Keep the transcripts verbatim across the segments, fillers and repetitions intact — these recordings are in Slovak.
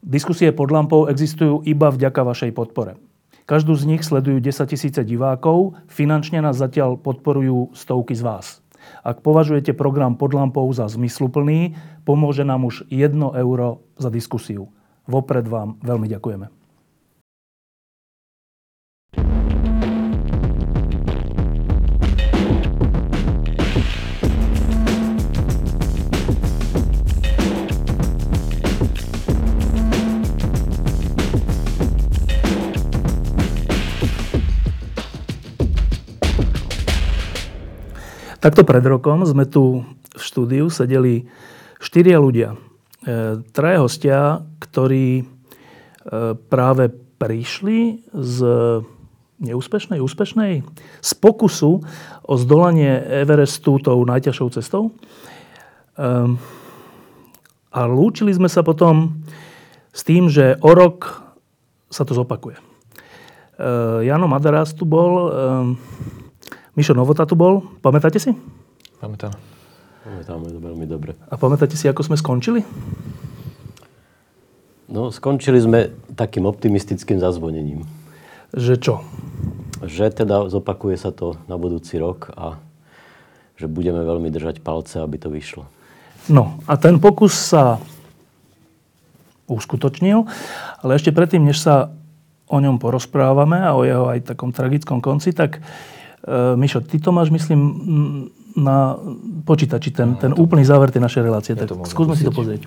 Diskusie pod lampou existujú iba vďaka vašej podpore. Každú z nich sledujú desaťtisíce divákov, finančne nás zatiaľ podporujú stovky z vás. Ak považujete program Pod lampou za zmysluplný, pomôže nám už jedno euro za diskusiu. Vopred vám veľmi ďakujeme. Takto pred rokom sme tu v štúdiu sedeli štyria ľudia. E, traja hostia, ktorí e, práve prišli z neúspešnej, úspešnej, z pokusu o zdolanie Everestu tou najťažšou cestou. E, a lúčili sme sa potom s tým, že o rok sa to zopakuje. E, Jano Madaras tu bol, e, Mišo Novota tu bol. Pamätáte si? Pamätám. Pamätáme to veľmi dobre. A pamätáte si, ako sme skončili? No, skončili sme takým optimistickým zazvonením. Že čo? Že teda zopakuje sa to na budúci rok a že budeme veľmi držať palce, aby to vyšlo. No, a ten pokus sa uskutočnil, ale ešte predtým, než sa o ňom porozprávame a o jeho aj takom tragickom konci, tak Uh, Mišo, ty to máš, myslím, na počítači, ten, ten úplný záver tej našej relácie. Tak skúsme si to pozrieť.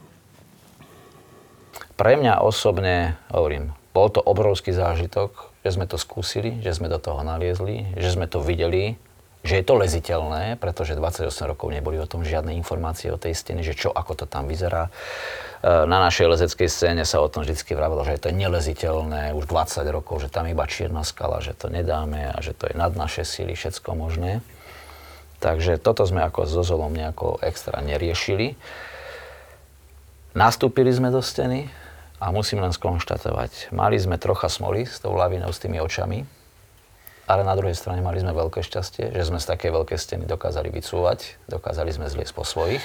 Pre mňa osobne, hovorím, bol to obrovský zážitok, že sme to skúsili, že sme do toho naliezli, že sme to videli, že je to leziteľné, pretože dvadsaťosem rokov neboli o tom žiadne informácie o tej stene, že čo, ako to tam vyzerá. Na našej lezeckej scéne sa o tom vždycky vravilo, že je to neleziteľné už dvadsať rokov, že tam iba čierna skala, že to nedáme a že to je nad naše síly, všetko možné. Takže toto sme ako so Zolom nejako extra neriešili. Nastúpili sme do steny a musím len skonštatovať, mali sme trocha smoly s tou lavinou, s tými očami, ale na druhej strane mali sme veľké šťastie, že sme z takej veľkej steny dokázali vycúvať, dokázali sme zliesť po svojich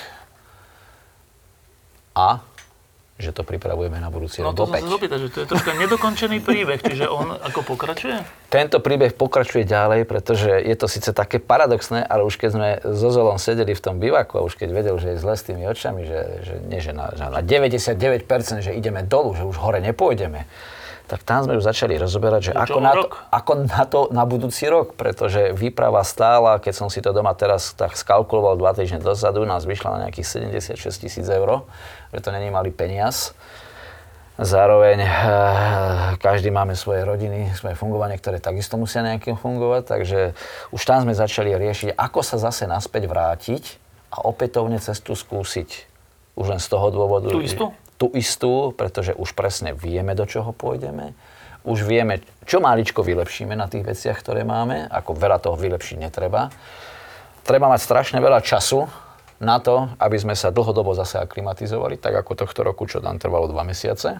a že to pripravujeme na budúci rok opäť. No to som sa zapýtať, že to je troška nedokončený príbeh, čiže on ako pokračuje? Tento príbeh pokračuje ďalej, pretože je to síce také paradoxné, ale už keď sme so Zolom sedeli v tom bivaku a už keď vedel, že je zle s tými očami, že, že nie, že na, že na deväťdesiatdeväť percent, že ideme dolu, že už hore nepôjdeme, tak tam sme už začali rozoberať, že ako na, to, ako na to na budúci rok, pretože výprava stála, keď som si to doma teraz tak skalkuloval dva týždne dozadu, nás vyšla na nejakých sedemdesiatšesť tisíc eur, že to není malý peniaz. Zároveň e, každý máme svoje rodiny, svoje fungovanie, ktoré takisto musia nejakým fungovať, takže už tam sme začali riešiť, ako sa zase naspäť vrátiť a opätovne cestu skúsiť. Už len z toho dôvodu. Tú istú? Tú istú, pretože už presne vieme, do čoho pôjdeme. Už vieme, čo máličko vylepšíme na tých veciach, ktoré máme. Ako veľa toho vylepšiť netreba. Treba mať strašne veľa času na to, aby sme sa dlhodobo zase aklimatizovali, tak ako tohto roku, čo nám trvalo dva mesiace.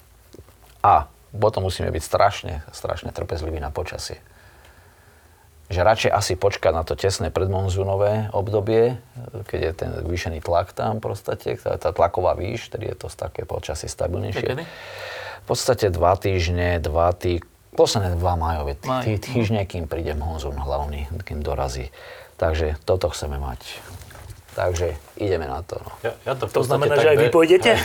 A potom musíme byť strašne, strašne trpezliví na počasie. Že radšej asi počkať na to tesné predmonzúnové obdobie, keď je ten zvýšený tlak tam v podstate, tá, tá tlaková výš, tedy je to také počasie stabilnejšie. Kedy? V podstate dva týždne, dva tý, posledné dva májové tý, týždne, kým príde monzún hlavný, kým dorazí. Takže toto chceme mať. Takže ideme na to. No. Ja, ja to, to znamená, že aj vy pôjdete?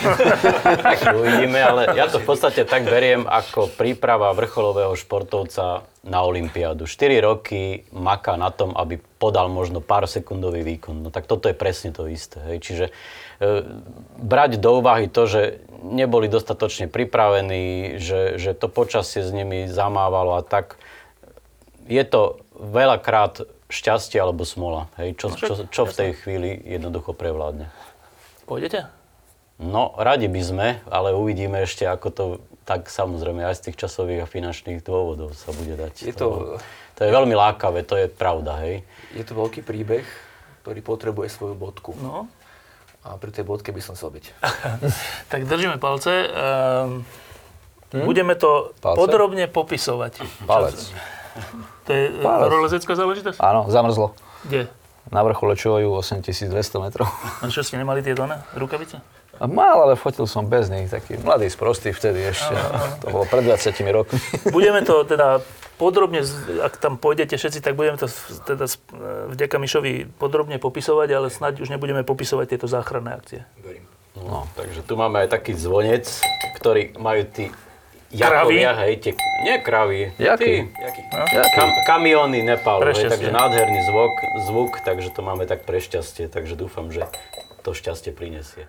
Uvidíme, ale ja to v podstate tak beriem ako príprava vrcholového športovca na olympiádu. štyri roky maká na tom, aby podal možno pár sekundový výkon. No tak toto je presne to isté. Hej. Čiže e, brať do úvahy to, že neboli dostatočne pripravení, že, že to počasie s nimi zamávalo a tak. Je to veľakrát šťastie alebo smola. Hej? Čo, čo, čo v tej chvíli jednoducho prevládne. Pôjdete? No, radi by sme, ale uvidíme ešte, ako to tak samozrejme aj z tých časových a finančných dôvodov sa bude dať. Je to, to je veľmi lákavé, to je pravda, hej. Je to veľký príbeh, ktorý potrebuje svoju bodku. No. A pri tej bodke by som chcel byť. Tak držíme palce. Um, hm? Budeme to palce? Podrobne popisovať. Palec. To je rolezecká záležitosť? Áno, zamrzlo. Kde? Na vrchole Čuoju osemtisícdvesto metrov. A čo ste nemali tieto ne? Rukavice? A mal, ale fotil som bez nich, taký mladý, sprostý vtedy ešte. To bolo pred dvadsiatimi rokmi. Budeme to teda podrobne, ak tam pôjdete všetci, tak budeme to teda vďaka Mišovi podrobne popisovať, ale snáď už nebudeme popisovať tieto záchranné akcie. Verím. No, takže tu máme aj taký zvonec, ktorý majú tí jakovia, hej, tie, nie kravy, Jaký? Jaký? kam, kamióny Nepálu, hej, Pre takže šťastie. nádherný zvuk, zvuk, takže to máme tak pre šťastie, takže dúfam, že to šťastie prinesie.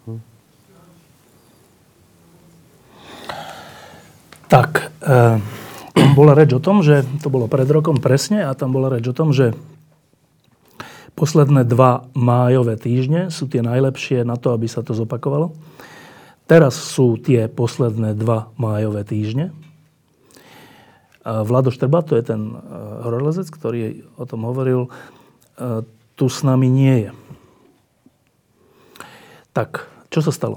Tak, e, tam bola reč o tom, že to bolo pred rokom presne a tam bola reč o tom, že posledné dva májové týždne sú tie najlepšie na to, aby sa to zopakovalo. Teraz sú tie posledné dva májové týždne. Vlado Štrba, to je ten horolezec, ktorý o tom hovoril, tu s nami nie je. Tak, čo sa stalo?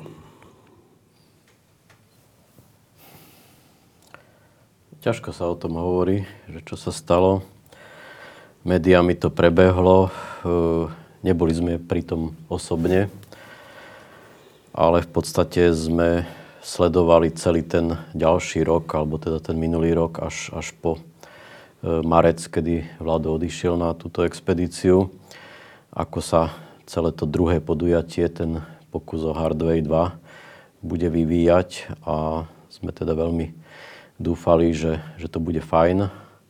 Ťažko sa o tom hovorí, že čo sa stalo. Médiami to prebehlo, neboli sme pri tom osobne, ale v podstate sme sledovali celý ten ďalší rok, alebo teda ten minulý rok až, až po marec, kedy Vlado odišiel na túto expedíciu. Ako sa celé to druhé podujatie, ten pokus o Hardway dva, bude vyvíjať a sme teda veľmi dúfali, že, že to bude fajn.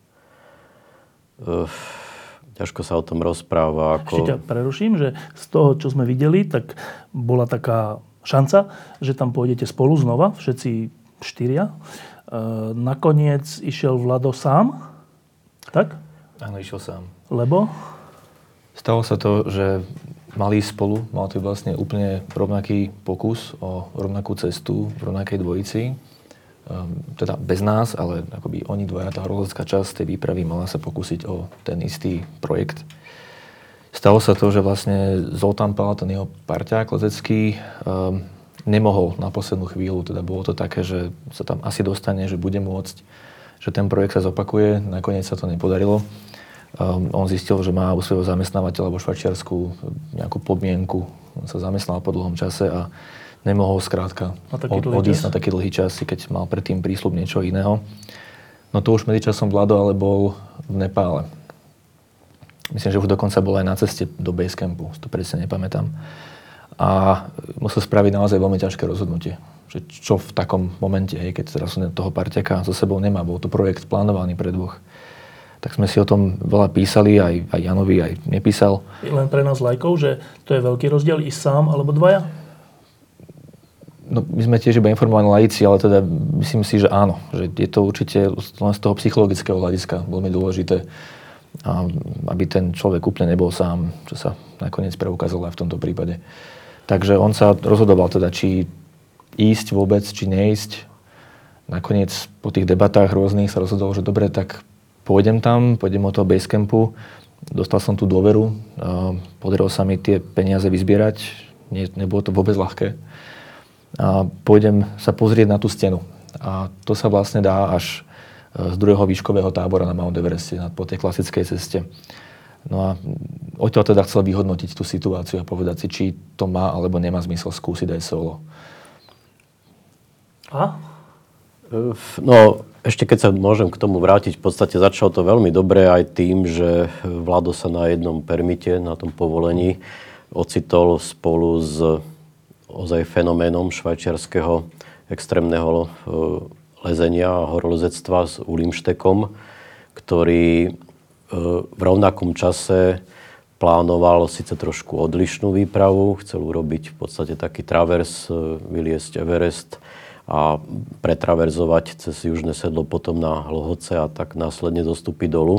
Ťažko sa o tom rozpráva. Ako... Ešte ťa preruším, že z toho, čo sme videli, tak bola taká šanca, že tam pôjdete spolu znova, všetci štyria. E, nakoniec išiel Vlado sám, tak? Áno, išiel sám. Lebo? Stalo sa to, že mali spolu, mal to vlastne úplne rovnaký pokus o rovnakú cestu v rovnakej dvojici. Um, teda bez nás, ale akoby oni dvoja, tá horolezecká časť tej výpravy mala sa pokúsiť o ten istý projekt. Stalo sa to, že vlastne Zoltán Pala, ten jeho parťák lezecký, um, nemohol na poslednú chvíľu, teda bolo to také, že sa tam asi dostane, že bude môcť, že ten projekt sa zopakuje, nakoniec sa to nepodarilo. Um, on zistil, že má u svojho zamestnávateľa vo Švajčiarsku nejakú podmienku, on sa zamestnal po dlhom čase a nemohol skrátka od, odísť na taký dlhý čas, keď mal predtým prísľub niečo iného. No to už medzičasom Vlado ale bol v Nepále. Myslím, že už dokonca bol aj na ceste do basecampu, to presne nepamätám. A musel spraviť naozaj veľmi ťažké rozhodnutie. Že čo v takom momente, hej, keď teraz toho parťaka so sebou nemá, bol to projekt plánovaný pre dvoch. Tak sme si o tom veľa písali, aj, aj Janovi, aj nepísal. Len pre nás lajkov, že to je veľký rozdiel ísť sám alebo dvaja? No, my sme tiež iba informovaní laici, ale teda myslím si, že áno. Že je to určite len z toho psychologického hľadiska veľmi dôležité, a aby ten človek úplne nebol sám, čo sa nakoniec preukázalo aj v tomto prípade. Takže on sa rozhodoval teda, či ísť vôbec, či neísť. Nakoniec po tých debatách rôznych sa rozhodol, že dobre, tak pôjdem tam, pôjdem od toho basecampu. Dostal som tú dôveru, podarilo sa mi tie peniaze vyzbierať, Nie, nebolo to vôbec ľahké. A pôjdem sa pozrieť na tú stenu. A to sa vlastne dá až z druhého výškového tábora na Mount Evereste, po tej klasickej ceste. No a odtiaľ teda chcel vyhodnotiť tú situáciu a povedať si, či to má alebo nemá zmysel skúsiť aj solo. A? No, ešte keď sa môžem k tomu vrátiť, v podstate začalo to veľmi dobre aj tým, že Vlado sa na jednom permite, na tom povolení, ocitol spolu s ozaj fenoménom švajčiarskeho extrémneho lezenia a horolezectva s Ulimštekom, ktorý v rovnakom čase plánoval síce trošku odlišnú výpravu, chcel urobiť v podstate taký travers, vyliesť Everest a pretraverzovať cez južné sedlo potom na Hlohoce a tak následne dostúpiť dolu.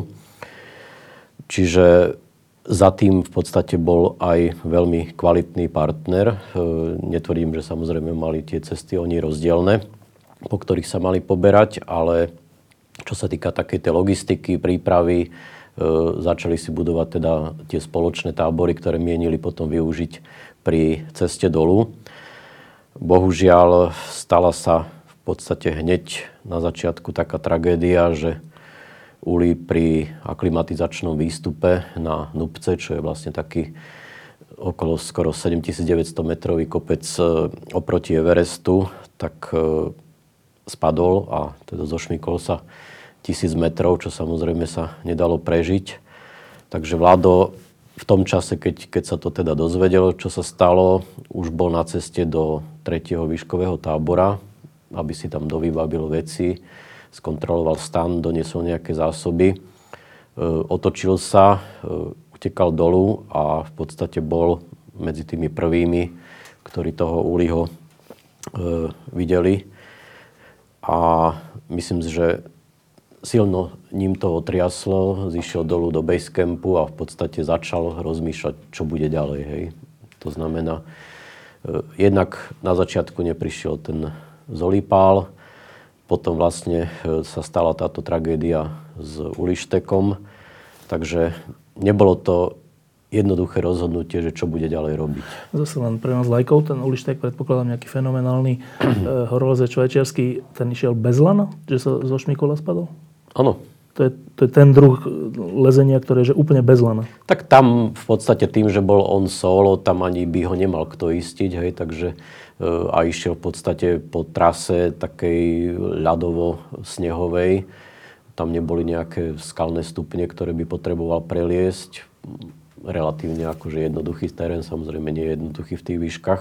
Čiže za tým v podstate bol aj veľmi kvalitný partner. Netvrdím, že samozrejme mali tie cesty oni rozdielne, po ktorých sa mali poberať, ale čo sa týka takej tej logistiky, prípravy, začali si budovať teda tie spoločné tábory, ktoré mienili potom využiť pri ceste dolu. Bohužiaľ, stala sa v podstate hneď na začiatku taká tragédia, že Uli pri aklimatizačnom výstupe na Nupce, čo je vlastne taký okolo skoro sedemtisícdeväťsto metrový kopec oproti Everestu, tak spadol a teda zošmykol sa tisíc metrov, čo samozrejme sa nedalo prežiť. Takže Vlado v tom čase, keď, keď sa to teda dozvedel, čo sa stalo, už bol na ceste do tretieho výškového tábora, aby si tam dovybabil veci, skontroloval stan, doniesol nejaké zásoby. E, otočil sa, e, utekal dolu a v podstate bol medzi tými prvými, ktorí toho Uliho e, videli. A myslím si, že silno ním to otriaslo, zišiel dolu do basecampu a v podstate začal rozmýšľať, čo bude ďalej. Hej. To znamená, e, jednak na začiatku neprišiel ten Zolipál, potom vlastne e, sa stala táto tragédia s Ulištekom, takže nebolo to jednoduché rozhodnutie, že čo bude ďalej robiť. Zase len pre nás lajkov, ten Ulištek, predpokladám nejaký fenomenálny e, horolezec švajčiarsky, ten išiel bez lana, že sa zo šmíkola spadol? Áno. To je, to je ten druh lezenia, ktoré je že úplne bez lana. Tak tam v podstate tým, že bol on solo, tam ani by ho nemal kto istiť, hej, takže e, a išiel v podstate po trase takej ľadovo-snehovej. Tam neboli nejaké skalné stupne, ktoré by potreboval preliesť. Relatívne akože jednoduchý terén, samozrejme nie je jednoduchý v tých výškach.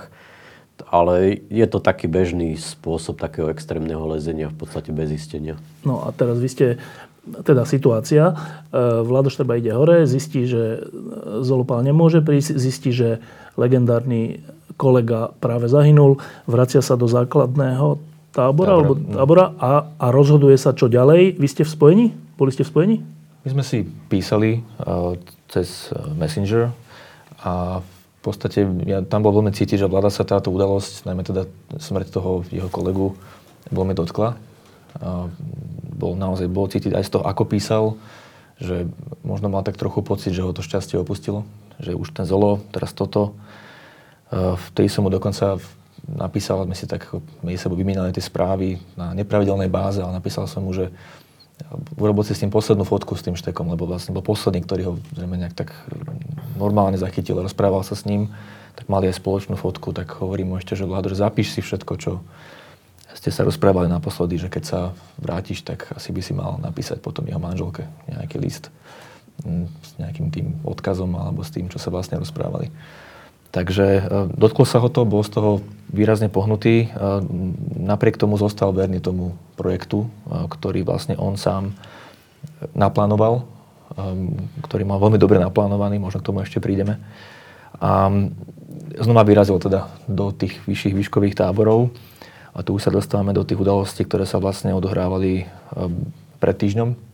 Ale je to taký bežný spôsob takého extrémneho lezenia, v podstate bez istenia. No a teraz vy ste, teda situácia, Vlado Štrba ide hore, zistí, že Zolopál nemôže prísť, zistí, že legendárny kolega práve zahynul, vracia sa do základného tábora, tábora. Alebo tábora a, a rozhoduje sa, čo ďalej. Vy ste v spojení? Boli ste v spojení? My sme si písali uh, cez Messenger a v podstate ja, tam bol veľmi cítiť, že Vlada sa táto udalosť, najmä teda smrť toho jeho kolegu, veľmi dotkla. A bol naozaj bol cítiť aj z toho, ako písal, že možno mal tak trochu pocit, že ho to šťastie opustilo. Že už ten Zolo, teraz toto. Vtedy som mu dokonca napísal, my si tak medzi sebou vymínali tie správy na nepravidelnej báze, ale napísal som mu, že urobil si s tým poslednú fotku s tým Štekom, lebo vlastne bol posledný, ktorý ho zrejme nejak tak normálne zachytil, rozprával sa s ním, tak mali aj spoločnú fotku, tak hovorím mu ešte, že Vlado, že zapíš si všetko, čo ste sa rozprávali naposledy, že keď sa vrátiš, tak asi by si mal napísať potom jeho manželke nejaký list s nejakým tým odkazom alebo s tým, čo sa vlastne rozprávali. Takže dotklo sa ho to, bol z toho výrazne pohnutý. Napriek tomu zostal verný tomu projektu, ktorý vlastne on sám naplánoval, ktorý mal veľmi dobre naplánovaný, možno k tomu ešte prídeme. A znova vyrazil teda do tých vyšších výškových táborov. A tu už sa dostávame do tých udalostí, ktoré sa vlastne odohrávali pred týždňom.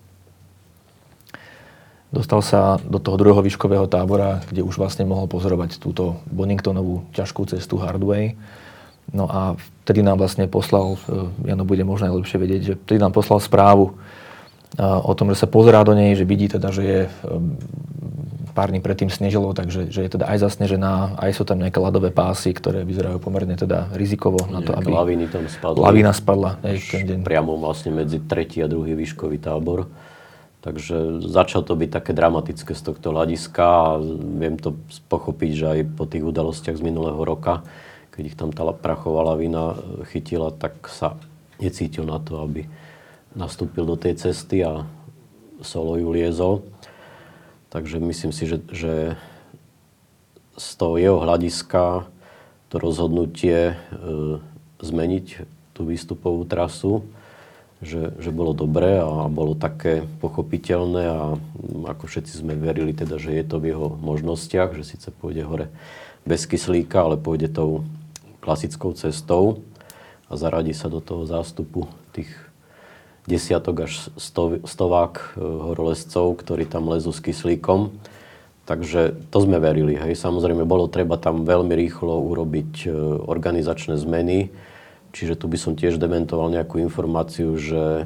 Dostal sa do toho druhého výškového tábora, kde už vlastne mohol pozorovať túto Boningtonovú ťažkú cestu Hardway. No a vtedy nám vlastne poslal, Jano bude možno najlepšie vedieť, že vtedy nám poslal správu o tom, že sa pozerá do nej, že vidí teda, že je pár dní predtým snežilo, takže že je teda aj zasnežená, aj sú tam nejaké ľadové pásy, ktoré vyzerajú pomerne teda rizikovo na to, aby lavíny tam spadli. Lavína spadla. Hej, ten deň. Priamo vlastne medzi tretí a druhý výškový tábor. Takže začalo to byť také dramatické z tohto hľadiska a viem to pochopiť, že aj po tých udalostiach z minulého roka, keď ich tam tá prachová lavína chytila, tak sa necítil na to, aby nastúpil do tej cesty a solo ju liezol. Takže myslím si, že, že z toho jeho hľadiska to rozhodnutie e, zmeniť tú výstupovú trasu, Že, že bolo dobré a bolo také pochopiteľné a ako všetci sme verili teda, že je to v jeho možnostiach, že síce pôjde hore bez kyslíka, ale pôjde tou klasickou cestou a zaradí sa do toho zástupu tých desiatok až sto, stovák horolezcov, ktorí tam lezú s kyslíkom. Takže to sme verili. Hej. Samozrejme, bolo treba tam veľmi rýchlo urobiť organizačné zmeny. Čiže tu by som tiež dementoval nejakú informáciu, že e,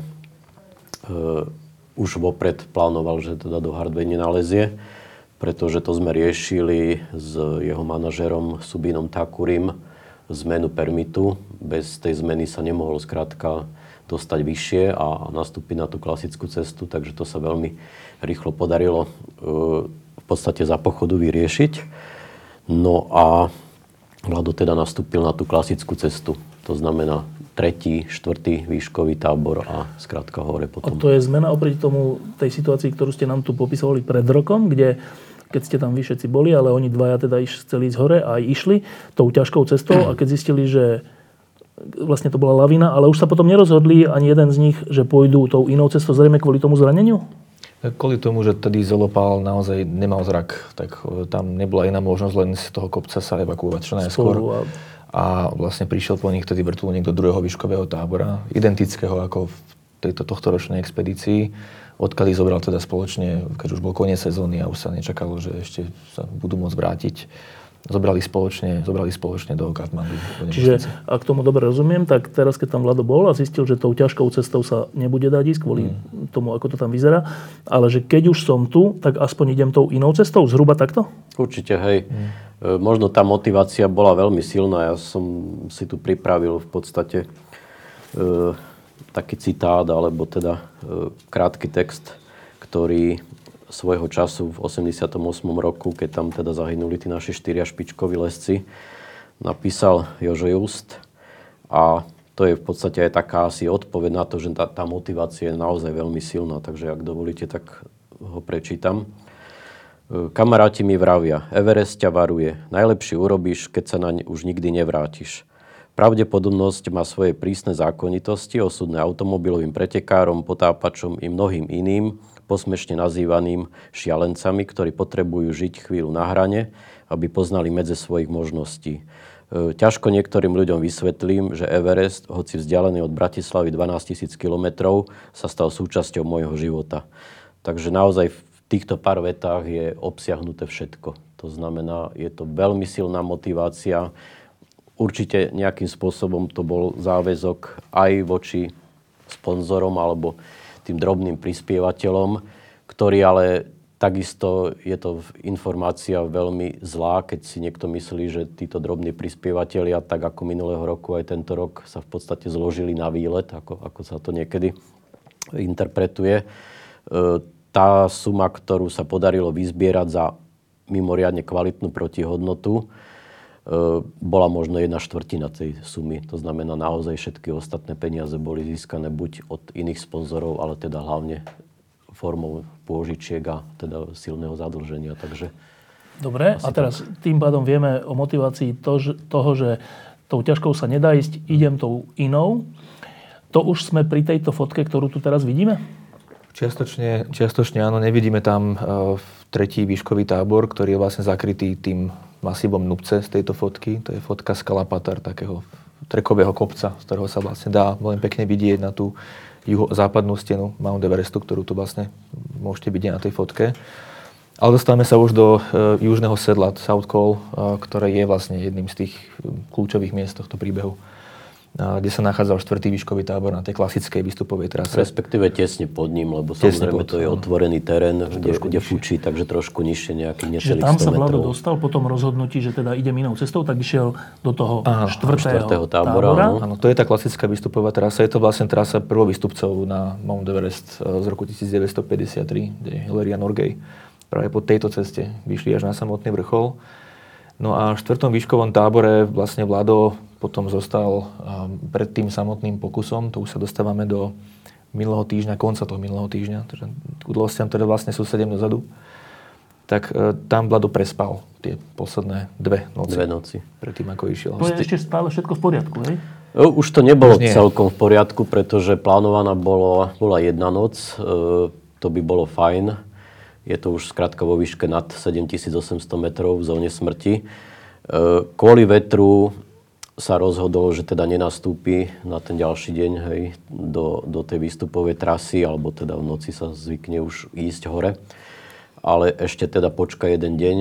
už vopred plánoval, že teda do Hardway nenalezie, pretože to sme riešili s jeho manažerom Subinom Takurim zmenu permitu. Bez tej zmeny sa nemohol skrátka dostať vyššie a nastúpiť na tú klasickú cestu, takže to sa veľmi rýchlo podarilo e, v podstate za pochodu vyriešiť. No a Vlado teda nastúpil na tú klasickú cestu. To znamená tretí, štvrtý výškový tábor a skrátka hore potom. A to je zmena oproti tomu, tej situácii, ktorú ste nám tu popisovali pred rokom, kde keď ste tam vy všetci boli, ale oni dvaja teda iš, chceli ísť hore a aj išli tou ťažkou cestou a keď zistili, že vlastne to bola lavína, ale už sa potom nerozhodli ani jeden z nich, že pôjdu tou inou cestou, zrejme kvôli tomu zraneniu? Kvôli tomu, že tedy Zelopál naozaj nemal zrak, tak tam nebola iná možnosť len z toho kopca sa evakuovať čo najskôr. A... a vlastne prišiel po nich tedy vrtuľník do druhého výškového tábora, identického ako v tejto tohtoročnej expedícii, odkiaľ zobral teda spoločne, keď už bol koniec sezóny a už sa nečakalo, že ešte sa budú môcť vrátiť. Zobrali spoločne, zobrali spoločne do Katmandu. Do Čiže, ak tomu dobre rozumiem, tak teraz, keď tam Vlado bol a zistil, že tou ťažkou cestou sa nebude dať ísť kvôli mm. tomu, ako to tam vyzerá, ale že keď už som tu, tak aspoň idem tou inou cestou, zhruba takto? Určite, hej. Mm. E, možno tá motivácia bola veľmi silná. Ja som si tu pripravil v podstate e, taký citát, alebo teda e, krátky text, ktorý svojho času v osemdesiatom ôsmom roku, keď tam teda zahynuli tí naši štyria špičkoví lesci, napísal Jožo Just. A to je v podstate aj taká asi odpoveď na to, že tá, tá motivácia je naozaj veľmi silná. Takže ak dovolíte, tak ho prečítam. Kamaráti mi vravia, Everest ťa varuje. Najlepšie urobíš, keď sa naň už nikdy nevrátiš. Pravdepodobnosť má svoje prísne zákonitosti, osudné automobilovým pretekárom, potápačom i mnohým iným, posmešne nazývaným šialencami, ktorí potrebujú žiť chvíľu na hrane, aby poznali medze svojich možností. Ťažko niektorým ľuďom vysvetlím, že Everest, hoci vzdialený od Bratislavy dvanásťtisíc kilometrov, sa stal súčasťou môjho života. Takže naozaj v týchto pár vetách je obsiahnuté všetko. To znamená, je to veľmi silná motivácia. Určite nejakým spôsobom to bol záväzok aj voči sponzorom alebo tým drobným prispievateľom, ktorý ale takisto je to informácia veľmi zlá, keď si niekto myslí, že títo drobní prispievateľia, tak ako minulého roku aj tento rok, sa v podstate zložili na výlet, ako, ako sa to niekedy interpretuje. Tá suma, ktorú sa podarilo vyzbierať za mimoriadne kvalitnú protihodnotu, bola možno jedna štvrtina tej sumy. To znamená, naozaj všetky ostatné peniaze boli získané buď od iných sponzorov, ale teda hlavne formou pôžičiek a teda silného zadlženia. Takže dobre, a teraz tak. Tým pádom vieme o motivácii to, že, toho, že tou ťažkou sa nedá ísť, idem tou inou. To už sme pri tejto fotke, ktorú tu teraz vidíme? Čiastočne, čiastočne áno, nevidíme tam uh, tretí výškový tábor, ktorý je vlastne zakrytý tým masívom Nupce z tejto fotky. To je fotka z Kalapatar, takého trekového kopca, z ktorého sa vlastne dá veľmi pekne vidieť na tú juho-západnú stenu Mount Everestu, ktorú tu vlastne môžete vidieť na tej fotke. Ale dostávame sa už do uh, južného sedla South Col, uh, ktoré je vlastne jedným z tých kľúčových miest tohto príbehu, uh, kde sa nachádzal štvrtý výškový tábor na tej klasickej výstupovej trase. Respektíve tesne pod ním, lebo tesne samozrejme pod, to je otvorený terén, kde, kde fučí, takže trošku nižšie nejakých necelých sto metrov. Čiže tam sa Vlado dostal po tom rozhodnutí, že teda idem inou cestou, tak išiel do toho Aha, štvrtého, štvrtého tábora. tábora. Áno, to je tá klasická výstupová trasa. Je to vlastne trasa prvovýstupcov na Mount Everest z roku devätnásťstopäťdesiattri, kde je Hilaria Norgay. Práve po tejto ceste vyšli až na samotný vrchol. No a v štvrtom výškovom tábore vlastne Vlado potom zostal pred tým samotným pokusom. Tu už sa dostávame do minulého týždňa, konca toho minulého týždňa. Takže udalostiam, ktoré vlastne sú sedem dozadu. Tak e, tam Vlado prespal tie posledné dve noci. Dve noci. Predtým, ako išiel. To je ešte stále všetko v poriadku, hej? Už to nebolo celkom v poriadku, pretože plánovaná bolo, bola jedna noc. E, to by bolo fajn. Je to už skrátka vo výške nad sedemtisícosemsto metrov v zóne smrti. Kvôli vetru sa rozhodol, že teda nenastúpi na ten ďalší deň, hej, do, do tej výstupovej trasy, alebo teda v noci sa zvykne už ísť hore. Ale ešte teda počka jeden deň,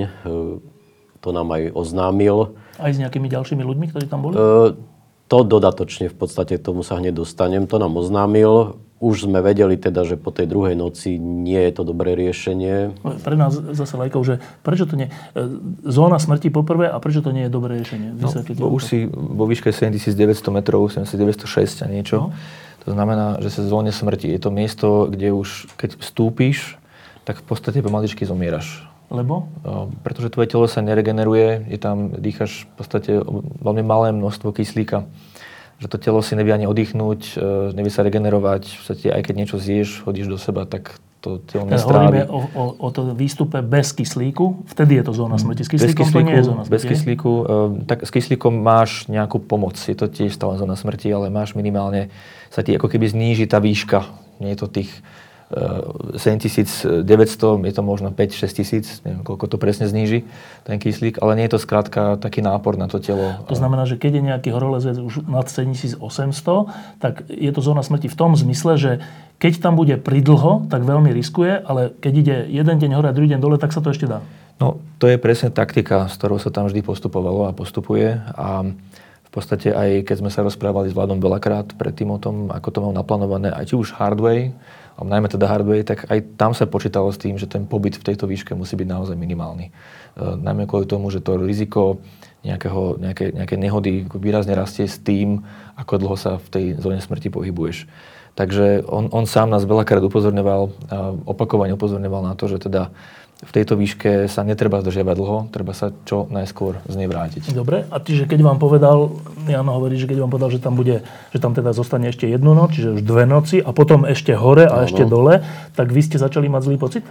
to nám aj oznámil. Aj s nejakými ďalšími ľuďmi, ktorí tam boli? To dodatočne, v podstate k tomu sa hneď dostanem, to nám oznámil. Už sme vedeli teda, že po tej druhej noci nie je to dobré riešenie. Pre nás zase lajkov, že prečo to nie... Zóna smrti poprvé a prečo to nie je dobré riešenie? No, už si vo výške sedemtisícdeväťsto metrov, sedemtisícdeväťstošesť a niečo. No. To znamená, že sa v zóne smrti. Je to miesto, kde už keď vstúpiš, tak v podstate pomaličky zomieraš. Lebo? Pretože tvoje telo sa neregeneruje, je tam, dýchaš v podstate veľmi malé množstvo kyslíka. Že to telo si nevie ani oddychnúť, nevie sa regenerovať. V podstate aj keď niečo zješ, hodíš do seba, tak to telo nestrávi. Hovoríme o, o, o to výstupe bez kyslíku, vtedy je to zóna smrti. S kyslíkom kyslíku, to nie je zóna smrti. Bez kyslíku, tak s kyslíkom máš nejakú pomoc. Je to tiež stále zóna smrti, ale máš minimálne, sa ti ako keby zníži tá výška. Nie je to tých sedemtisícdeväťsto, je to možno päť až šesť tisíc, neviem, koľko to presne zníži, ten kyslík, ale nie je to skrátka taký nápor na to telo. To znamená, že keď je nejaký horolezec už nad sedemtisícosemsto, tak je to zóna smrti v tom zmysle, že keď tam bude pridlho, tak veľmi riskuje, ale keď ide jeden deň hore a druhý deň dole, tak sa to ešte dá. No, to je presne taktika, s ktorou sa tam vždy postupovalo a postupuje a v podstate aj keď sme sa rozprávali s Vladom veľakrát predtým o tom, ako to mal naplánované, aj či už hardway, ale najmä teda hardway, tak aj tam sa počítalo s tým, že ten pobyt v tejto výške musí byť naozaj minimálny. E, najmä kvôli tomu, že to riziko nejakého, nejaké, nejaké nehody výrazne rastie s tým, ako dlho sa v tej zóne smrti pohybuješ. Takže on, on sám nás veľakrát upozorňoval, opakovane upozorňoval na to, že teda v tejto výške sa netreba zdržiavať dlho, treba sa čo najskôr z nej vrátiť. Dobre, a čiže keď vám povedal, Jano hovorí, že keď vám povedal, že tam bude, že tam teda zostane ešte jednu noc, čiže už dve noci a potom ešte hore a no, ešte no. dole, tak vy ste začali mať zlý pocit?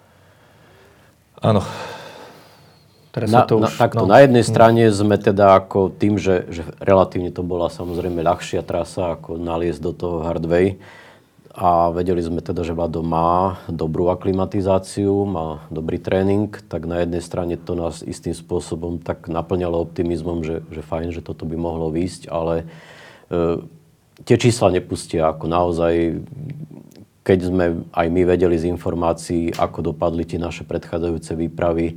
Áno. Teraz Na, to už, na, takto, no. na jednej strane sme teda ako tým, že, že relatívne to bola samozrejme ľahšia trasa, ako naliesť do toho hardway. A vedeli sme teda, že Vlado má dobrú aklimatizáciu, má dobrý tréning, tak na jednej strane to nás istým spôsobom tak naplňalo optimizmom, že, že fajn, že toto by mohlo výjsť, ale e, tie čísla nepustia, ako naozaj, keď sme aj my vedeli z informácií, ako dopadli tie naše predchádzajúce výpravy, e,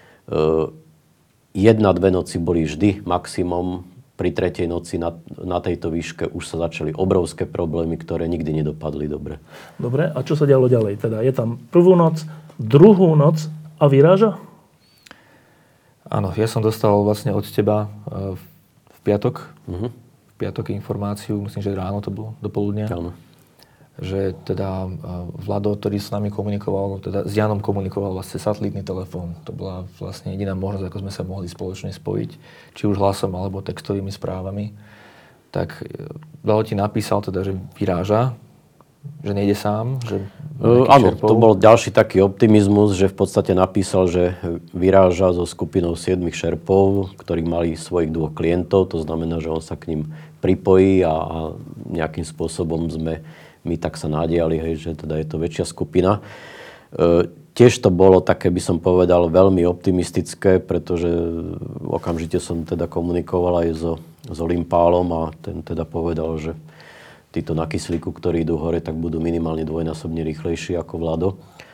jedna, dve noci boli vždy maximum. Pri tretej noci na, na tejto výške už sa začali obrovské problémy, ktoré nikdy nedopadli dobre. Dobre, a čo sa dialo ďalej? Teda je tam prvú noc, druhú noc a vyráža? Áno, ja som dostal vlastne od teba v piatok, Uh-huh. v piatok informáciu, myslím, že ráno to bolo, do poludnia. Áno. Že teda Vlado, ktorý s nami komunikoval, teda s Janom komunikoval vlastne satelitný telefón. To bola vlastne jediná možnosť, ako sme sa mohli spoločne spojiť, či už hlasom alebo textovými správami. Tak Vlado ti napísal teda, že vyráža, že nejde sám, že Uh, áno, to bol ďalší taký optimizmus, že v podstate napísal, že vyráža so skupinou siedmich šerpov, ktorí mali svojich dvoch klientov, to znamená, že on sa k ním pripojí a, a nejakým spôsobom sme my tak sa nádejali, hej, že teda je to väčšia skupina. E, tiež to bolo také, by som povedal, veľmi optimistické, pretože okamžite som teda komunikoval aj so, s Olympálom a ten teda povedal, že títo na kyslíku, ktorí idú hore, tak budú minimálne dvojnásobne rýchlejší ako Vlado.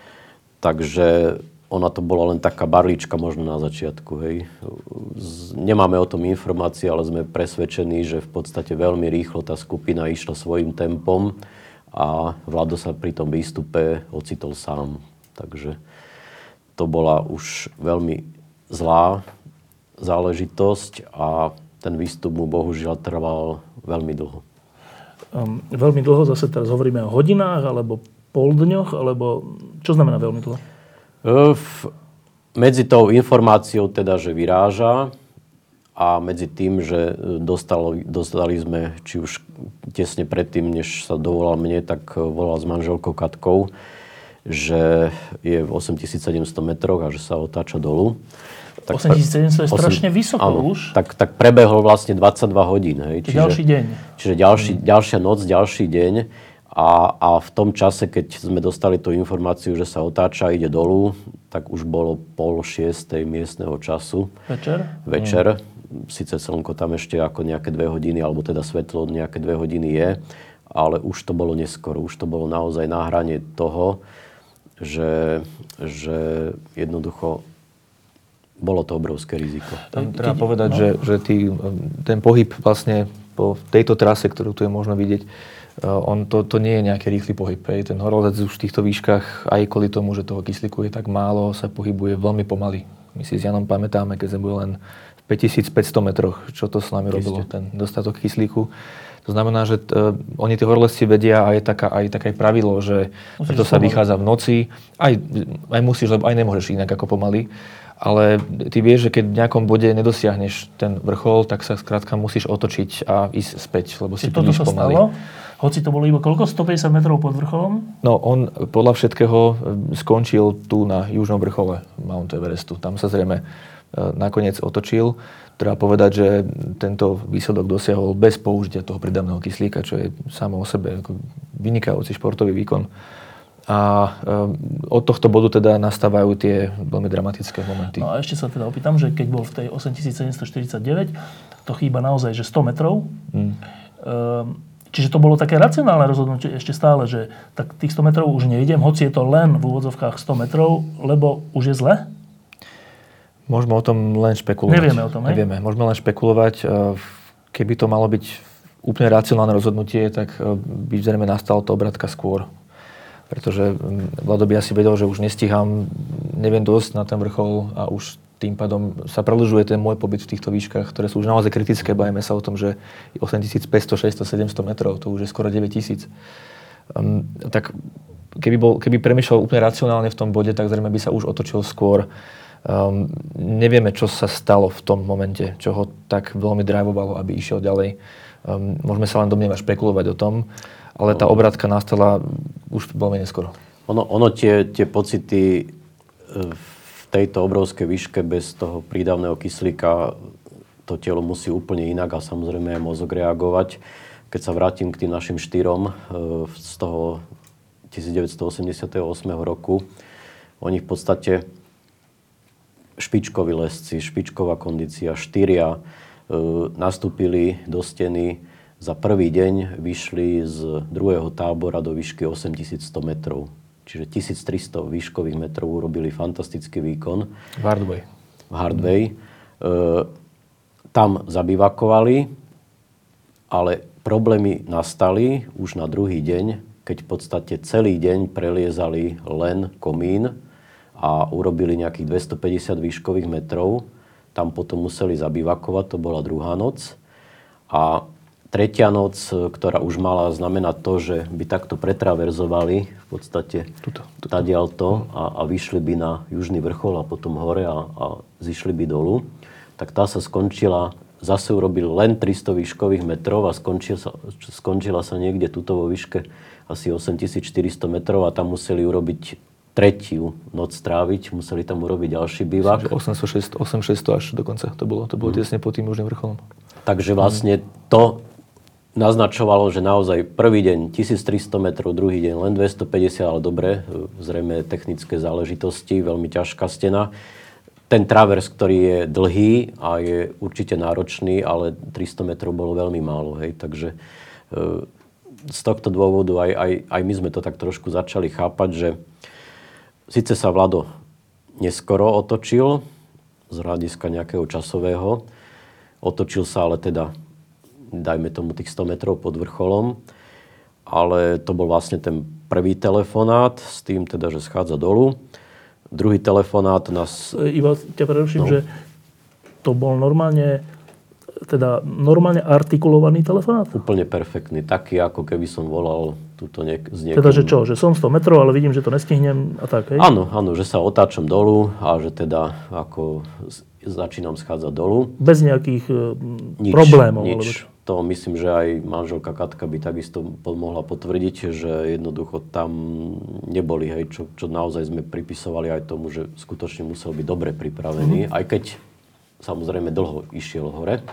Takže ona to bola len taká barlička možno na začiatku. Hej. Z, nemáme o tom informácie, ale sme presvedčení, že v podstate veľmi rýchlo tá skupina išla svojím tempom a Vlado sa pri tom výstupe ocitol sám. Takže to bola už veľmi zlá záležitosť a ten výstup mu bohužiaľ trval veľmi dlho. Um, veľmi dlho, zase teraz hovoríme o hodinách, alebo poldňoch, alebo čo znamená veľmi dlho? V, medzi tou informáciou teda, že vyráža a medzi tým, že dostali, dostali sme, či už tesne predtým, než sa dovolal mne, tak volal s manželkou Katkou, že je v osemtisícsedemsto metroch a že sa otáča dolu. Tak osemtisícsedemsto je strašne vysoko áno, už. Tak, tak prebehol vlastne dvadsaťdva hodín. Hej. Čiže, ďalší deň. Čiže ďalší, hmm. ďalšia noc, ďalší deň. A, a v tom čase, keď sme dostali tú informáciu, že sa otáča, ide dolu, tak už bolo pol šiestej miestneho času. Večer? Večer. Hmm. Sice slnko tam ešte ako nejaké dve hodiny, alebo teda svetlo nejaké dve hodiny je, ale už to bolo neskoro. Už to bolo naozaj na hrane toho, že, že jednoducho bolo to obrovské riziko. Tam treba povedať, no. že, že tý, ten pohyb vlastne po tejto trase, ktorú tu je možno vidieť, on, to, to nie je nejaký rýchly pohyb. Hej. Ten horolezec už v týchto výškach, aj kvôli tomu, že toho kyslíku je tak málo, sa pohybuje veľmi pomaly. My si s Janom pamätáme, keď sme boli len v päťtisícpäťsto metroch, čo to s nami robilo, ten dostatok kyslíku. To znamená, že t, uh, oni tí horolezci vedia aj, taká, aj také pravidlo, že musíš preto sa pomaly. vychádza v noci. Aj, aj musíš, lebo aj nemôžeš inak ako pomaly. Ale ty vieš, že keď v nejakom bode nedosiahneš ten vrchol, tak sa skrátka musíš otočiť a ísť späť, lebo si toto príliš sa pomaly. stalo? Hoci to bolo iba koľko? stopäťdesiat metrov pod vrcholom? No, on podľa všetkého skončil tu na južnom vrchole Mount Everestu. Tam sa zrejme e, nakoniec otočil. Treba povedať, že tento výsledok dosiahol bez použitia toho pridavného kyslíka, čo je samo o sebe ako vynikajúci športový výkon. A e, od tohto bodu teda nastávajú tie veľmi dramatické momenty. No a ešte sa teda opýtam, že keď bol v tej osemtisícsedemstoštyridsaťdeväť, to chýba naozaj, že sto metrov. Mm. E, Čiže to bolo také racionálne rozhodnutie ešte stále, že tak tých sto metrov už neidem, hoci je to len v úvodzovkách sto metrov, lebo už je zle? Môžeme o tom len špekulovať. Nevieme o tom, hej? Nevieme. Môžeme len špekulovať. Keby to malo byť úplne racionálne rozhodnutie, tak by zrejme nastala to obratka skôr. Pretože Vlado by asi vedel, že už nestíham, neviem dosť na ten vrchol a už tým pádom sa predĺžuje ten môj pobyt v týchto výškach, ktoré sú už naozaj kritické. Bavíme sa o tom, že osemtisícpäťsto, šesťsto, sedemsto metrov, to už je skoro deväťtisíc. Um, tak keby, bol, keby premýšľal úplne racionálne v tom bode, tak zrejme by sa už otočil skôr. Um, nevieme, čo sa stalo v tom momente, čo ho tak veľmi drivovalo, aby išiel ďalej. Um, môžeme sa len domnievať, špekulovať o tom, ale tá obrátka nastala už veľmi neskoro. Ono, ono tie, tie pocity v tejto obrovskej výške bez toho prídavného kyslíka to telo musí úplne inak a samozrejme aj mozog reagovať. Keď sa vrátim k tým našim štyrom z toho devätnásťstoosemdesiatosem roku, oni v podstate špičkoví lesci, špičková kondícia, štyria nastúpili do steny, za prvý deň vyšli z druhého tábora do výšky osemtisícsto metrov. Čiže tisíctristo výškových metrov urobili fantastický výkon. V Hardway. V Hardway. E, tam zabývakovali, ale problémy nastali už na druhý deň, keď v podstate celý deň preliezali len komín a urobili nejakých dvestopäťdesiat výškových metrov. Tam potom museli zabývakovať, to bola druhá noc. A tretia noc, ktorá už mala znamenať to, že by takto pretraverzovali v podstate tadiaľto a, a vyšli by na južný vrchol a potom hore a, a zišli by dolu, tak tá sa skončila, zase urobili len tristo výškových metrov a skončila sa, skončila sa niekde tuto vo výške asi osemtisícštyristo metrov a tam museli urobiť tretiu noc stráviť, museli tam urobiť ďalší bývak. osemtisícšesťsto až dokonca to bolo, to bolo mm. tesne pod tým južným vrcholom. Takže vlastne to naznačovalo, že naozaj prvý deň tisíctristo metrov, druhý deň len dvestopäťdesiat, ale dobre, zrejme technické záležitosti, veľmi ťažká stena. Ten travers, ktorý je dlhý a je určite náročný, ale tristo metrov bolo veľmi málo, hej, takže e, z tohto dôvodu aj, aj, aj my sme to tak trošku začali chápať, že síce sa Vlado neskoro otočil z hľadiska nejakého časového, otočil sa ale teda dajme tomu tých sto metrov pod vrcholom, ale to bol vlastne ten prvý telefonát s tým teda, že schádza dolu. Druhý telefonát nás... Iba ťa preruším, no. že to bol normálne, teda normálne artikulovaný telefonát? Úplne perfektný, taký ako keby som volal túto niek- s niekým. Teda, že čo, že som sto metrov, ale vidím, že to nestihnem a tak, hej? Áno, áno, že sa otáčam dolu a že teda ako začínam schádzať dolu. Bez nejakých nič, problémov? Nič. Alebo čo? To myslím, že aj manželka Katka by takisto mohla potvrdiť, že jednoducho tam neboli, hej, čo, čo naozaj sme pripisovali aj tomu, že skutočne musel byť dobre pripravený, mm-hmm. aj keď samozrejme dlho išiel hore.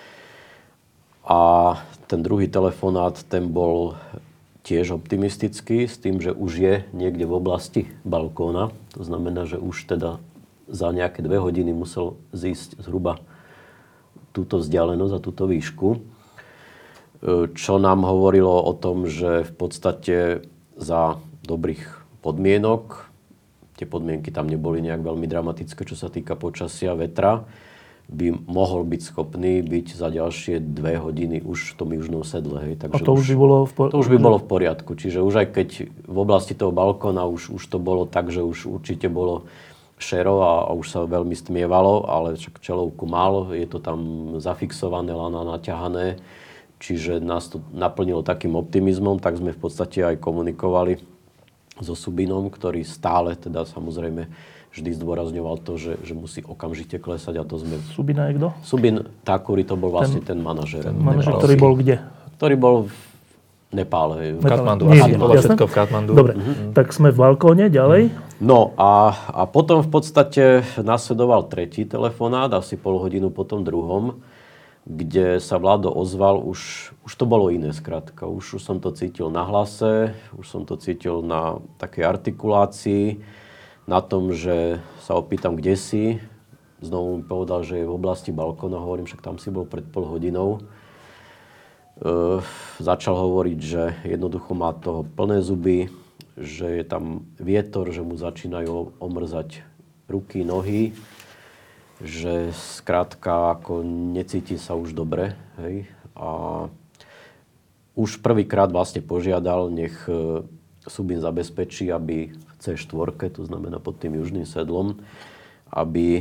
A ten druhý telefonát, ten bol tiež optimistický, s tým, že už je niekde v oblasti balkóna. To znamená, že už teda za nejaké dve hodiny musel zísť zhruba túto vzdialenosť a túto výšku. Čo nám hovorilo o tom, že v podstate za dobrých podmienok, tie podmienky tam neboli nejak veľmi dramatické, čo sa týka počasia, vetra, by mohol byť schopný byť za ďalšie dve hodiny už v tom južnom sedle. Hej. Takže a to už, už by bolo v poriadku? To už by bolo v poriadku. Čiže už aj keď v oblasti toho balkóna už, už to bolo tak, že už určite bolo šero a, a už sa veľmi stmievalo, ale však čelovku mal, je to tam zafixované, lana naťahané. čiže nás to naplnilo takým optimizmom, tak sme v podstate aj komunikovali so Subinom, ktorý stále teda samozrejme vždy zdôrazňoval to, že, že musí okamžite klesať a to sme... Subina je kto? Subin Takuri to bol vlastne ten, ten manažer. Ten manažer, ktorý bol kde? Ktorý bol v Nepále. V Katmandu. Nie, Asi nie, bolo jasné? všetko v Katmandu. Dobre, mm-hmm. tak sme v balkóne, ďalej. No a, a potom v podstate nasledoval tretí telefonát, asi pol hodinu po tom druhom, kde sa Vlado ozval, už, už to bolo iné skrátka. Už, už som to cítil na hlase, už som to cítil na takej artikulácii, na tom, že sa opýtam, kde si. Znovu mi povedal, že je v oblasti balkóna, hovorím, však tam si bol pred pol hodinou. E, začal hovoriť, že jednoducho má toho plné zuby, že je tam vietor, že mu začínajú omrzať ruky, nohy, že skrátka ako necíti sa už dobre, hej. A už prvýkrát vlastne požiadal, nech Subin zabezpečí, aby v cé štyri, to znamená pod tým južným sedlom, aby e,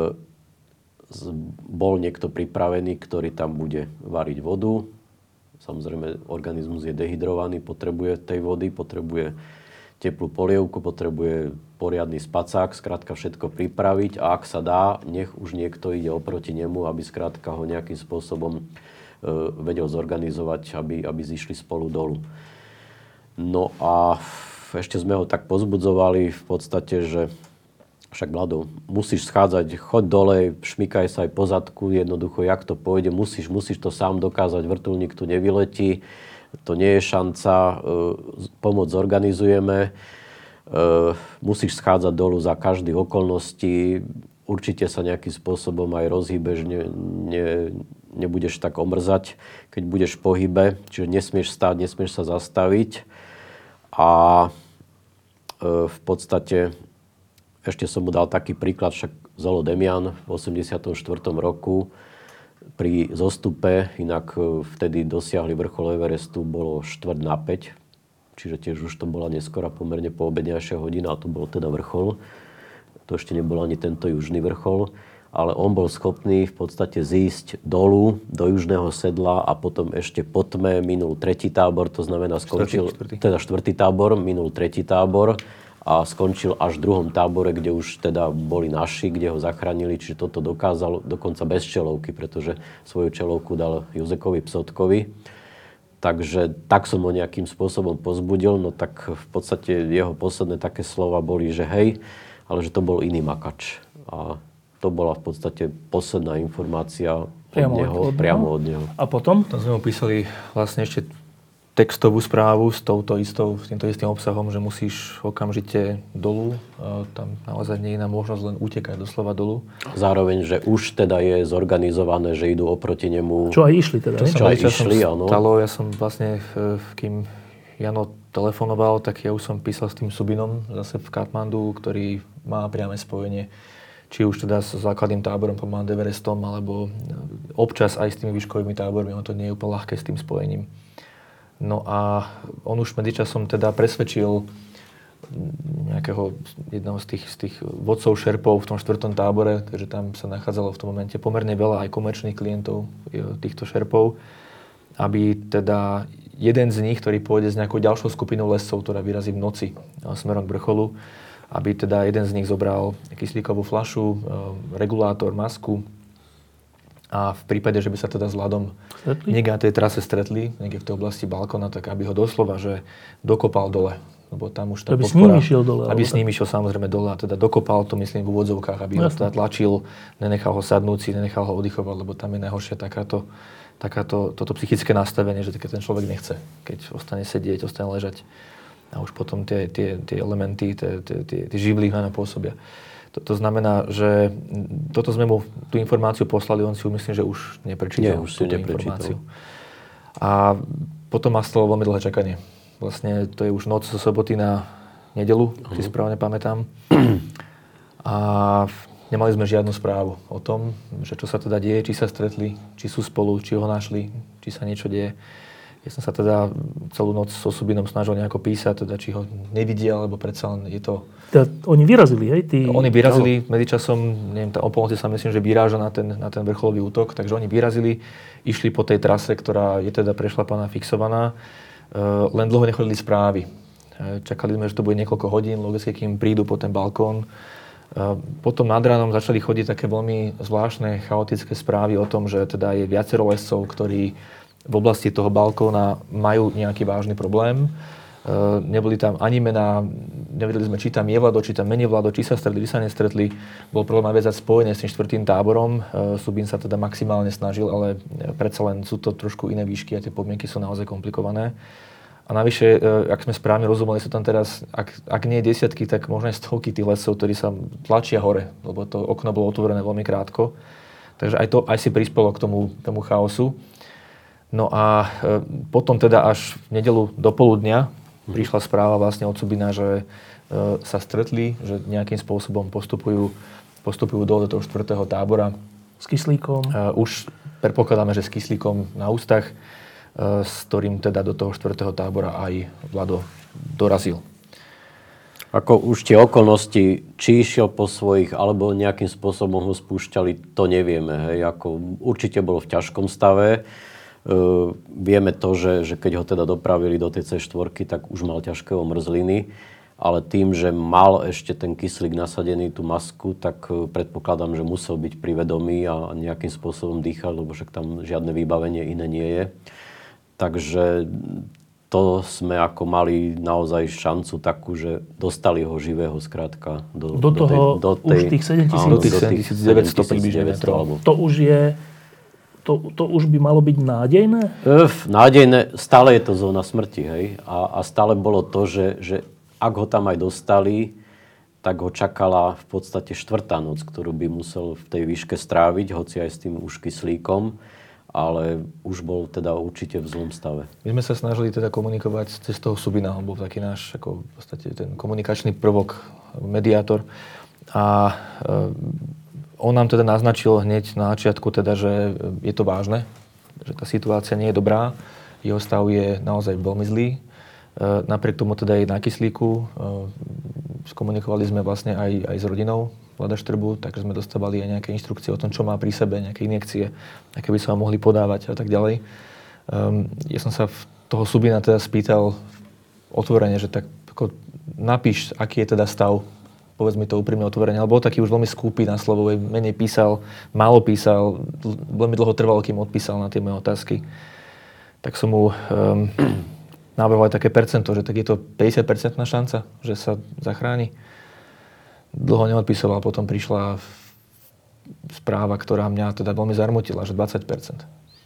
bol niekto pripravený, ktorý tam bude variť vodu. Samozrejme, organizmus je dehydrovaný, potrebuje tej vody, potrebuje teplú polievku, potrebuje poriadny spacák, skrátka všetko pripraviť a ak sa dá, nech už niekto ide oproti nemu, aby skrátka ho nejakým spôsobom e, vedel zorganizovať, aby, aby zišli spolu dolu. No a ešte sme ho tak pozbudzovali v podstate, že však Vlado, musíš schádzať, choď dole, šmykaj sa aj po zadku, jednoducho, jak to pôjde, musíš, musíš to sám dokázať, vrtuľník tu nevyletí, to nie je šanca, e, pomoc zorganizujeme, e, musíš schádzať dolu za každých okolností, určite sa nejakým spôsobom aj rozhýbeš, ne, ne, nebudeš tak omrzať, keď budeš v pohybe, čiže nesmieš stáť, nesmieš sa zastaviť. A e, v podstate ešte som mu dal taký príklad, však Zolo Demian v osemdesiatom štvrtom roku pri zostupe, inak vtedy dosiahli vrchol Everestu, bolo štvrť na päť, čiže tiež už to bola neskorá pomerne poobedňajšia hodina a to bol teda vrchol. To ešte nebol ani tento južný vrchol, ale on bol schopný v podstate zísť dolu do južného sedla a potom ešte po tme minul tretí tábor, to znamená skončil, štvrtý. teda štvrtý tábor, minul tretí tábor a skončil až v druhom tábore, kde už teda boli naši, kde ho zachránili, čiže toto dokázal dokonca bez čelovky, pretože svoju čelovku dal Juzekovi Psotkovi. Takže tak som ho nejakým spôsobom pozbudil, no tak v podstate jeho posledné také slova boli, že hej, ale že to bol iný makač. A to bola v podstate posledná informácia Priamo od neho, od, od priamo od neho. A potom? Tam sme mu písali vlastne ešte textovú správu s touto istou, s týmto istým obsahom, že musíš okamžite dolu. Tam naozaj nie je nám možnosť len utekať doslova dolu. Zároveň, že už teda je zorganizované, že idú oproti nemu. Čo aj išli teda, Čo nie? Čo aj sa išli, áno. stalo, ja som vlastne, v, v, kým Jano telefonoval, tak ja už som písal s tým Subinom zase v Katmandu, ktorý má priame spojenie či už teda s základným táborom pod Mount Everestom, alebo občas aj s tými výškovými tábormi, ono to nie je úplne ľahké s tým spojením. No a on už medzičasom teda presvedčil nejakého jedného z tých, z tých vodcov šerpov v tom štvrtom tábore, takže tam sa nachádzalo v tom momente pomerne veľa aj komerčných klientov týchto šerpov, aby teda jeden z nich, ktorý pôjde s nejakou ďalšou skupinou lescov, ktorá vyrazí v noci smerom k vrcholu, aby teda jeden z nich zobral kyslíkovú fľašu, regulátor, masku a v prípade, že by sa teda s ľadom niekde na tej trase stretli, niekde v tej oblasti balkóna, tak aby ho doslova, že dokopal dole. Lebo tam už tá aby podpora, s nimi šiel dole. Aby s nimi šiel samozrejme dole a teda dokopal to, myslím, v úvodzovkách, aby ho teda tlačil, nenechal ho sadnúť si, nenechal ho oddychovať, lebo tam je najhoršia takáto, takáto toto psychické nastavenie, že keď ten človek nechce, keď ostane sedieť, ostane ležať. A už potom tie, tie, tie elementy, tie, tie, tie, tie živly na pôsobia. To, to znamená, že toto sme mu tú informáciu poslali, on si ju myslím, že už neprečítal. Nie, už si neprečítal. A potom ma stalo veľmi dlhé čakanie. Vlastne to je už noc zo soboty na nedeľu, uh-huh. si správne pamätám. A nemali sme žiadnu správu o tom, že čo sa teda deje, či sa stretli, či sú spolu, či ho našli, či sa niečo deje. Ja som sa teda celú noc so Subinom snažil nejako písať, teda či ho nevidia, alebo predsa len je to... Teda oni vyrazili, hej? Tí... Oni vyrazili, medzičasom, neviem, tá o polnoci sa myslím, že vyráža na ten, na ten vrcholový útok, takže oni vyrazili, išli po tej trase, ktorá je teda prešlapaná, fixovaná, uh, len dlho nechodili správy. Uh, čakali sme, že to bude niekoľko hodín, logicky, kým prídu po ten balkón. Uh, potom nad ránom začali chodiť také veľmi zvláštne, chaotické správy o tom, že teda je viacero lescov, ktorí v oblasti toho balkóna majú nejaký vážny problém. Uh, neboli tam ani mená, nevedeli sme, či tam je Vlado, či tam menej Vlado, či sa stretli, či sa nestretli. Bol problém naviazať spojenie s tým štvrtým táborom. Uh, Subin sa teda maximálne snažil, ale predsa len sú to trošku iné výšky a tie podmienky sú naozaj komplikované. A navyše, uh, ak sme správne rozumeli, sú tam teraz, ak, ak nie desiatky, tak možno aj stovky tých lescov, ktorí sa tlačia hore, lebo to okno bolo otvorené veľmi krátko. Takže aj to aj si prispelo k tomu, tomu chaosu. No a e, potom teda až v nedeľu do poludnia prišla správa vlastne od Subina, že e, sa stretli, že nejakým spôsobom postupujú, postupujú dole do toho štvrtého tábora. S kyslíkom? E, už predpokladáme, že s kyslíkom na ústach, e, s ktorým teda do toho štvrtého tábora aj Vlado dorazil. Ako už tie okolnosti, či išiel po svojich, alebo nejakým spôsobom ho spúšťali, to nevieme. Hej. Ako určite bol v ťažkom stave. Uh, vieme to, že, že keď ho teda dopravili do tej cé štyri, tak už mal ťažké omrzliny, ale tým, že mal ešte ten kyslík nasadený, tú masku, tak uh, predpokladám, že musel byť pri vedomí a nejakým spôsobom dýchať, lebo však tam žiadne vybavenie iné nie je. Takže to sme ako mali naozaj šancu takú, že dostali ho živého skrátka do, do toho do tej, do tej, už tých sedemtisíc, do tých sedemtisícdeväťsto približne metrov. To už je... To, to už by malo byť nádejné? Uf, nádejné, stále je to zóna smrti, hej. A, a stále bolo to, že, že ak ho tam aj dostali, tak ho čakala v podstate štvrtá noc, ktorú by musel v tej výške stráviť, hoci aj s tým už kyslíkom, ale už bol teda určite v zlom stave. My sme sa snažili teda komunikovať cez toho Subina, on bol taký náš ako v podstate ten komunikačný prvok, mediátor. A e, on nám teda naznačil hneď na začiatku, teda, že je to vážne, že tá situácia nie je dobrá, jeho stav je naozaj veľmi zlý. E, napriek tomu teda je na kyslíku. E, skomunikovali sme vlastne aj, aj s rodinou Vlada Štrbu, takže sme dostávali aj nejaké inštrukcie o tom, čo má pri sebe, nejaké injekcie, aké by sa vám mohli podávať a tak ďalej. E, ja som sa v toho Subina teda spýtal otvorene, že tak ako napíš, aký je teda stav, povedz mi to úprimne otvorene, ale bol taký už veľmi skúpy na slovo, menej písal, málo písal, veľmi dlho trvalo, kým odpísal na tie moje otázky. Tak som mu um, navrhol aj také percento, že tak je to päťdesiat percent šanca, že sa zachráni. Dlho neodpísoval, potom prišla správa, ktorá mňa teda veľmi zarmutila, že dvadsať percent.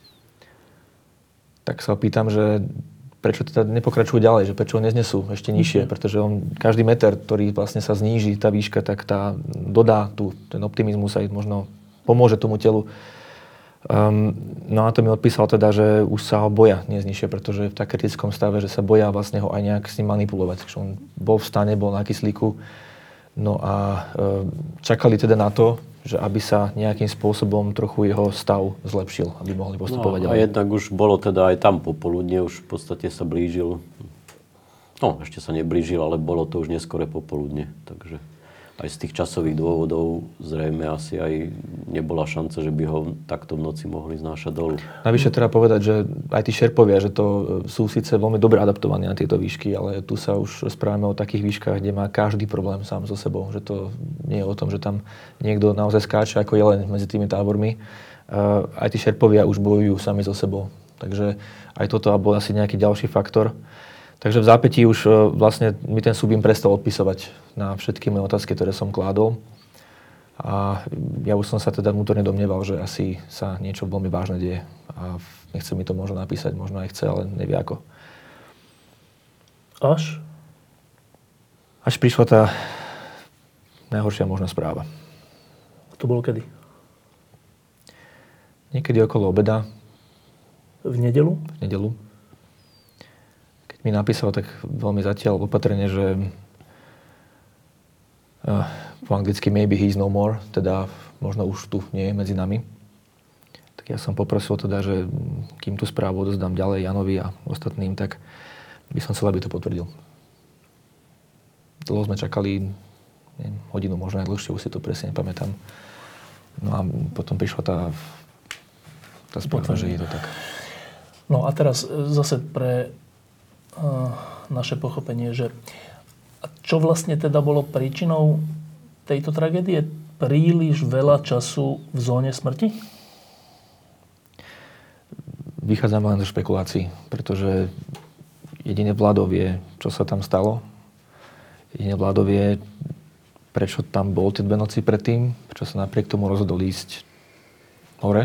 Tak sa opýtam, že prečo teda nepokračujú ďalej, že prečo ho neznesú ešte nižšie, mm-hmm. pretože on, každý meter, ktorý vlastne sa zníži, tá výška, tak tá dodá tu, ten optimizmus aj možno pomôže tomu telu. Um, no a to mi odpísal teda, že už sa ho boja nezniž nižšie, pretože v tak kritickom stave, že sa boja vlastne ho aj nejak s ním manipulovať. Takže on bol v stane, bol na kyslíku. No a um, čakali teda na to, že aby sa nejakým spôsobom trochu jeho stav zlepšil, aby mohli postupovať ďalej. No, a jednak už bolo teda aj tam popoludne, už v podstate sa blížil, no ešte sa neblížil, ale bolo to už neskore popoludne, takže aj z tých časových dôvodov zrejme asi aj nebola šanca, že by ho takto v noci mohli znášať dolu. Navyše treba povedať, že aj tí šerpovia, že to sú síce veľmi dobre adaptovaní na tieto výšky, ale tu sa už rozprávame o takých výškach, kde má každý problém sám so sebou. Že to nie je o tom, že tam niekto naozaj skáče ako jelen medzi tými tábormi. Aj tí šerpovia už bojujú sami so sebou. Takže aj toto bol asi nejaký ďalší faktor. Takže v zápätí už vlastne mi ten Subin prestal odpisovať na všetky moje otázky, ktoré som kládol. A ja už som sa teda vnútorne domnieval, že asi sa niečo veľmi vážne deje. A nechce mi to možno napísať, možno aj chce, ale nevie ako. Až? Až prišla tá najhoršia možná správa. To bolo kedy? Niekedy okolo obeda. V nedeľu? V nedeľu. Mi napísal tak veľmi zatiaľ opatrne, že po anglicky maybe he's no more, teda možno už tu nie je medzi nami. Tak ja som poprosil teda, že kým tú správu odozdám ďalej Janovi a ostatným, tak by som chcel, aby to potvrdil. Dlho sme čakali, neviem, hodinu, možno aj dlhšie, už si to presne nepamätám. No a potom prišla tá, tá správa, že je to tak. No a teraz zase pre uh, naše pochopenie, že čo vlastne teda bolo príčinou tejto tragédie? Príliš veľa času v zóne smrti? Vychádzam len zo špekulácií, pretože jedine Vlado vie, čo sa tam stalo. Jedine Vlado vie, prečo tam bol tie dve noci predtým, prečo sa napriek tomu rozhodol ísť hore.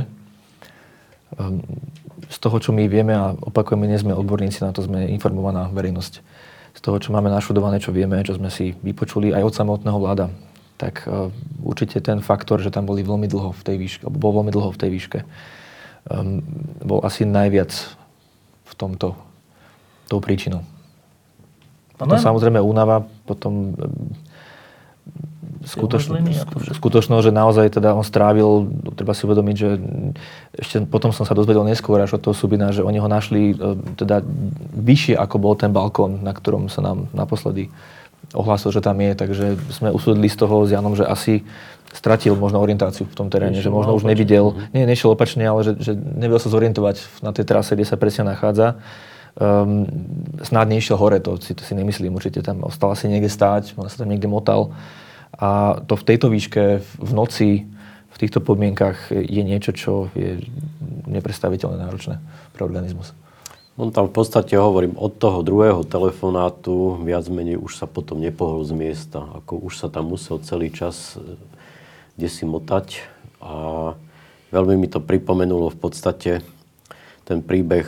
Z toho, čo my vieme, a opakujeme, nie sme odborníci na to, sme informovaná verejnosť. Z toho, čo máme naštudované, čo vieme, čo sme si vypočuli aj od samotného Vlada, tak určite ten faktor, že tam boli veľmi dlho v tej výške, alebo bol veľmi dlho v tej výške, um, bol asi najviac v tomto, tou príčinou. Potom samozrejme únava, potom skutočnosť, skutočnosť, že naozaj teda on strávil, treba si uvedomiť, že ešte potom som sa dozvedel neskôr až od toho Subina, že oni ho našli teda vyššie, ako bol ten balkón, na ktorom sa nám naposledy ohlásil, že tam je, takže sme usúdili z toho s Janom, že asi stratil možno orientáciu v tom teréne, nešiel, že možno už nevidel, nie, nešiel opačne, ale že, že nevedel sa zorientovať na tej trase, kde sa presne nachádza. Um, snáď nešiel hore, to si, to si nemyslím, určite tam ostal asi niekde stáť, on sa tam niekde motal. A to v tejto výške, v noci, v týchto podmienkach je niečo, čo je nepredstaviteľne náročné pre organizmus. On tam v podstate, hovorím, od toho druhého telefonátu viac menej už sa potom nepohol z miesta. Ako už sa tam musel celý čas kde si motať. A veľmi mi to pripomenulo v podstate ten príbeh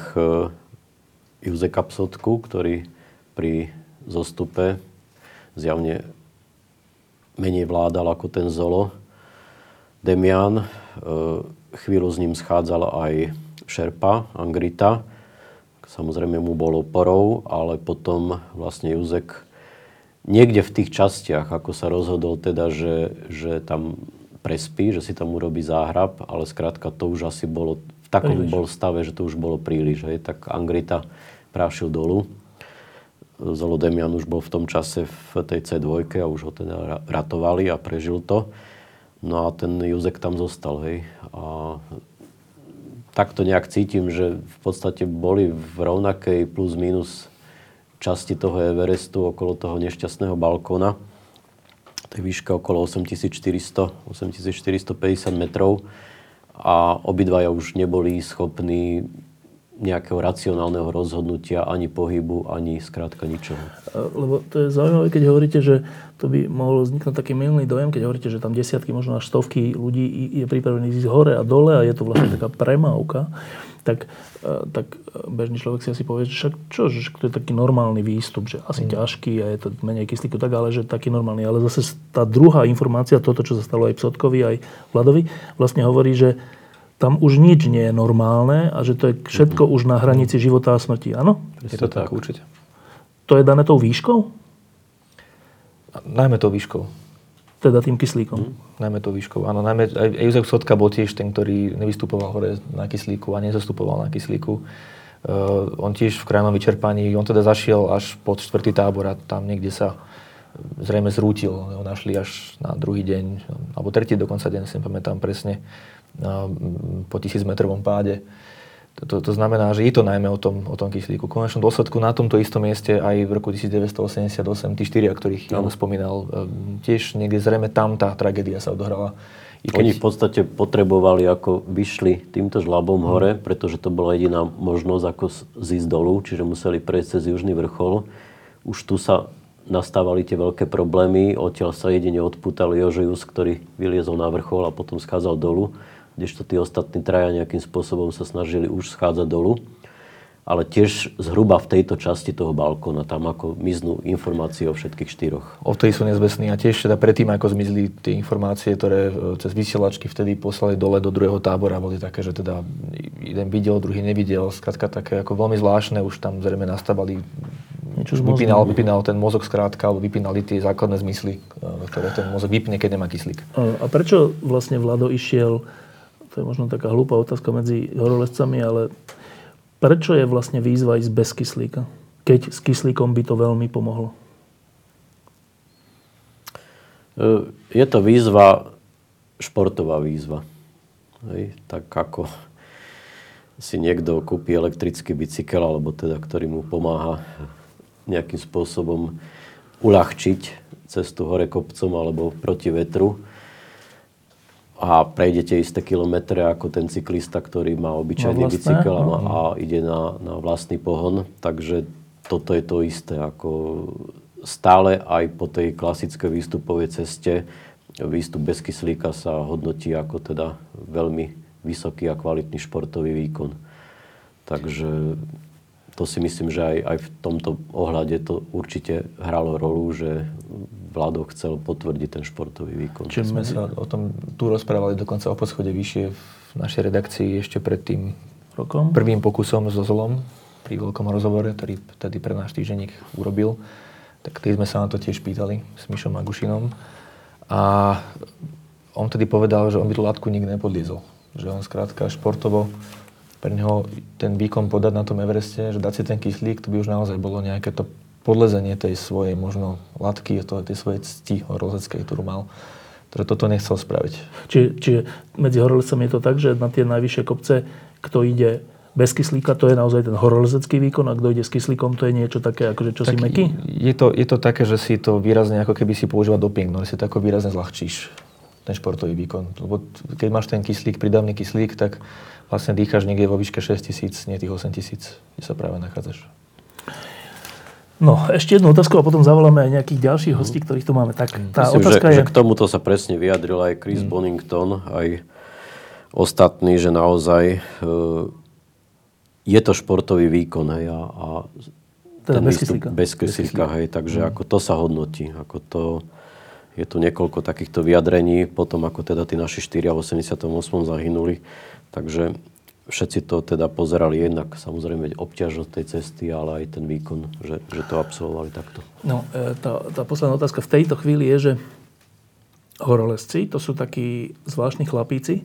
Juzeka Psotku, ktorý pri zostupe zjavne menej vládal ako ten Zolo. Demian, chvíľu s ním schádzal aj šerpa Angrita. Samozrejme mu bol oporou, ale potom vlastne Juzek niekde v tých častiach, ako sa rozhodol teda, že, že tam prespí, že si tam urobí záhrab, ale skrátka to už asi bolo, v takom príliš. Bol stave, že to už bolo príliš. Hej. Tak Angrita prášil dolu. Zolo Demian už bol v tom čase v tej cé dva a už ho teda ratovali a prežil to. No a ten Juzek tam zostal. Hej. A tak to nejak cítim, že v podstate boli v rovnakej plus minus časti toho Everestu, okolo toho nešťastného balkóna. To je výška okolo osemtisícštyristo až osemtisícštyristopäťdesiat metrov a obidvaja už neboli schopní nejakého racionálneho rozhodnutia, ani pohybu, ani skrátka ničoho. Lebo to je zaujímavé, keď hovoríte, že to by mohol vzniknúť taký mylný dojem, keď hovoríte, že tam desiatky, možno až stovky ľudí je pripravených ísť hore a dole a je to vlastne taká premávka, tak, tak bežný človek si asi povie, že však čo, že to je taký normálny výstup, že asi mm. ťažký a je to menej kyslíku, tak ale že taký normálny. Ale zase tá druhá informácia, toto, čo sa stalo aj Psotkovi, aj Vladovi, vlastne hovorí, že tam už nič nie je normálne a že to je všetko mm-hmm. už na hranici života a smrti. Áno? Je to tak, určite. To je dané tou výškou? Najmä tou výškou. Teda tým kyslíkom? Mm. Najmä tou výškou, áno. Najmä, aj Jozef Psotka bol tiež ten, ktorý nevystupoval hore na kyslíku a nezastupoval na kyslíku. Uh, on tiež v krajnom vyčerpaní, on teda zašiel až pod štvrtý tábor a tam niekde sa zrejme zrútil. Ho našli až na druhý deň, alebo tretí dokonca deň, si nepamätám presne, po tisícmetrovom páde. To, to znamená, že je to najmä o tom, o tom kyslíku. V konečnom dôsledku na tomto istom mieste aj v roku devätnásťstoosemdesiatosem tí štyria, ktorých Jan spomínal, tiež niekde zrejme tam tá tragédia sa odohrala. I keď... Oni v podstate potrebovali, ako vyšli týmto žľabom hmm. hore, pretože to bola jediná možnosť, ako zísť dolu, čiže museli prejsť cez južný vrchol. Už tu sa nastávali tie veľké problémy, odtiaľ sa jedine odpútal Jožo Jus, ktorý vyliezol na vrchol a potom schádzal dolu, kdežto tí ostatní traja nejakým spôsobom sa snažili už schádzať dolu. Ale tiež zhruba v tejto časti toho balkóna, tam ako miznú informácie o všetkých štyroch. O ktorí sú nezbesní a tiež teda predtým, ako zmizli tie informácie, ktoré cez vysielačky vtedy poslali dole do druhého tábora, boli také, že teda jeden videl, druhý nevidel, skrátka také ako veľmi zvláštne, už tam zrejme nastavali, už vypínal, vypínal ten mozog skrátka, alebo vypínali tie základné zmysly, ktoré ten mozog vypne, keď nemá kyslík. A prečo vlastne Vlado išiel, to to je možno taká hlúpa otázka medzi horolezcami, ale prečo je vlastne výzva ísť bez kyslíka? Keď s kyslíkom by to veľmi pomohlo? Je to výzva, športová výzva. Hej, tak ako si niekto kúpi elektrický bicykel, alebo teda, ktorý mu pomáha nejakým spôsobom uľahčiť cestu hore kopcom alebo proti vetru, a prejdete isté kilometre ako ten cyklista, ktorý má obyčajný vlastné, bicykel a, má, a ide na, na vlastný pohon. Takže toto je to isté. Ako stále aj po tej klasickej výstupovej ceste výstup bez kyslíka sa hodnotí ako teda veľmi vysoký a kvalitný športový výkon. Takže to si myslím, že aj, aj v tomto ohľade to určite hralo rolu, že Vlado chcel potvrdiť ten športový výkon. Čiže sme sa o tom tu rozprávali dokonca o poschode vyššie v našej redakcii ešte pred tým rokom. Prvým pokusom so Zolom pri veľkom rozhovore, ktorý tedy pre náš týždenník urobil. Tak tým sme sa na to tiež pýtali s Mišom Magušinom. A on tedy povedal, že on by tú látku nikdy nepodliezol. Že on skrátka športovo pre neho ten výkon podať na tom Evereste, že dať si ten kyslík, to by už naozaj bolo nejaké to podlezenie tej svojej možno látky, tej svojej cti horolezeckej, ktorú mal, ktoré toto nechcel spraviť. Čiže, čiže medzi horolezcami je to tak, že na tie najvyššie kopce, kto ide bez kyslíka, to je naozaj ten horolezecký výkon, a kto ide s kyslíkom, to je niečo také, akože čo tak si mäkký? Je to, je to také, že si to výrazne, ako keby si používal doping, no si to ako výrazne zľahčíš ten športový výkon. Lebo keď máš ten kyslík, pridavný kyslík, tak vlastne dýcháš niekde vo výške šesť tisíc, nie tých osem tisíc, kde sa práve nachádzaš. No, ešte jednu otázku a potom zavoláme aj nejakých ďalších hostí, ktorých tu máme. Tak tá Myslím, otázka že, je... že k tomuto sa presne vyjadril aj Chris mm. Bonington, aj ostatní, že naozaj e, je to športový výkon, hej, a, a teda ten bez výstup kyslíka. bez kyslíka, hej, takže mm. ako to sa hodnotí, ako to... Je tu niekoľko takýchto vyjadrení, potom ako teda tí naši štyria v osemdesiatom ôsmom zahynuli, takže všetci to teda pozerali jednak samozrejme obťažnosť tej cesty, ale aj ten výkon, že, že to absolvovali takto. No, tá, tá posledná otázka v tejto chvíli je, že horolezci, to sú takí zvláštni chlapíci,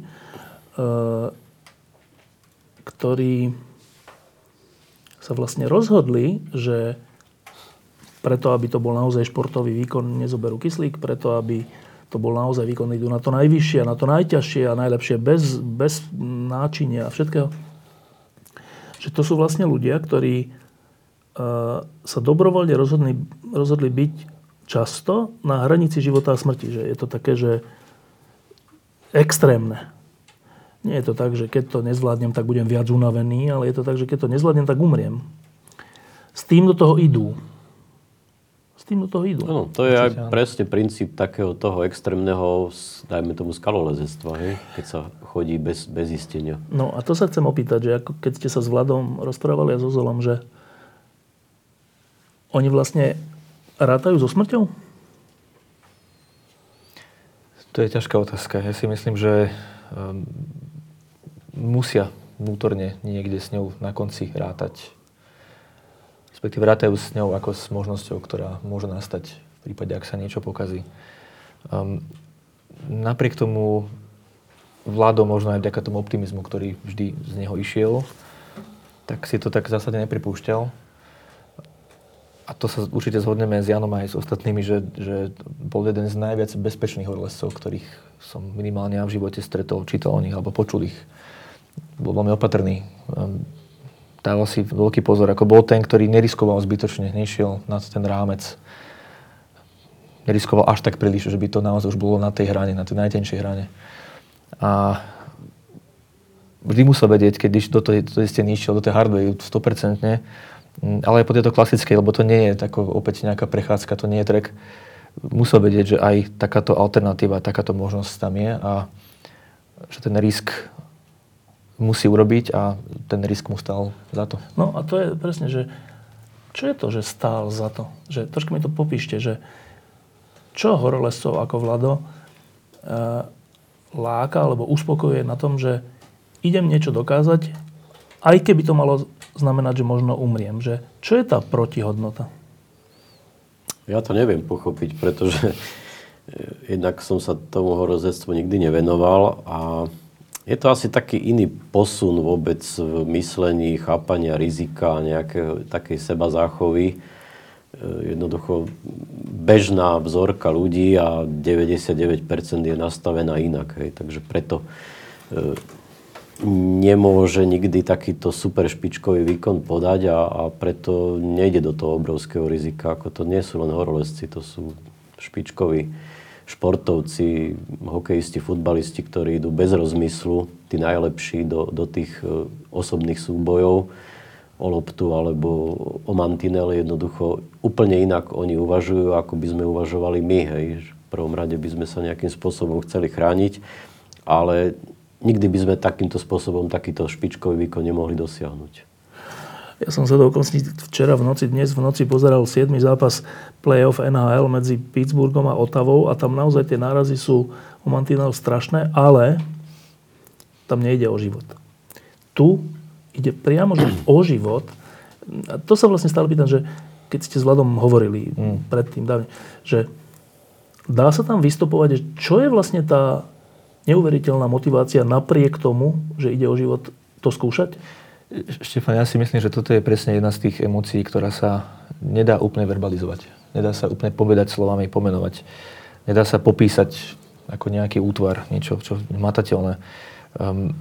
ktorí sa vlastne rozhodli, že preto, aby to bol naozaj športový výkon, nezoberú kyslík, preto, aby to bol naozaj výkon, idú na to najvyššie, na to najťažšie a najlepšie, bez, bez náčinia a všetkého. Že to sú vlastne ľudia, ktorí uh, sa dobrovoľne rozhodli, rozhodli byť často na hranici života a smrti. Že je to také, že extrémne. Nie je to tak, že keď to nezvládnem, tak budem viac unavený, ale je to tak, že keď to nezvládnem, tak umriem. S tým do toho idú. S tým do toho idú. No, to je aj presne princíp takého toho extrémneho, dajme tomu, skalolezectva, hej? Keď sa chodí bez, bez istenia. No a to sa chcem opýtať, že ako keď ste sa s Vladom rozprávali a so Zolom, že oni vlastne rátajú so smrťou? To je ťažká otázka. Ja si myslím, že um, musia vnútorne niekde s ňou na konci rátať. Respektíve rátajú s ňou ako s možnosťou, ktorá môže nastať v prípade, ak sa niečo pokazí. Um, napriek tomu Vlado, možno aj vďaka tomu optimizmu, ktorý vždy z neho išiel, tak si to tak v zásade nepripúšťal. A to sa určite zhodneme s Janom aj s ostatnými, že, že bol jeden z najviac bezpečných horolezcov, ktorých som minimálne ja v živote stretol, čítal o nich alebo počul ich. Bol veľmi opatrný. Um, dával si veľký pozor, ako bol ten, ktorý neriskoval zbytočne, nešiel nad ten rámec. Neriskoval až tak príliš, že by to naozaj už bolo na tej hrane, na tej najtenšej hrane. A vždy musel vedieť, keď do tej, do tej steny išiel, do tej hardway sto percent, ale aj po tejto klasickej, lebo to nie je tako, opäť nejaká prechádzka, to nie je trek. Musel vedieť, že aj takáto alternatíva, takáto možnosť tam je a že ten risk musí urobiť a ten risk mu stál za to. No a to je presne, že čo je to, že stál za to? Že, trošku mi to popíšte, že čo horolezcov ako Vlado e, láka alebo uspokojuje na tom, že idem niečo dokázať, aj keby to malo znamenať, že možno umriem. Že, čo je tá protihodnota? Ja to neviem pochopiť, pretože jednak som sa tomu horolezectvu nikdy nevenoval a Je to asi taký iný posun vôbec v myslení, chápania rizika, nejakej takej seba záchovy. Jednoducho bežná vzorka ľudí a deväťdesiatdeväť percent je nastavená inak. Hej. Takže preto e, nemôže nikdy takýto super špičkový výkon podať a, a preto nejde do toho obrovského rizika. Ako to nie sú len horolezci, to sú špičkoví športovci, hokejisti, futbalisti, ktorí idú bez rozmyslu, tí najlepší do, do tých e, osobných súbojov o loptu alebo o mantinel. Jednoducho úplne inak oni uvažujú, ako by sme uvažovali my. Hej. V prvom rade by sme sa nejakým spôsobom chceli chrániť, ale nikdy by sme takýmto spôsobom takýto špičkový výkon nemohli dosiahnuť. Ja som sa do okolností včera v noci, dnes v noci pozeral siedmy zápas play-off en há el medzi Pittsburghom a Ottawou a tam naozaj tie nárazy sú o mantinel strašné, ale tam nejde o život. Tu ide priamo že o život. A to sa vlastne stále pýtam, že keď ste s Vladom hovorili mm. predtým dávne, že dá sa tam vystupovať, že čo je vlastne tá neuveriteľná motivácia napriek tomu, že ide o život, to skúšať? Štefan, ja si myslím, že toto je presne jedna z tých emócií, ktorá sa nedá úplne verbalizovať. Nedá sa úplne povedať slovami, pomenovať. Nedá sa popísať ako nejaký útvar, niečo čo matateľné. Um,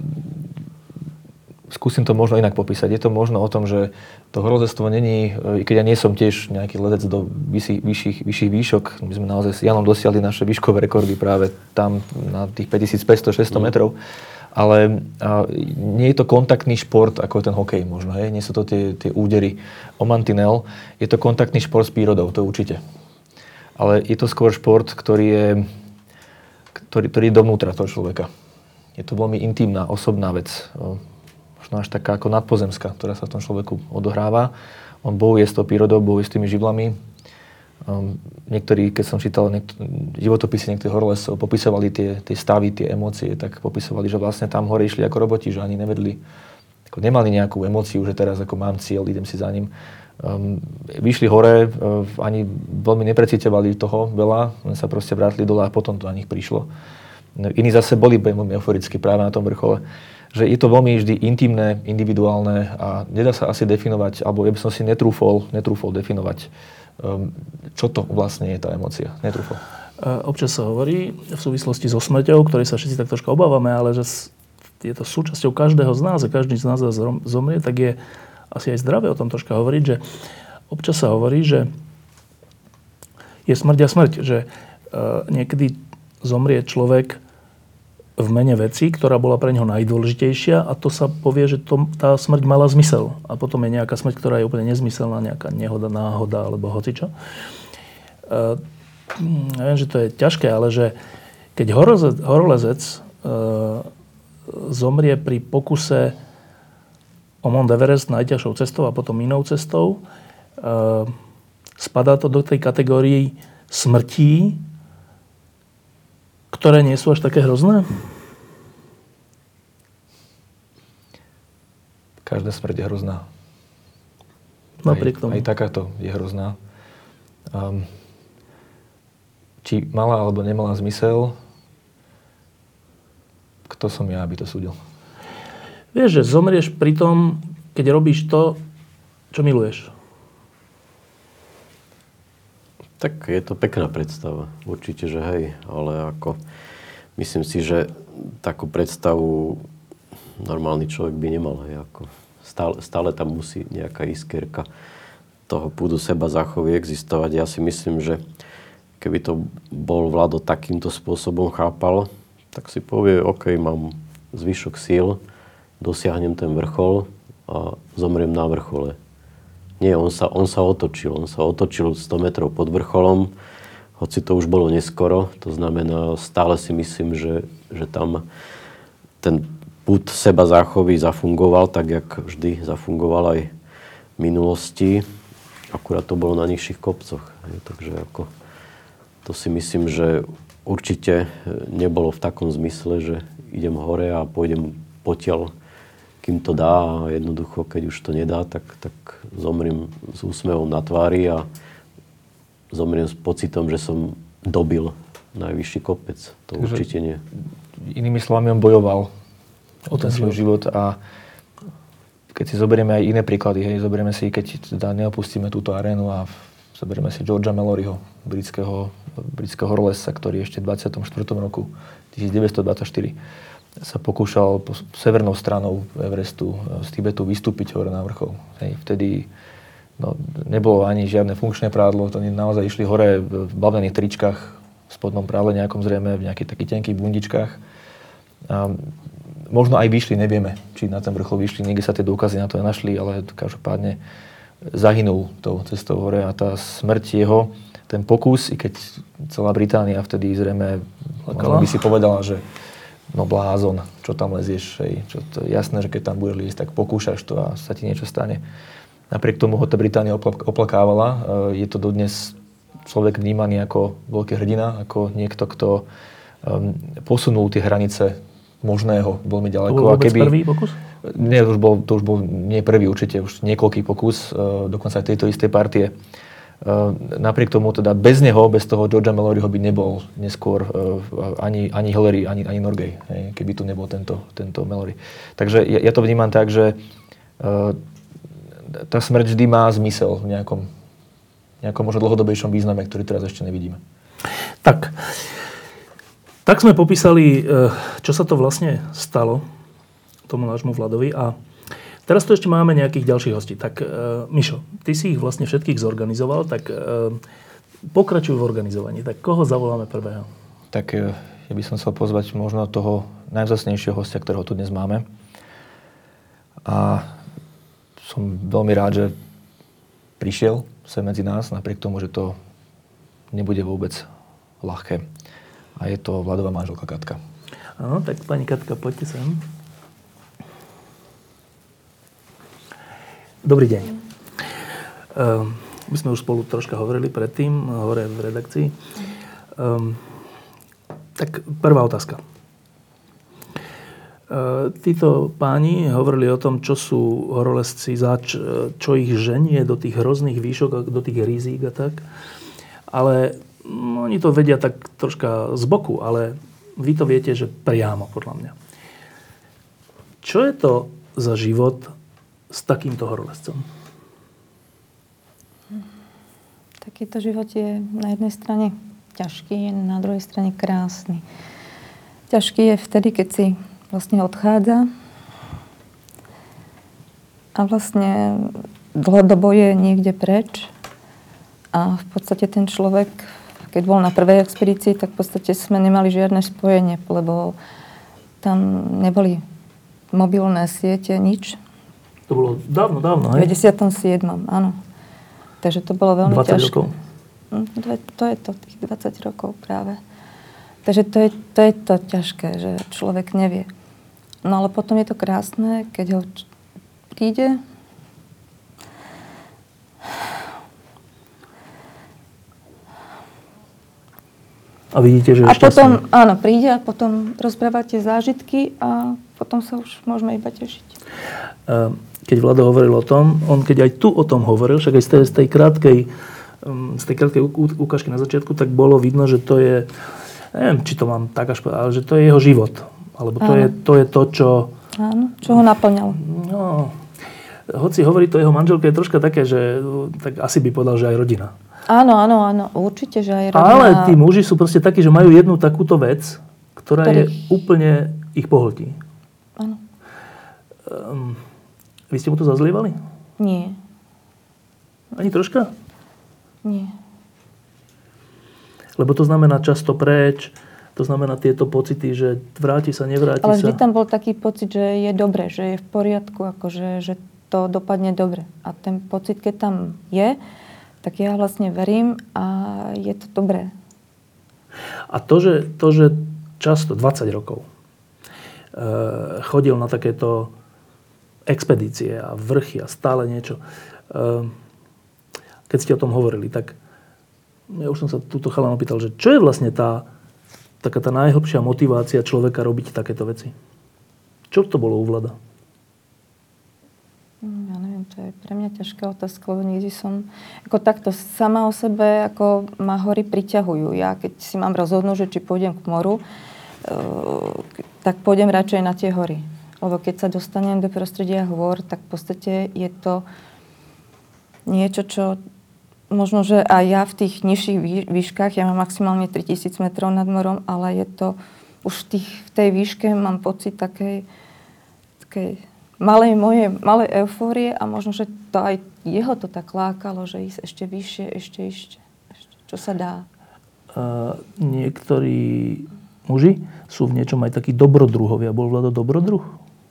Skúsim to možno inak popísať. Je to možno o tom, že to horolezectvo není, keď ja nie som tiež nejaký ledec do vyšších, vyšších, vyšších výšok, my sme naozaj s Janom dosiahli naše výškové rekordy práve tam na tých päťtisícpäťsto až šesťsto metrov, ale a, nie je to kontaktný šport, ako je ten hokej možno, hej? Nie sú to tie, tie údery o mantinel, je to kontaktný šport s prírodou, to určite. Ale je to skôr šport, ktorý je, ktorý, ktorý je dovnútra toho človeka. Je to veľmi intimná, osobná vec. Možno až taká ako nadpozemská, ktorá sa v tom človeku odohráva. On bojuje s tou prírodou, bojuje s tými živlami. Um, niektorí, keď som čítal niektor- životopisy niektorých horolezcov, popisovali tie, tie stavy, tie emócie, tak popisovali, že vlastne tam hore išli ako roboti, že ani nevedli, ako nemali nejakú emóciu, že teraz ako mám cieľ, idem si za ním. Um, vyšli hore, um, ani veľmi neprecíťovali toho veľa, len sa proste vrátili dole a potom to na nich prišlo. Iní zase boli veľmi euforicky práve na tom vrchole. Že je to veľmi vždy intimné, individuálne a nedá sa asi definovať, alebo ja by som si netrúfol, netrúfol definovať, um, čo to vlastne je tá emócia. Netrúfol. Občas sa hovorí v súvislosti so smrťou, ktorej sa všetci tak troška obávame, ale že je to súčasťou každého z nás a každý z nás zomrie, tak je asi aj zdravé o tom troška hovoriť, že občas sa hovorí, že je smrť a smrť, že uh, niekedy zomrie človek v mene veci, ktorá bola pre neho najdôležitejšia a to sa povie, že to, tá smrť mala zmysel. A potom je nejaká smrť, ktorá je úplne nezmyselná, nejaká nehoda, náhoda alebo hocičo. Uh, neviem, že to je ťažké, ale že keď horolezec, horolezec uh, zomrie pri pokuse o Mount Everest najťažšou cestou a potom inou cestou, uh, spadá to do tej kategórii smrtí, ktoré nie sú až také hrozné? Každá smrť je hrozná. Napriek aj, tomu. Aj takáto je hrozná. Um, či mala alebo nemala zmysel, kto som ja, aby to súdil? Vieš, že zomrieš pri tom, keď robíš to, čo miluješ. Tak je to pekná predstava. Určite, že hej. Ale ako myslím si, že takú predstavu normálny človek by nemal. Hej. Ako stále, stále tam musí nejaká iskierka toho púdu seba zachovy existovať. Ja si myslím, že keby to bol Vlado takýmto spôsobom chápal, tak si povie, OK, mám zvyšok síl, dosiahnem ten vrchol a zomriem na vrchole. Nie, on sa, on sa otočil. On sa otočil sto metrov pod vrcholom, hoci to už bolo neskoro. To znamená, stále si myslím, že, že tam ten pud seba záchovy zafungoval, tak jak vždy zafungoval aj v minulosti. Akurát to bolo na nižších kopcoch. Takže ako, to si myslím, že určite nebolo v takom zmysle, že idem hore a pôjdem potiaľ, kým to dá a jednoducho, keď už to nedá, tak, tak zomriem s úsmevom na tvári a zomriem s pocitom, že som dobil najvyšší kopec. To Takže určite nie. Inými slovami, on bojoval o ten svoj život. A keď si zoberieme aj iné príklady, hej, zoberieme si, keď teda neopustíme túto arénu a zoberieme si Georgea Malloryho, britského, britského horolezca, ktorý ešte v dvadsiatom štvrtom roku devätnásťstodvadsaťštyri sa pokúšal po severnou stranou Everestu z Tibetu vystúpiť hore na vrchol. Hej, vtedy no, nebolo ani žiadne funkčné prádlo, to naozaj išli hore v bavlnených tričkách, v spodnom prádle nejakom zrejme, v nejakých takých tenkých bundičkách. A možno aj vyšli, nevieme, či na ten vrchol vyšli, niekde sa tie dôkazy na to nenašli, ale každopádne zahynul tou cestou hore a tá smrť jeho, ten pokus, i keď celá Británia vtedy zrejme by si povedala, že no blázon, čo tam lezieš, hej, čo to je jasné, že keď tam budeš liesť, tak pokúšaš to a sa ti niečo stane. Napriek tomu ho tá Británia oplakávala. Je to dodnes človek vnímaný ako veľký hrdina, ako niekto, kto um, posunul tie hranice možného veľmi ďaleko. To bol vôbec prvý pokus? Nie, to už bol, to už bol nie prvý určite, už niekoľký pokus, uh, dokonca aj tejto istej partie. Uh, napriek tomu teda bez neho, bez toho Georgea Malloryho by nebol neskôr uh, ani, ani Hillary, ani, ani Norgay, hej, keby tu nebol tento, tento Mallory. Takže ja, ja to vnímam tak, že uh, tá smrť vždy má zmysel v nejakom, nejakom možno dlhodobejšom význame, ktorý teraz ešte nevidíme. Tak, tak sme popísali, čo sa to vlastne stalo tomu nášmu Vladovi a teraz tu ešte máme nejakých ďalších hostí. Tak Mišo, ty si ich vlastne všetkých zorganizoval, tak pokračuj v organizovaní. Tak koho zavoláme prvého? Tak ja by som chcel pozvať možno toho najvzácnejšieho hostia, ktorého tu dnes máme. A som veľmi rád, že prišiel sem medzi nás, napriek tomu, že to nebude vôbec ľahké. A je to Vladová manželka Katka. Áno, tak pani Katka, poďte sem. Dobrý deň. Um, my sme už spolu troška hovorili predtým, hore v redakcii. Um, tak prvá otázka. Uh, títo páni hovorili o tom, čo sú horolezci, zač, čo ich ženie do tých hrozných výšok, do tých rizík a tak. Ale no, oni to vedia tak troška z boku, ale vy to viete, že priamo, podľa mňa. Čo je to za život s takýmto horolezcom? Takýto život je na jednej strane ťažký, na druhej strane krásny. Ťažký je vtedy, keď si vlastne odchádza a vlastne dlhodobo je niekde preč a v podstate ten človek, keď bol na prvej expedícii, tak v podstate sme nemali žiadne spojenie, lebo tam neboli mobilné siete, nič. To bolo dávno, dávno, hej? V deväťdesiatom siedmom, áno. Takže to bolo veľmi dvadsať ťažké. Rokov? To je to, tých dvadsať rokov práve. Takže to je, to je to ťažké, že človek nevie. No ale potom je to krásne, keď ho č- príde. A vidíte, že je a potom, šťastný. áno, príde a potom rozprávate zážitky a potom sa už môžeme iba tešiť. Keď Vlado hovoril o tom, on keď aj tu o tom hovoril, však aj z tej, z tej krátkej, z tej krátkej ukážky na začiatku, tak bolo vidno, že to je, neviem, či to mám tak až povedať, ale že to je jeho život. Alebo to je, to je to, čo... Áno, čo ho naplňalo. No, hoci hovorí to jeho manželke, je troška také, že tak asi by povedal, že aj rodina. Áno, áno, áno, určite, že aj rodina. Ale tí muži sú proste takí, že majú jednu takúto vec, ktorá Ktorých... je úplne ich pohltí. Áno. Um, vy ste mu to zazlievali? Nie. Ani troška? Nie. Lebo to znamená často preč, to znamená tieto pocity, že vráti sa, nevráti Ale vždy sa. tam bol taký pocit, že je dobre, že je v poriadku, akože, že to dopadne dobre. A ten pocit, keď tam je, tak ja vlastne verím a je to dobré. A to, že, to, že často, dvadsať rokov, e, chodil na takéto expedície a vrchy a stále niečo. E, keď ste o tom hovorili, tak ja už som sa túto chalan opýtal, že čo je vlastne tá taká tá najhlbšia motivácia človeka robiť takéto veci? Čo to bolo u Vlada? Ja neviem, to je pre mňa ťažká otázka, lebo nikdy som ako takto sama o sebe, ako ma hory priťahujú. Ja keď si mám rozhodnúť, že či pôjdem k moru, tak pôjdem radšej na tie hory. Lebo keď sa dostanem do prostredia hôr, tak v podstate je to niečo, čo možno, že aj ja v tých nižších výškach, ja mám maximálne tritisíc metrov nad morom, ale je to už v, tých, v tej výške mám pocit takej, takej malej mojej, malej eufórie a možno, že to aj jeho to tak lákalo, že ísť ešte vyššie, ešte, ešte, ešte čo sa dá. A niektorí muži sú v niečom aj takí dobrodruhovia. Bol Vlado dobrodruh?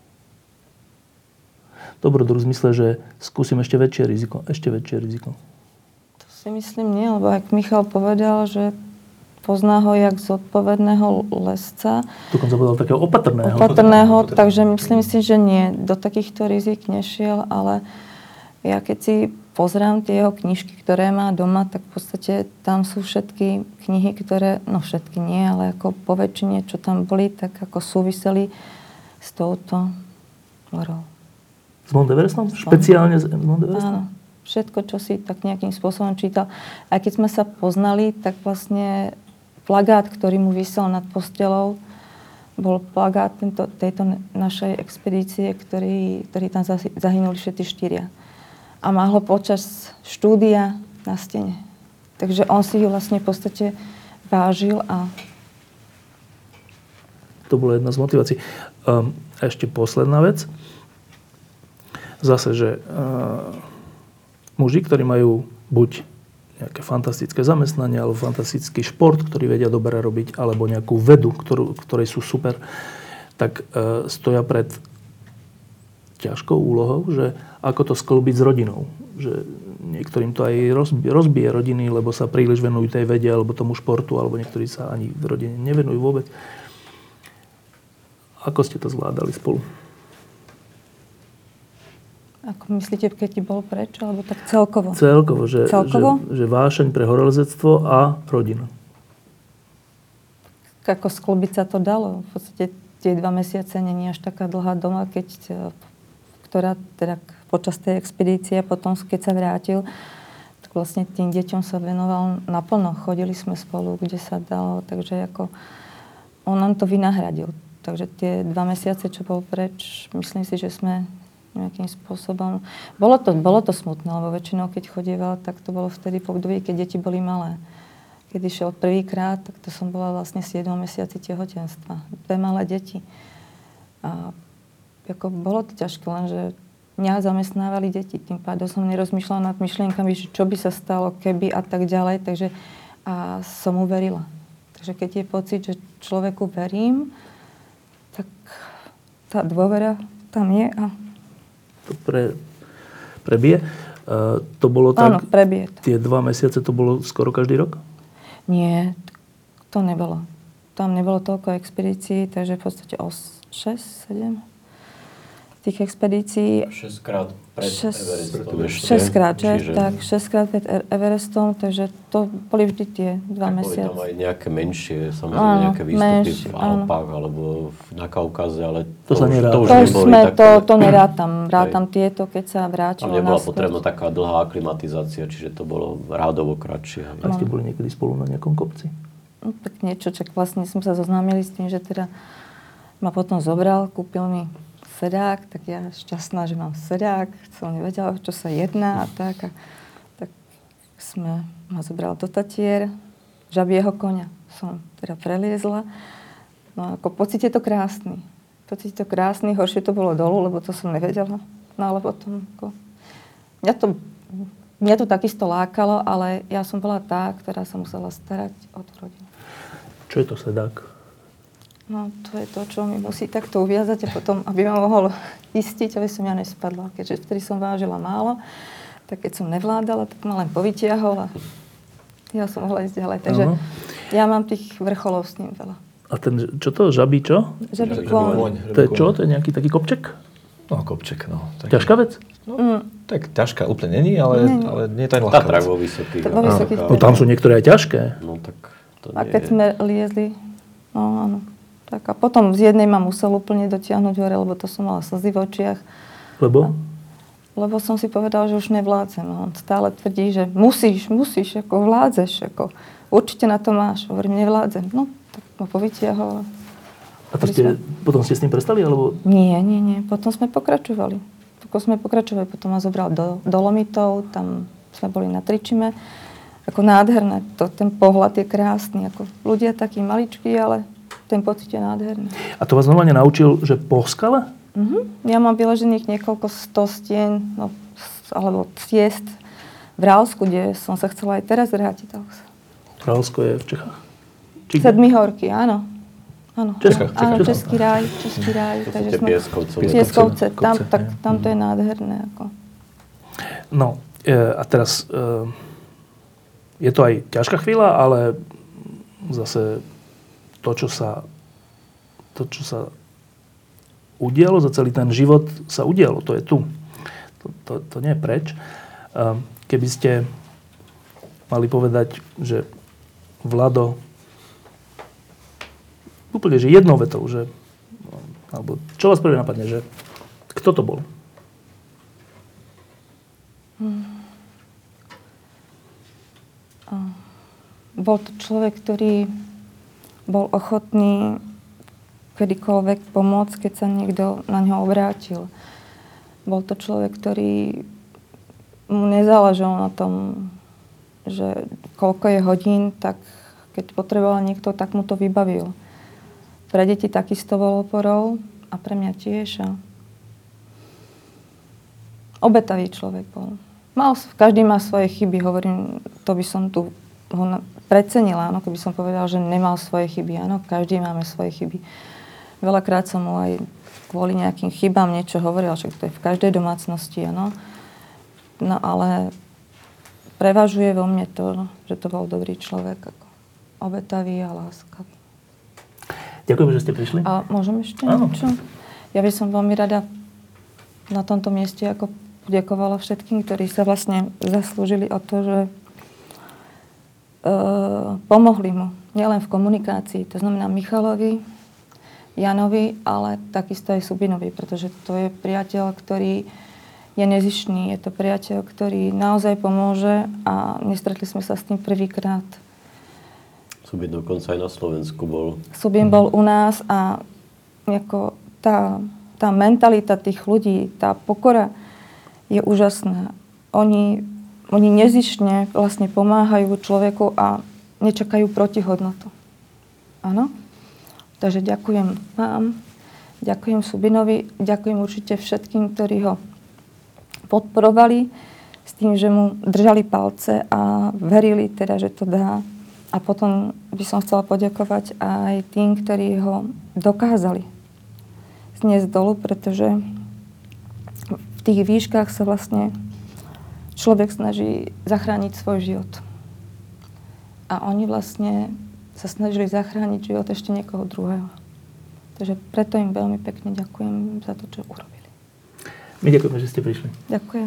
Dobrodruh v zmysle, že skúsim ešte väčšie riziko. Ešte väčšie riziko. To si myslím nie, lebo ak Michal povedal, že pozná ho jak zodpovedného lesca. Dokonca povedal takého opatrného. Opatrného, takže myslím si, že nie. Do takýchto rizik nešiel, ale ja keď si pozrám tie jeho knižky, ktoré má doma, tak v podstate tam sú všetky knihy, ktoré, no všetky nie, ale ako po väčšine, čo tam boli, tak ako súviseli s touto horou. S Mount Everestom? Špeciálne s Mount Everestom? Áno. Všetko, čo si tak nejakým spôsobom čítal. A keď sme sa poznali, tak vlastne plagát, ktorý mu visel nad postelou, bol plagát tento, tejto našej expedície, ktorý, ktorý tam zahynuli všetci štyria. A má ho počas štúdia na stene. Takže on si ju vlastne v podstate vážil a... To bola jedna z motivácií. Um, a ešte posledná vec. Zase, že uh, muži, ktorí majú buď nejaké fantastické zamestnanie, alebo fantastický šport, ktorý vedia dobre robiť, alebo nejakú vedu, ktorú, ktorej sú super, tak uh, stoja pred ťažkou úlohou, že ako to sklbiť s rodinou. Že niektorým to aj rozbije, rozbije rodiny, lebo sa príliš venujú tej vede, alebo tomu športu, alebo niektorí sa ani v rodine nevenujú vôbec. Ako ste to zvládali spolu? Ako myslíte, keď ti bol preč, alebo tak celkovo? Celkovo, že, celkovo? že, že vášeň pre horolezectvo a rodinu. Ako sklbiť sa to dalo. V podstate tie dva mesiace nie je až taká dlhá doma, keď, ktorá teda počas tej expedície, potom keď sa vrátil, tak vlastne tým deťom sa venoval naplno. Chodili sme spolu, kde sa dalo, takže ako on nám to vynahradil. Takže tie dva mesiace, čo bol preč, myslím si, že sme nejakým spôsobom... Bolo to, bolo to smutné, lebo väčšinou, keď chodieval, tak to bolo vtedy po období, keď deti boli malé. Keď išiel prvýkrát, tak to som bola vlastne siedmom mesiaci tehotenstva. Dve malé deti. A ako bolo to ťažké, lenže mňa zamestnávali deti. Tým pádom som nerozmýšľala nad myšlienkami, že čo by sa stalo, keby a tak ďalej. Takže a som mu verila. Takže keď je pocit, že človeku verím, tak tá dôvera tam je a to pre, prebije. Uh, to bolo áno, tak... prebije to. Tie dva mesiace to bolo skoro každý rok? Nie, to nebolo. Tam nebolo toľko expedícií, takže v podstate šesť sedem tých expedícií. šesťkrát pred šesť, Everestom ešte. šesťkrát, že? Čiže... Tak, šesťkrát pred Everestom, takže to boli vždy tie dva tak mesiace. boli tam aj nejaké menšie, samozrejme áno, nejaké výstupy menš, v Alpách áno. alebo na Kaukaze, ale to, to, už, to už to neboli sme, také... To, to nerátam. Rátam tieto, keď sa vrátilo naspäť. Tam nebola naspäť. potrebná taká dlhá aklimatizácia, čiže to bolo rádovo kratšie. A ste boli niekedy spolu na nejakom kopci? No, tak niečo, čak vlastne sme sa zoznámili s tým, že teda ma potom zobral, kúpil mi sedák, tak ja šťastná, že mám sedák, som nevedela, čo sa jedná a tak. A, tak sme ma zobral do Tatier, žabieho koňa som teda preliezla. No ako pocit je to krásny. Pocit je to krásny, horšie to bolo dolu, lebo to som nevedela. No ale potom ako... Mňa to, mňa to takisto lákalo, ale ja som bola tá, ktorá sa musela starať o tú rodinu. Čo je to sedák? No, to je to, čo mi musí takto uviazať a potom, aby ma mohol istiť, aby som ja nespadla. Keďže vtedy som vážila málo, tak keď som nevládala, tak ma len povytiahol a ja som mohla ísť ďalej. Takže uh-huh. ja mám tých vrcholov s ním veľa. A ten, čo to, žabí čo? Žabí kôň. To je čo? To je nejaký taký kopček? No, kopček, no. Taký... Ťažká vec? No, mm. tak ťažká úplne není, ale, nie, nie. ale nie je to aj ľahká Tatra vec. vo vysokých. Vo vysokých No tam sú niektoré aj ťažké. No tak to A nie keď je... sme liezli, no áno. Tak a potom z jednej ma musel úplne dotiahnuť hore, lebo to som mala slzy v očiach. Lebo? Lebo som si povedala, že už nevládzem. A on stále tvrdí, že musíš, musíš, ako vládzeš, ako určite na to máš. Hovorím, nevládzem. No, tak ma povytiahol. A to ste, potom ste s tým prestali, alebo? Nie, nie, nie. Potom sme pokračovali. Potom sme pokračovali, potom ma zobral do Dolomitov, tam sme boli na Tričime. Ako nádherné. To, ten pohľad je krásny. Ako ľudia takí maličkí, ale ten pocit je nádherný. A to vás normálne naučil, že po skale? Mhm. Ja mám vyložených niekoľko sto stien, no, alebo ciest v Ralsku, kde som sa chcela aj teraz vrátiť. Ralsko je v Čechách? Či Sedmihorky, áno. Áno, Česká, áno, Česká. Český ráj, Český ráj. To Takže sú tie sme... Pieskovce. Pieskovce, tam, Pieskovce, tak, hej. tam to je nádherné. Ako. No, e, a teraz e, je to aj ťažká chvíľa, ale zase to, čo sa to, čo sa udialo, za celý ten život sa udialo, to je tu. To, to, to nie je preč. E, keby ste mali povedať, že Vlado úplne, že jednou vetou, že alebo čo vás prvé napadne, že kto to bol? Hmm. Bol to človek, ktorý bol ochotný kedykoľvek pomôcť, keď sa niekto na ňo obrátil. Bol to človek, ktorý mu nezáležalo na tom, že koľko je hodín, tak keď potreboval niekto, tak mu to vybavil. Pre deti takisto bol oporou a pre mňa tiež. A obetavý človek bol. Mal, každý má svoje chyby, hovorím, to by som tu ho precenila, áno, keby som povedala, že nemal svoje chyby. Áno, každý máme svoje chyby. Veľakrát som mu aj kvôli nejakým chybám niečo hovorila, však to je v každej domácnosti, áno. No ale prevažuje vo mne to, že to bol dobrý človek, ako obetavý a láskavý. Ďakujem, že ste prišli. A môžem ešte Áno. niečo? Ja by som veľmi rada na tomto mieste ako poďakovala všetkým, ktorí sa vlastne zaslúžili o to, že uh, pomohli mu. Nielen v komunikácii, to znamená Michalovi, Janovi, ale takisto aj Subinovi, pretože to je priateľ, ktorý je nezištný. Je to priateľ, ktorý naozaj pomôže a nestretli sme sa s tým prvýkrát. Subin dokonca aj na Slovensku bol. Subin bol u nás a ako tá, tá mentalita tých ľudí, tá pokora je úžasná. Oni, oni nezištne vlastne pomáhajú človeku a nečakajú protihodnotu. Áno? Takže ďakujem vám, ďakujem Subinovi, ďakujem určite všetkým, ktorí ho podporovali s tým, že mu držali palce a verili teda, že to dá. A potom by som chcela poďakovať aj tým, ktorí ho dokázali zniesť dolu, pretože v tých výškach sa vlastne človek snaží zachrániť svoj život. A oni vlastne sa snažili zachrániť život ešte niekoho druhého. Takže preto im veľmi pekne ďakujem za to, čo urobili. My ďakujeme, že ste prišli. Ďakujem.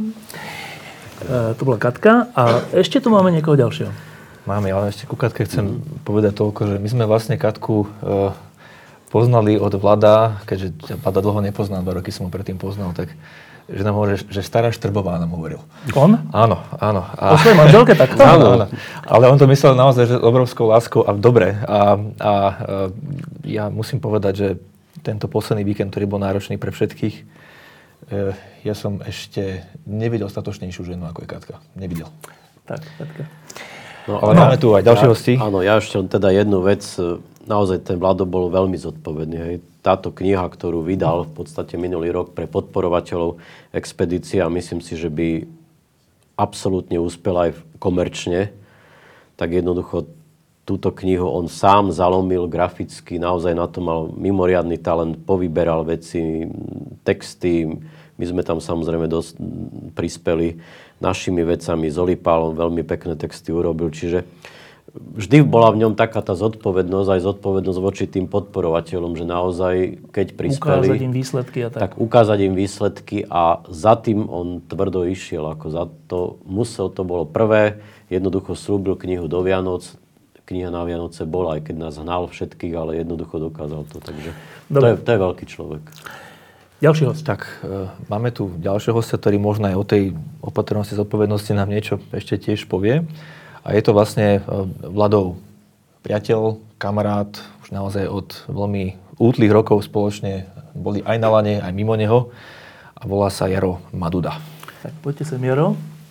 E, to bola Katka a ešte tu máme niekoho ďalšieho. Máme, ale ešte ku Katke chcem mm. povedať toľko, že my sme vlastne Katku e, poznali od Vlada, keďže Vlada dlho nepoznal, dva roky som ho predtým poznal, tak že nám hovorí, že, že stará Štrbová nám hovoril. On? Áno, áno. A, O svojej manželke takto? áno, áno. Ale on to myslel naozaj, že s obrovskou láskou a dobre. A, a e, ja musím povedať, že tento posledný víkend, ktorý bol náročný pre všetkých, e, ja som ešte nevidel statočnejšiu ženu, ako je Katka. Nevidel. Tak, Katka. No, Ale máme tu aj ďalšie ja, hosti. Áno, ja ešte len teda jednu vec. Naozaj ten Vlado bol veľmi zodpovedný. Hej. Táto kniha, ktorú vydal v podstate minulý rok pre podporovateľov expedície, a myslím si, že by absolútne úspela aj komerčne, tak jednoducho túto knihu on sám zalomil graficky, naozaj na to mal mimoriadny talent, povyberal veci, texty. My sme tam samozrejme dosť prispeli našimi vecami. Zoli Pálom veľmi pekné texty urobil, čiže vždy bola v ňom taká tá zodpovednosť, aj zodpovednosť voči tým podporovateľom, že naozaj, keď prispeli... Ukázať im výsledky a tak. Tak ukázať im výsledky a za tým on tvrdo išiel. Ako za to musel, to bolo prvé. Jednoducho slúbil knihu do Vianoc. Kniha na Vianoce bola, aj keď nás hnal všetkých, ale jednoducho dokázal to. Takže to je, to je veľký človek. Ďalší host. Tak, e, máme tu ďalšieho hostia, ktorý možno aj o tej opatrnosti, zodpovednosti nám niečo ešte tiež povie. A je to vlastne e, Vladov priateľ, kamarát, už naozaj od veľmi útlých rokov spoločne boli aj na lane, aj mimo neho a volá sa Jaro Maduda. Tak poďte sem, Jaro.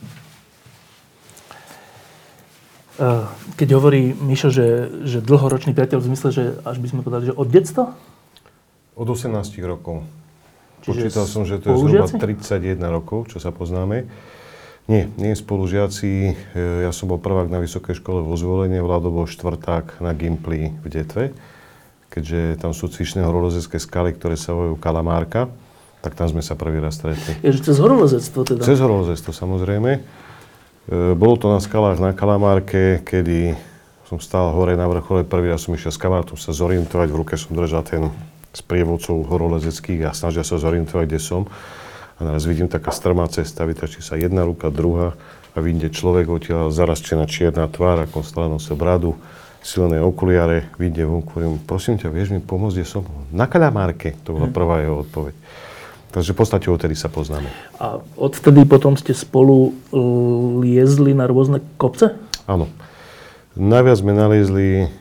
Keď hovorí Mišo, že, že dlhoročný priateľ v zmysle, že až by sme povedali, že od detstva? Od osemnásť rokov. Čiže Počítal som, že to je zhruba tridsaťjeden rokov, čo sa poznáme. Nie, nie spolužiaci. Ja som bol prvák na vysokej škole vo Zvolenie, Vlado bol štvrták na Gimply v Detve, keďže tam sú cvičné horolezecké skaly, ktoré sa volajú Kalamárka, tak tam sme sa prvý raz stretli. Je, že cez horolezectvo teda? Cez horolezectvo, samozrejme. Bolo to na skalách na Kalamárke, kedy som stál hore na vrchole, prvý raz som išiel s kamarátom sa zorientovať, v ruke som držal ten sprievodcov horolezeckých a snažia sa zorientovať, kde som. A naraz vidím taká strmá cesta, vytačí sa jedna ruka, druhá a vyjde človek odtiaľ, zarasčená čierna tvár, ako stále nosil bradu, silné okuliare, vyjde vonku, hovorím, prosím ťa, vieš mi pomôcť, kde som? Na Kalamárke, to bola prvá jeho odpoveď. Takže v podstate odtedy sa poznáme. A odtedy potom ste spolu liezli na rôzne kopce? Áno. Najviac sme naliezli e,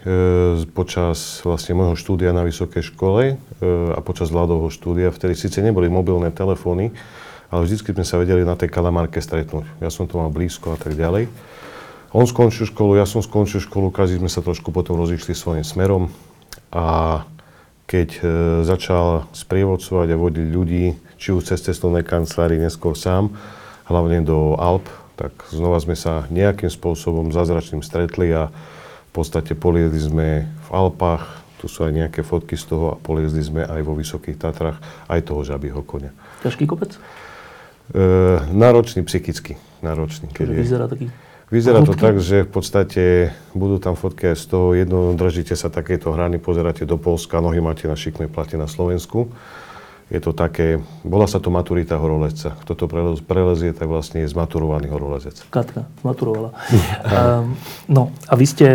počas vlastne môjho štúdia na vysokej škole e, a počas Vladovho štúdia. Vtedy síce neboli mobilné telefóny, ale vždycky sme sa vedeli na tej Kalamárke stretnúť. Ja som to mal blízko a tak ďalej. On skončil školu, ja som skončil školu, každý sme sa trošku potom rozišli svojím smerom. A keď e, začal sprievodcovať a vodiť ľudí, či už cez cestovné kancelárie, neskôr sám, hlavne do Alp, tak znova sme sa nejakým spôsobom zázračným stretli a v podstate poliezli sme v Alpách, tu sú aj nejaké fotky z toho a poliezli sme aj vo Vysokých Tatrách, aj toho žabího konia. Ťažký kopec? E, náročný, psychicky náročný. Keď vyzerá taký... Vyzerá to tak, že v podstate budú tam fotky aj z toho, jedno držíte sa takéto hrany, pozeráte do Poľska, nohy máte na šikmej plate na Slovensku. Je to také, bola sa to maturita horolezca. Kto to prelezie, tak vlastne je zmaturovaný horolezec. Katka zmaturovala. um, no a vy ste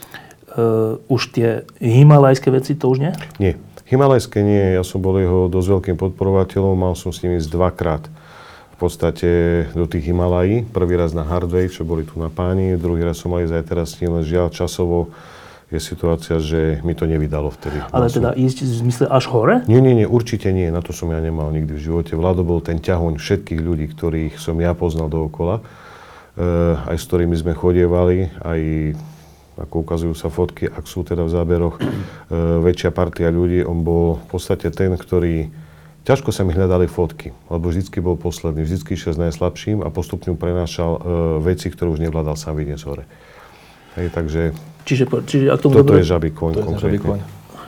uh, už tie himalajské veci, to už nie? Nie. Himalajské nie. Ja som bol jeho dosť veľkým podporovateľom. Mal som s nimi ísť dvakrát v podstate do tých Himalají. Prvý raz na Hardway, čo boli tu na Páni. Druhý raz som mal ísť aj teraz s ním, len žiaľ časovo je situácia, že mi to nevydalo vtedy. Ale teda ísť v zmysle až hore? Nie, nie, nie, určite nie. Na to som ja nemal nikdy v živote. Vlado bol ten ťahoň všetkých ľudí, ktorých som ja poznal dookola. E, aj s ktorými sme chodievali, aj ako ukazujú sa fotky, ak sú teda v záberoch, e, väčšia partia ľudí. On bol v podstate ten, ktorý... Ťažko sa mi hľadali fotky, lebo vždycky bol posledný, vždycky išiel s najslabším a postupne prenášal e, veci, ktoré už nevládal sám vyniesť hore. Hej, takže... Čiže, čiže ak tomu toto dobre... je žabý koň konkrétne.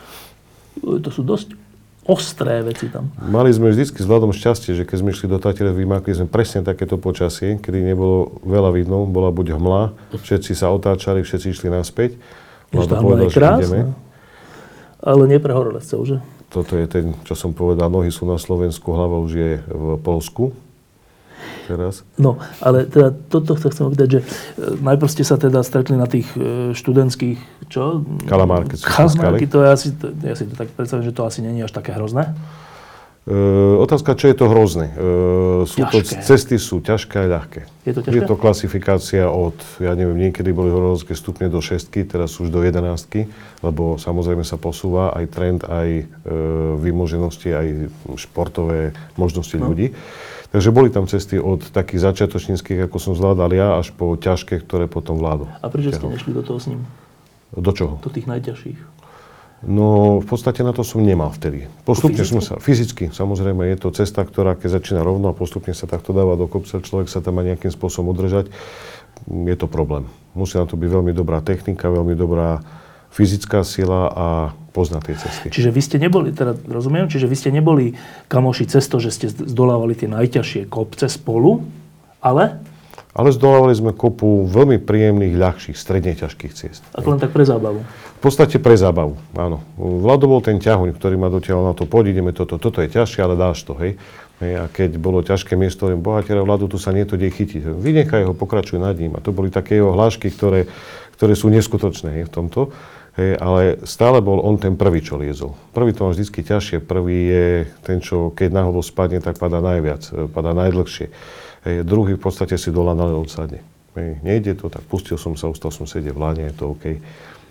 To sú dosť ostré veci tam. Mali sme vždycky s Vladom šťastie, že keď sme išli do Tatier, vymakli sme presne takéto počasie, kedy nebolo veľa vidno, bola buď hmla, všetci sa otáčali, všetci išli naspäť. Vlado povedal, že ideme. Ale nie pre horolezcov, že? Toto je ten, čo som povedal, nohy sú na Slovensku, hlava už je v Poľsku. Teraz. No, ale teda toto chcem povedať, že najprv ste sa teda stretli na tých študentských, čo? Kalamárky. Kalamárky, to je asi, to, ja si to tak predstavím, že to asi nie je až také hrozné. E, otázka, čo je to hrozné? E, sú to, cesty sú ťažké a ľahké. Je to ťažké? Je to klasifikácia od, ja neviem, niekedy boli horolezské stupne do šestky, teraz už do jedenástky, lebo samozrejme sa posúva aj trend, aj e, vymoženosti, aj športové možnosti no. ľudí. Takže boli tam cesty od takých začiatočníckych, ako som zvládal ja, až po ťažké, ktoré potom vládol. A prečo ste nešli do toho s ním? Do čoho? Do tých najťažších. No, v podstate na to som nemal vtedy. Postupne som sa, fyzicky, samozrejme, je to cesta, ktorá keď začína rovno a postupne sa takto dáva do kopca, človek sa tam má nejakým spôsobom udržať, je to problém. Musí na to byť veľmi dobrá technika, veľmi dobrá fyzická sila a poznať tie cesty. Čiže vy ste neboli, teda rozumiem, čiže vy ste neboli kamoši cez to, že ste zdolávali tie najťažšie kopce spolu, ale... Ale zdolávali sme kopu veľmi príjemných, ľahších, stredne ťažkých ciest. Ako len tak pre zábavu? V podstate pre zábavu, áno. Vlado bol ten ťahuň, ktorý ma dotiaľ na to, poď, ideme toto, toto je ťažšie, ale dáš to, hej. A keď bolo ťažké miesto, hovorím, bohatiera Vladu, tu sa nie to deje chytiť. Vynechaj ho, pokračuj nad ním. A to boli také jeho hlášky, ktoré, ktoré sú neskutočné, hej, v tomto. Hej, ale stále bol on ten prvý, čo liezol. Prvý to má vždycky ťažšie. Prvý je ten, čo keď na hlavu spadne, tak padá najviac, padá najdlhšie. Hej, druhý v podstate si doľa na ľad odsadne. Hej, nejde to, tak pustil som sa, ustal som sedieť v lane, je to OK.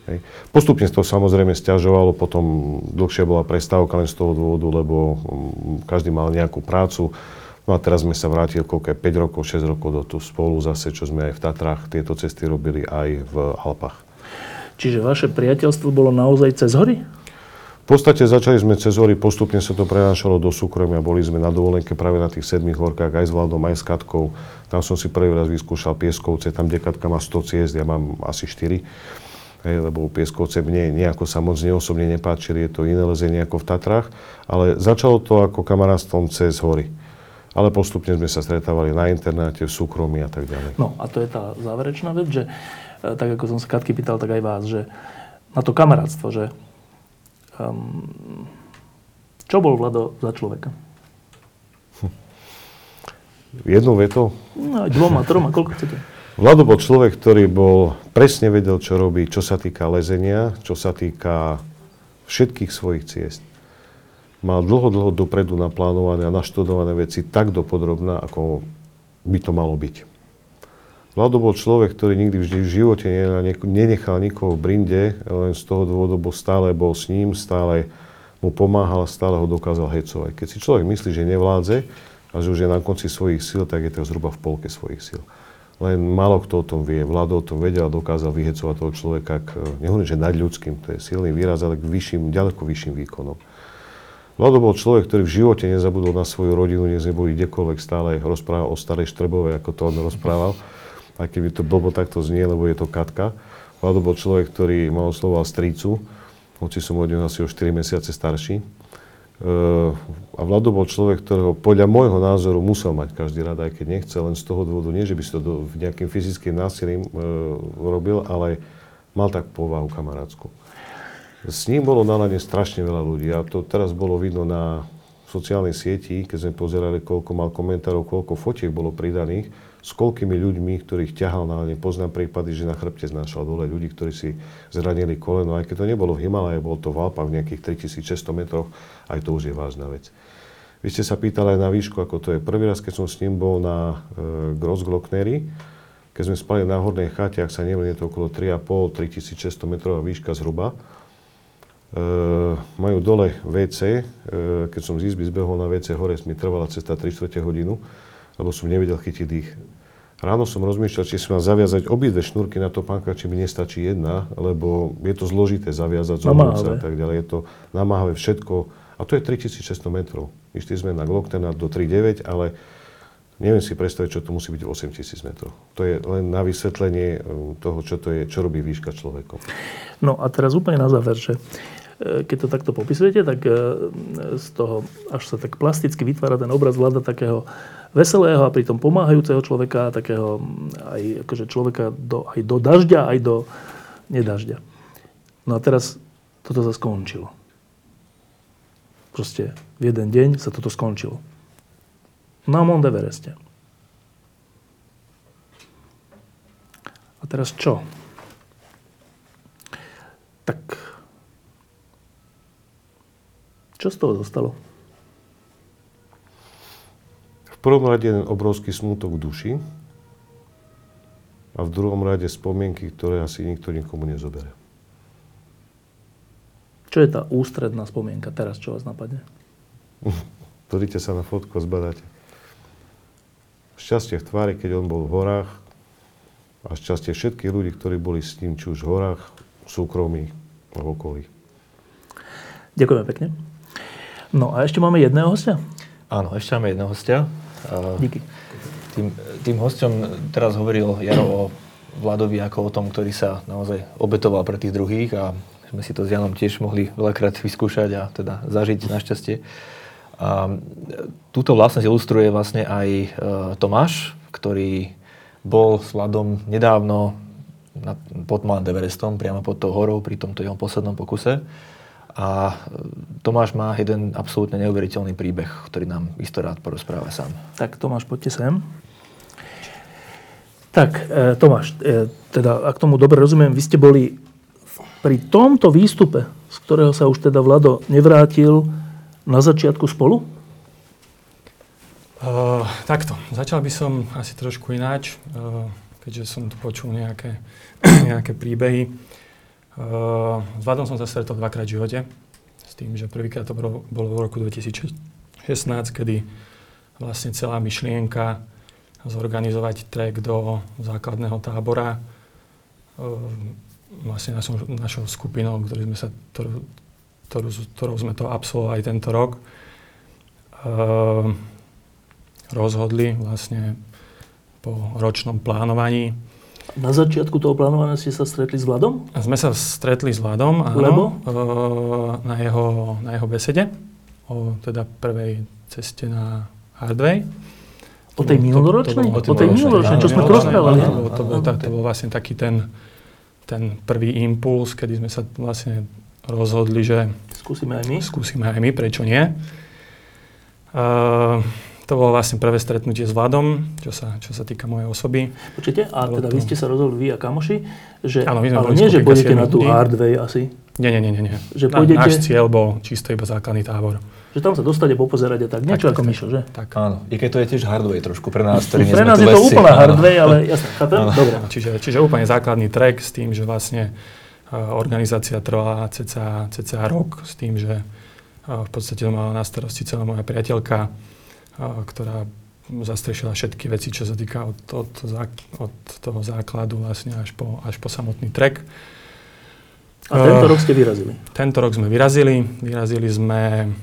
Hej. Postupne to samozrejme sťažovalo, potom dlhšie bola prestávka len z toho dôvodu, lebo každý mal nejakú prácu. No a teraz sme sa vrátili koľko je, päť rokov, šesť rokov do tu spolu zase, čo sme aj v Tatrách tieto cesty robili aj v Alpách. Čiže vaše priateľstvo bolo naozaj cez hory? V podstate začali sme cez hory, postupne sa to prenášalo do súkromia. Boli sme na dovolenke práve na tých sedmých horkách, aj s Vladom, aj s Katkou. Tam som si prvý raz vyskúšal Pieskovce, tam kde Katka má sto ciest, ja mám asi štyri. Hej, lebo Pieskovce mne nejako sa moc neosobne nepáčili, je to iné lezenie ako v Tatrách. Ale začalo to ako kamarátstvom cez hory. Ale postupne sme sa stretávali na internáte, v súkromí a tak ďalej. No a to je tá záverečná vec, že tak ako som sa Katky pýtal, tak aj vás, že na to kamarátstvo, že um, čo bol Vlado za človeka? Hm. Jednou vetou? No, dvoma, troma, koľko chcete? Vlado bol človek, ktorý bol, presne vedel, čo robí, čo sa týka lezenia, čo sa týka všetkých svojich ciest. Mal dlho, dlho dopredu naplánované a naštudované veci tak dopodrobná, ako by to malo byť. Vlado bol človek, ktorý nikdy vždy v živote nenechal nikoho v brinde, len z toho dôvodu bol stále bol s ním, stále mu pomáhal, stále ho dokázal hecovať. Keď si človek myslí, že nevládze a že už je na konci svojich síl, tak je to zhruba v polke svojich síl. Len málo kto o tom vie. Vlado o tom vedel a dokázal vyhecovať toho človeka k, nehovorím, že nadľudským, to je silný výraz, ale k vyšším, ďaleko vyšším výkonom. Vlado bol človek, ktorý v živote nezabudol na svoju rodinu, dnes neboli kdekoľvek, stále rozprával o starej Štrbovej, ako to on rozprával. Aj keby to blbo takto znie, lebo je to Katka. Vlado bol človek, ktorý ma oslovoval strýcu, hoci som od neho asi o štyri mesiace starší. A Vlado bol človek, ktorého podľa môjho názoru musel mať každý rád, aj keď nechce, len z toho dôvodu, nie že by si to do, nejakým fyzickým násilím e, robil, ale mal tak povahu kamarátsku. S ním bolo na lane strašne veľa ľudí a to teraz bolo vidno na sociálnej sieti, keď sme pozerali, koľko mal komentárov, koľko fotiek bolo pridaných, s koľkými ľuďmi, ktorých ťahal na lane. Poznám prípady, že na chrbte znášal dole ľudí, ktorí si zranili koleno, aj keď to nebolo v Himalaje, bolo to v Alpách v nejakých tritisícšesťsto metroch, aj to už je vážna vec. Vy ste sa pýtali aj na výšku, ako to je. Prvý raz, keď som s ním bol na e, Grossglockneri, keď sme spali na hornej chate, ak sa neviem, je to okolo tri a pol až tritisícšesťsto metrová výška zhruba. E, majú dole vé cé, e, keď som z izby zbehol na vé cé hore, mi trvala cesta tri štvrte hodinu, lebo som nevedel chytiť dých. Ráno som rozmýšľal, či si mám zaviazať obidve šnúrky na topánka, či mi nestačí jedna, lebo je to zložité zaviazať, zobrúť a tak ďalej. Je to namáhavé všetko. A to je tritisícšesťsto metrov. Išli sme na Glockner do tri deväť, ale neviem si predstaviť, čo to musí byť osemtisíc metrov. To je len na vysvetlenie toho, čo to je, čo robí výška človekom. No a teraz úplne na záver, že keď to takto popisujete, tak z toho až sa tak plasticky vytvára ten obraz Vlada takého veselého a pritom pomáhajúceho človeka, takého aj akože človeka do, aj do dažďa, aj do nedažďa. No a teraz toto sa skončilo. Proste v jeden deň sa toto skončilo. Na Mount Evereste. A teraz čo? Tak čo z toho zostalo? V prvom rade jeden obrovský smútok v duši a v druhom rade spomienky, ktoré asi nikto nikomu nezobere. Čo je tá ústredná spomienka teraz, čo vás napadne? Pozrite sa na fotku a zbadáte. Šťastie v tvári, keď on bol v horách a šťastie všetkých ľudí, ktorí boli s ním, či už v horách, v súkromí a v okolí. Ďakujeme pekne. No a ešte máme jedného hostia? Áno, ešte máme jedného hostia. Díky. Tým, tým hosťom teraz hovoril Jaro o Vladovi ako o tom, ktorý sa naozaj obetoval pre tých druhých a sme si to s Janom tiež mohli veľakrát vyskúšať a teda zažiť našťastie. A túto vlastnosť ilustruje vlastne aj e, Tomáš, ktorý bol s Vladom nedávno nad, pod Mount Everestom, priamo pod tou horou pri tomto jeho poslednom pokuse. A Tomáš má jeden absolútne neuveriteľný príbeh, ktorý nám isto rád porozpráva sám. Tak Tomáš, poďte sem. Tak, e, Tomáš, e, teda ak tomu dobre rozumiem, vy ste boli pri tomto výstupe, z ktorého sa už teda Vlado nevrátil, na začiatku spolu? Uh, takto. Začal by som asi trošku ináč, uh, keďže som tu počul nejaké, nejaké príbehy. S Vladom som sa stretol dvakrát v živote. S tým, že prvýkrát to bolo, bolo v roku dvetisícšestnásť, kedy vlastne celá myšlienka zorganizovať trek do základného tábora vlastne našou, našou skupinou, ktorý sme sa, ktorú, ktorú, ktorou sme to absolvovali tento rok, rozhodli vlastne po ročnom plánovaní. Na začiatku toho plánovania ste sa stretli s Vladom? A sme sa stretli s Vladom, áno. Lebo? Na jeho, na jeho besede o teda prvej ceste na Hardway. O tej minuloročnej? O tej minuloročnej, čo sme rozprávali. To bol, to bol vlastne taký ten, ten prvý impuls, kedy sme sa vlastne rozhodli, že skúsime aj my. Skúsime aj my, prečo nie. Uh, to bolo vlastne prvé stretnutie s Vladom, čo sa, čo sa týka mojej osoby. Počujete? A teda to... vy ste sa rozhodli, vy a kamoši, že, áno, my sme ale nie, že pôjdete na tú ľudí. Hardway asi. Nie, nie, nie, nie. Že pôjdete... Náš cieľ bol čisto iba základný tábor. Že tam sa dostane popozerať a tak, niečo tak, ako tak, Mišo, že? Tak. Áno, i keď to je tiež Hardway trošku pre nás, ktorí nie pre sme nás tu je to lesci. úplná Hardway, ale jasne, chápem? Dobre. Čiže, čiže úplne základný trek s tým, že vlastne uh, organizácia trvala cca, cca rok, s tým, že uh, v podstate to mala na starosti celá moja priateľka, uh, ktorá zastrešila všetky veci, čo sa týka od, od, od toho základu vlastne až po, až po samotný trek. A tento uh, rok ste vyrazili? Tento rok sme vyrazili. Vyrazili sme,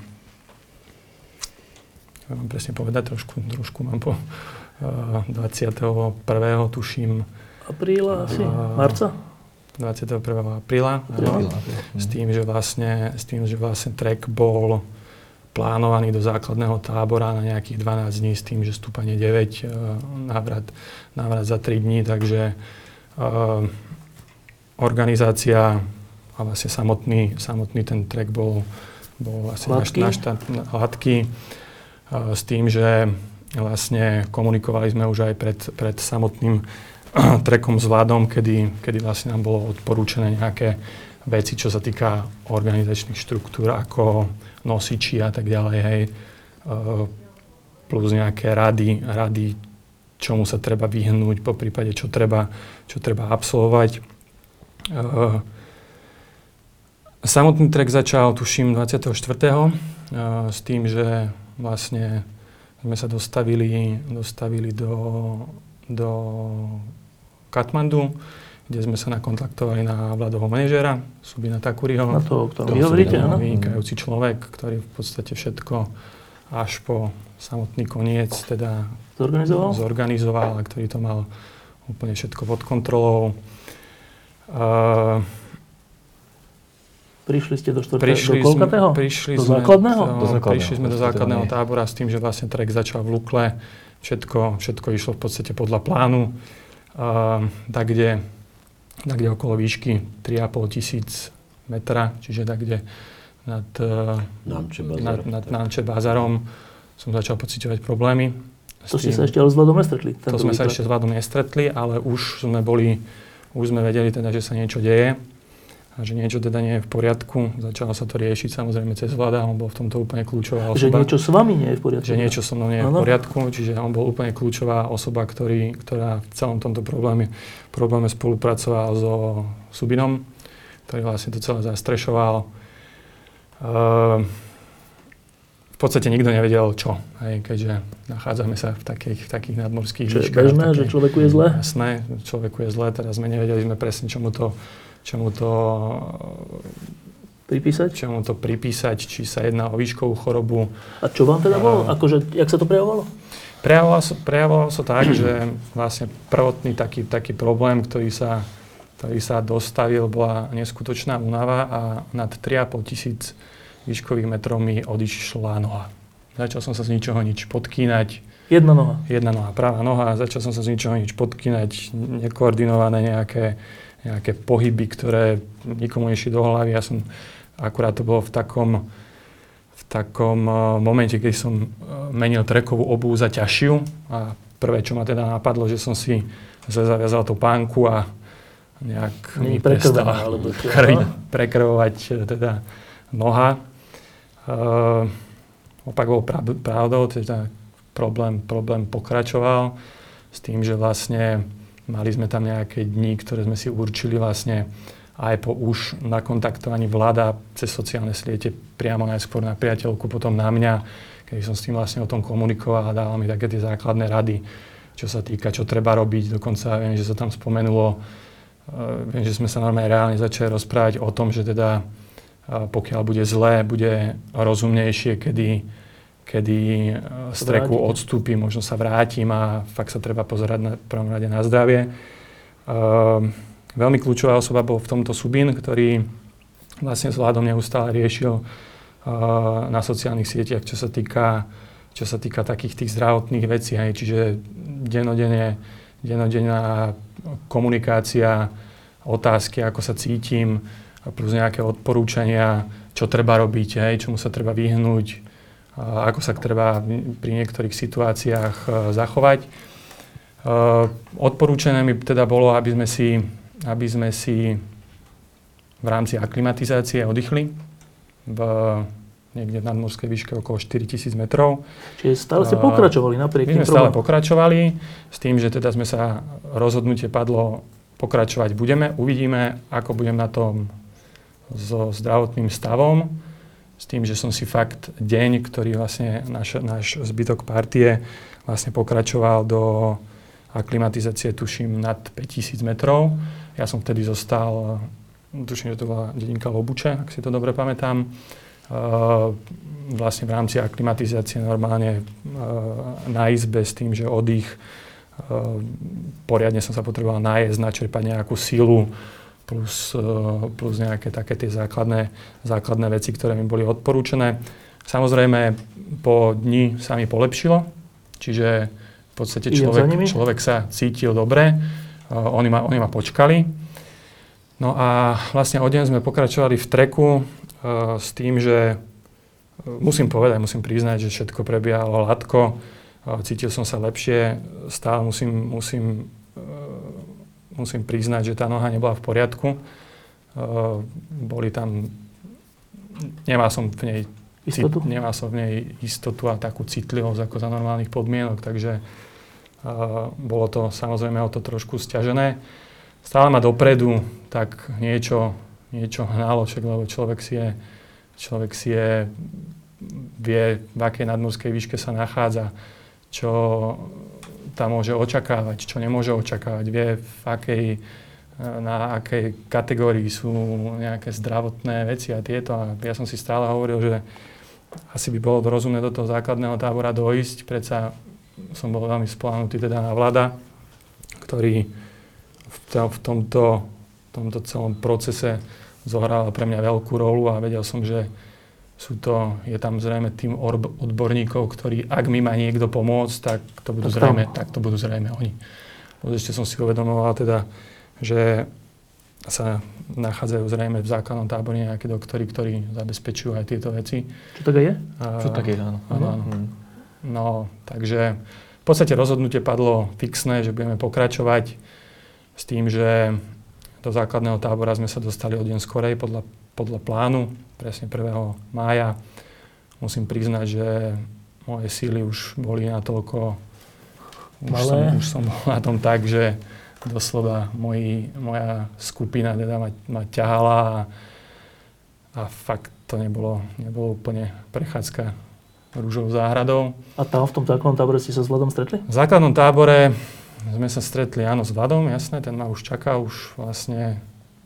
neviem presne povedať, trošku, trošku mám po uh, dvadsiateho prvého tuším. Apríla asi? Uh, Marca? dvadsiateho prvého apríla. Apríla. S tým, že vlastne, s tým, že vlastne trek bol plánovaný do základného tábora na nejakých dvanásť dní, s tým, že stúpanie deväť, uh, návrat, návrat za tri dní, takže uh, organizácia a vlastne samotný, samotný ten trek bol, bol vlastne hladký, uh, s tým, že vlastne komunikovali sme už aj pred, pred samotným uh, trekom s Vladom, kedy, kedy vlastne nám bolo odporúčené nejaké veci, čo sa týka organizačných štruktúr, ako nosiči a tak ďalej, hej, uh, plus nejaké rady, rady, čomu sa treba vyhnúť, po prípade, čo treba, čo treba absolvovať. Uh, samotný trek začal, tuším, dvadsiateho štvrtého Uh, s tým, že vlastne sme sa dostavili, dostavili do, do Katmandu, kde sme sa nakontaktovali na Vladovho manažéra, Subina Takuriho. Na to, o ktorom vy hovoríte, áno? Vynikajúci človek, ktorý v podstate všetko až po samotný koniec teda zorganizoval, zorganizoval a ktorý to mal úplne všetko pod kontrolou. Uh, prišli ste do štvrtého, prišli do koľkatého? Sme, prišli do sme, základného? Do, do základného. Prišli sme do základného tábora s tým, že vlastne trek začal v Lukle. Všetko, všetko išlo v podstate podľa plánu. Uh, tak, kde tak, kde okolo výšky tri a pol tisíc metra, čiže tak, kde nad, nad, nad Námče Bazarom som začal pociťovať problémy. To ste sa ešte ale s Vladom nestretli? To sme sa ešte s Vladom nestretli, ale už sme boli, už sme vedeli teda, že sa niečo deje a že niečo teda nie je v poriadku. Začalo sa to riešiť samozrejme cez Vlada, on bol v tomto úplne kľúčová osoba. Že niečo s vami nie je v poriadku? Že niečo so mnou nie je v poriadku, čiže on bol úplne kľúčová osoba, ktorý, ktorá v celom tomto probléme, probléme spolupracoval so Subinom, ktorý vlastne to celé zastrešoval. Uh, v podstate nikto nevedel čo, hej, keďže nachádzame sa v takých, v takých nadmorských výškach. Čo je bežné, takej, že človeku je zle? Jasné, človeku je zle, teraz sme nevedeli sme presne, čomu to, čomu to pripísať? Čomu to pripísať, či sa jedná o výškovú chorobu. A čo vám teda bolo? Akože, jak sa to prejavovalo? Prejavovalo sa, prejavovalo sa tak, že vlastne prvotný taký, taký problém, ktorý sa, ktorý sa dostavil, bola neskutočná únava a nad tri a pol tisíc výškových metrov mi odišla noha. Začal som sa z ničoho nič podkýnať. Jedna noha? Jedna noha, pravá noha. Začal som sa z ničoho nič podkýnať. Nekoordinované nejaké, nejaké pohyby, ktoré nikomu nešli do hlavy. Ja som, akurát to bolo v takom, v takom momente, keď som menil trekovú obuv za ťažšiu. A prvé, čo ma teda napadlo, že som si zaviazal tú pánku a nejak mi prestala prekrvovať teda noha. Uh, opak bol pravdou, teda problém, problém pokračoval s tým, že vlastne mali sme tam nejaké dni, ktoré sme si určili vlastne aj po už nakontaktovaní vláda cez sociálne siete priamo najskôr na priateľku, potom na mňa, keď som s tým vlastne o tom komunikoval a dával mi také tie základné rady, čo sa týka, čo treba robiť. Dokonca viem, že sa tam spomenulo, viem, že sme sa normálne reálne začali rozprávať o tom, že teda pokiaľ bude zlé, bude rozumnejšie, kedy, kedy z treku odstúpim, možno sa vrátim a fakt sa treba pozerať na prvom rade na zdravie. Veľmi kľúčová osoba bol v tomto Subín, ktorý vlastne s vládom neustále riešil uh, na sociálnych sieťach, čo sa týka, čo sa týka takých tých zdravotných vecí. Hej. Čiže dennodenne, dennodenná komunikácia, otázky, ako sa cítim, plus nejaké odporúčania, čo treba robiť, hej, čomu sa treba vyhnúť, uh, ako sa treba pri niektorých situáciách uh, zachovať. Uh, odporúčané mi teda bolo, aby sme si aby sme si v rámci aklimatizácie oddychli v niekde v nadmorskej výške okolo štyritisíc metrov. Čiže stále ste pokračovali napriek tým problémom? My sme stále pokračovali s tým, že teda sme sa rozhodnutie padlo pokračovať budeme. Uvidíme, ako budem na tom so zdravotným stavom. S tým, že som si fakt deň, ktorý vlastne náš, náš zbytok partie vlastne pokračoval do aklimatizácie, tuším, nad päťtisíc metrov. Ja som vtedy zostal, tuším, že to bola dedinka Lobuče, ak si to dobre pamätám. Uh, vlastne v rámci aklimatizácie normálne uh, na izbe s tým, že oddych, uh, poriadne som sa potreboval najesť, načerpať nejakú silu, plus, uh, plus nejaké také tie základné, základné veci, ktoré mi boli odporúčené. Samozrejme, po dni sa mi polepšilo, čiže v podstate človek, človek sa cítil dobre. Uh, oni, ma, oni ma počkali. No a vlastne o deň sme pokračovali v treku uh, s tým, že uh, musím povedať, musím priznať, že všetko prebiehalo hladko. Uh, cítil som sa lepšie. Stále musím, musím, uh, musím priznať, že tá noha nebola v poriadku. Uh, boli tam... Nemal som v nej istotu? Cit, nemal som v nej istotu a takú citlivosť ako za normálnych podmienok, takže Uh, bolo to samozrejme o to trošku sťažené. Stále ma dopredu tak niečo, niečo hnalo, však, lebo človek si je, človek si je, vie, v akej nadmorskej výške sa nachádza, čo tam môže očakávať, čo nemôže očakávať, vie, v akej, na akej kategórii sú nejaké zdravotné veci a tieto. A ja som si stále hovoril, že asi by bolo rozumné do toho základného tábora dojsť, predsa som bol veľmi spoľahnutý teda na Vlada, ktorý v, to, v tomto, tomto celom procese zohral pre mňa veľkú rolu a vedel som, že sú to, je tam zrejme tým odborníkov, ktorí, ak mi má niekto pomôcť, tak to budú zrejme, tak to budú zrejme oni. Ešte som si uvedomoval teda, že sa nachádzajú zrejme v základnom tábore nejaké doktori, ktorí zabezpečujú aj tieto veci. Čo tak je? A, Čo tak je, áno. áno, áno. Hmm. No, takže v podstate rozhodnutie padlo fixné, že budeme pokračovať s tým, že do základného tábora sme sa dostali o deň skorej podľa, podľa plánu, presne prvého mája. Musím priznať, že moje síly už boli natoľko, už som, už som bol na tom tak, že doslova moji, moja skupina teda ma, ma ťahala a, a fakt to nebolo, nebolo úplne prechádzka rúžovou záhradou. A tam v tom základnom tábore ste sa s Vladom stretli? V základnom tábore sme sa stretli, áno, s Vladom, jasné, ten ma už čaká, už vlastne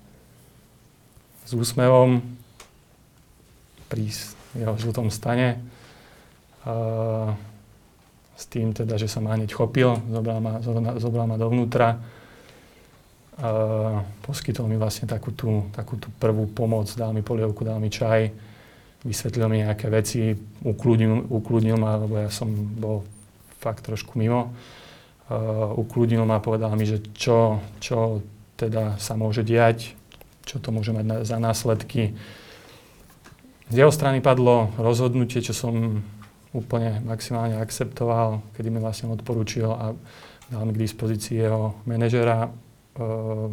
s úsmevom pri jeho žltom stane. Uh, s tým teda, že sa ma hneď chopil, zobral ma, zobral ma dovnútra. Uh, poskytol mi vlastne takú tú, takú tú prvú pomoc, dal mi polievku, dal mi čaj, vysvetlil mi nejaké veci, ukludnil, ukludnil ma, lebo ja som bol fakt trošku mimo. Uh, ukludnil ma a povedal mi, že čo, čo teda sa môže diať, čo to môže mať na, za následky. Z jeho strany padlo rozhodnutie, čo som úplne maximálne akceptoval, kedy mi vlastne odporúčil a dal mi k dispozícii jeho manažera, uh,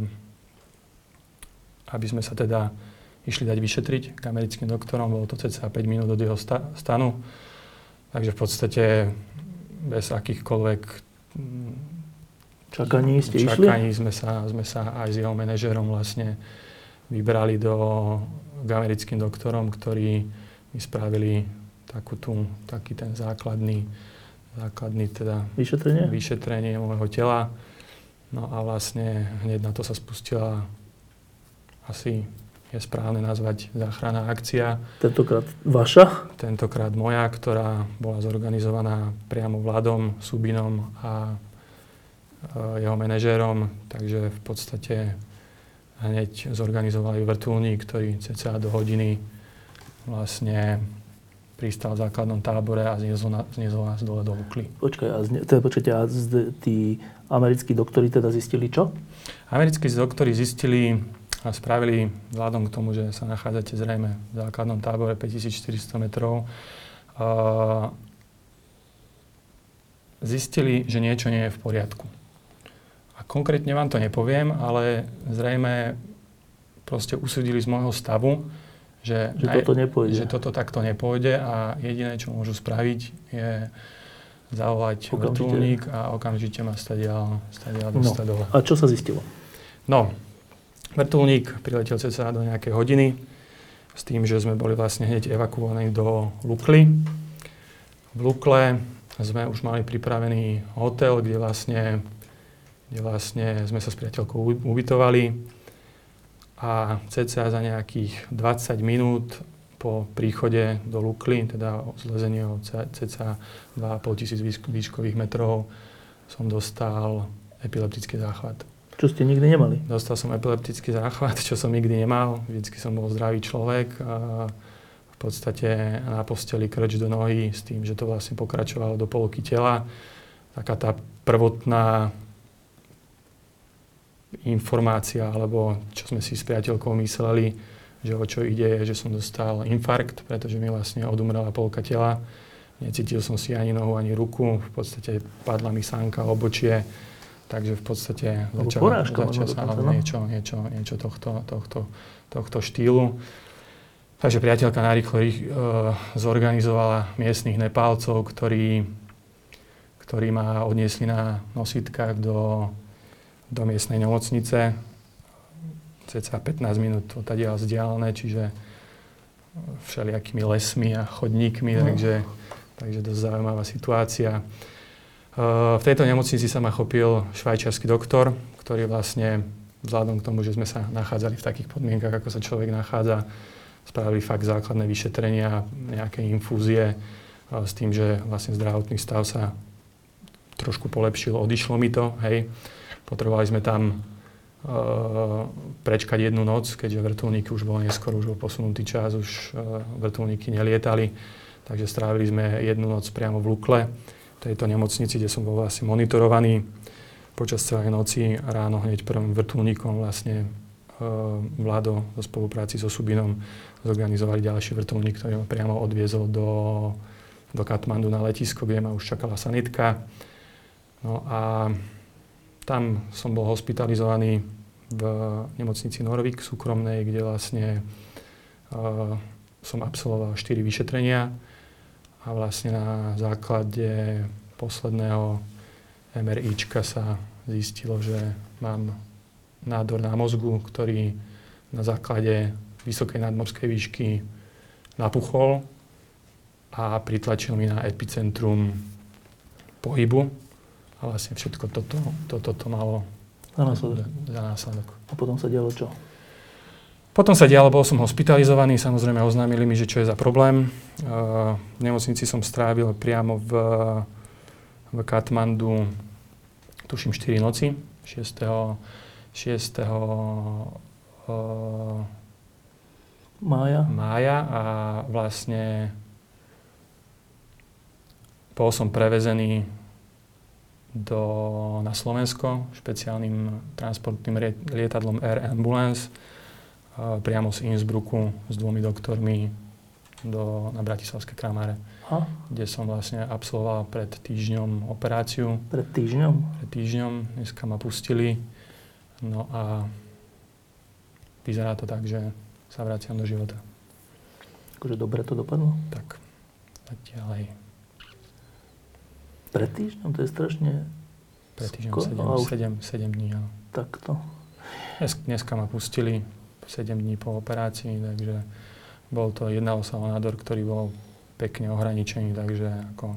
aby sme sa teda išli dať vyšetriť k americkým doktorom, bolo to cca päť minút od jeho sta- stanu. Takže v podstate bez akýchkoľvek čakaní ste čakaní išli? Sme sa, sme sa aj s jeho manažérom vlastne vybrali do, k americkým doktorom, ktorí mi spravili takú tú, taký ten základný, základný teda vyšetrenie? vyšetrenie môjho tela. No a vlastne hneď na to sa spustila, asi je správne nazvať, záchranná akcia. Tentokrát vaša? Tentokrát moja, ktorá bola zorganizovaná priamo Vladom Subinom a jeho manažérom. Takže v podstate hneď zorganizovali vrtuľník, ktorý cca do hodiny vlastne pristal v základnom tábore a zniezol, na, zniezol nás dole do Lukly. Počkaj, a, zne, teda, počkajte, a z, tí americkí doktori teda zistili čo? Americkí doktori zistili a spravili, vzhľadom k tomu, že sa nachádzate zrejme v základnom tábore päťtisícštyristo metrov, uh, zistili, že niečo nie je v poriadku. A konkrétne vám to nepoviem, ale zrejme proste usúdili z môjho stavu, že, že, toto nepôjde. že toto takto nepôjde a jediné, čo môžu spraviť, je zavolať vrtuľník a okamžite ma stadiaľ, stadiaľ dostať dole. A čo sa zistilo? No, vrtuľník priletel cca do nejakej hodiny s tým, že sme boli vlastne hneď evakuovaní do Lukly. V Lukle sme už mali pripravený hotel, kde vlastne, kde vlastne sme sa s priateľkou ubytovali a cca za nejakých dvadsať minút po príchode do Lukly, teda o zlezení o cca dva a pol tisíc výškových metrov, som dostal epileptický záchvat. Čo ste nikdy nemali? Dostal som epileptický záchvat, čo som nikdy nemal. Vždycky som bol zdravý človek. A v podstate na posteli krč do nohy s tým, že to vlastne pokračovalo do polky tela. Taká tá prvotná informácia, alebo čo sme si s priateľkou mysleli, že o čo ide, je, že som dostal infarkt, pretože mi vlastne odumrela polka tela. Necítil som si ani nohu, ani ruku. V podstate padla mi sánka, obočie. Takže v podstate začal, začal sa no? niečo, niečo, niečo tohto, tohto, tohto štýlu. Takže priateľka narýchlo ich e, zorganizovala miestnych Nepálcov, ktorí, ktorí ma odniesli na nositkách do, do miestnej nemocnice. Cca pätnásť minút odtiaľ vzdialené, čiže všelijakými lesmi a chodníkmi, no. takže, takže dosť zaujímavá situácia. V tejto nemocnici sa ma chopil švajčiarsky doktor, ktorý vlastne vzhľadom k tomu, že sme sa nachádzali v takých podmienkach, ako sa človek nachádza, spravili fakt základné vyšetrenia, nejaké infúzie s tým, že vlastne zdravotný stav sa trošku polepšil, odišlo mi to, hej. Potrebovali sme tam uh, prečkať jednu noc, keďže vrtuľníky už bolo neskoro, už bol posunutý čas, už uh, vrtuľníky nelietali, takže strávili sme jednu noc priamo v Lukle, tejto nemocnici, kde som bol vlastne monitorovaný počas celej noci. Ráno hneď prvým vrtuľníkom vlastne e, Vlado zo spolupráci so Subinom zorganizovali ďalší vrtuľník, ktorý ma priamo odviezol do, do Katmandu na letisko, kde ma už čakala sanitka. No a tam som bol hospitalizovaný v nemocnici Norvik súkromnej, kde vlastne e, som absolvoval štyri vyšetrenia. A vlastne na základe posledného em er íčka sa zistilo, že mám nádor na mozgu, ktorý na základe vysokej nadmorskej výšky napuchol a pritlačil mi na epicentrum pohybu. A vlastne všetko toto, toto to malo za následok. za následok. A potom sa dialo čo? Potom sa dialo, bol som hospitalizovaný, samozrejme oznámili mi, že čo je za problém. Uh, v nemocnici som strávil priamo v, v Katmandu, tuším, štyri noci, šiesteho Uh, mája. mája a vlastne bol som prevezený do, na Slovensko špeciálnym transportným lietadlom Air Ambulance priamo z Innsbrucku s dvomi doktormi do, na Bratislavské Kramáre, ha? kde som vlastne absolvoval pred týždňom operáciu. Pred týždňom? Pred týždňom. Dneska ma pustili. No a vyzerá to tak, že sa vraciam do života. Akože dobre to dopadlo? Tak, ďalej. Pred týždňom? To je strašne... Pred týždňom sedem, sedem, sedem dní, áno. Takto. Dnes, dneska ma pustili. sedem dní po operácii, takže bol to jednoosový nádor, ktorý bol pekne ohraničený, takže ako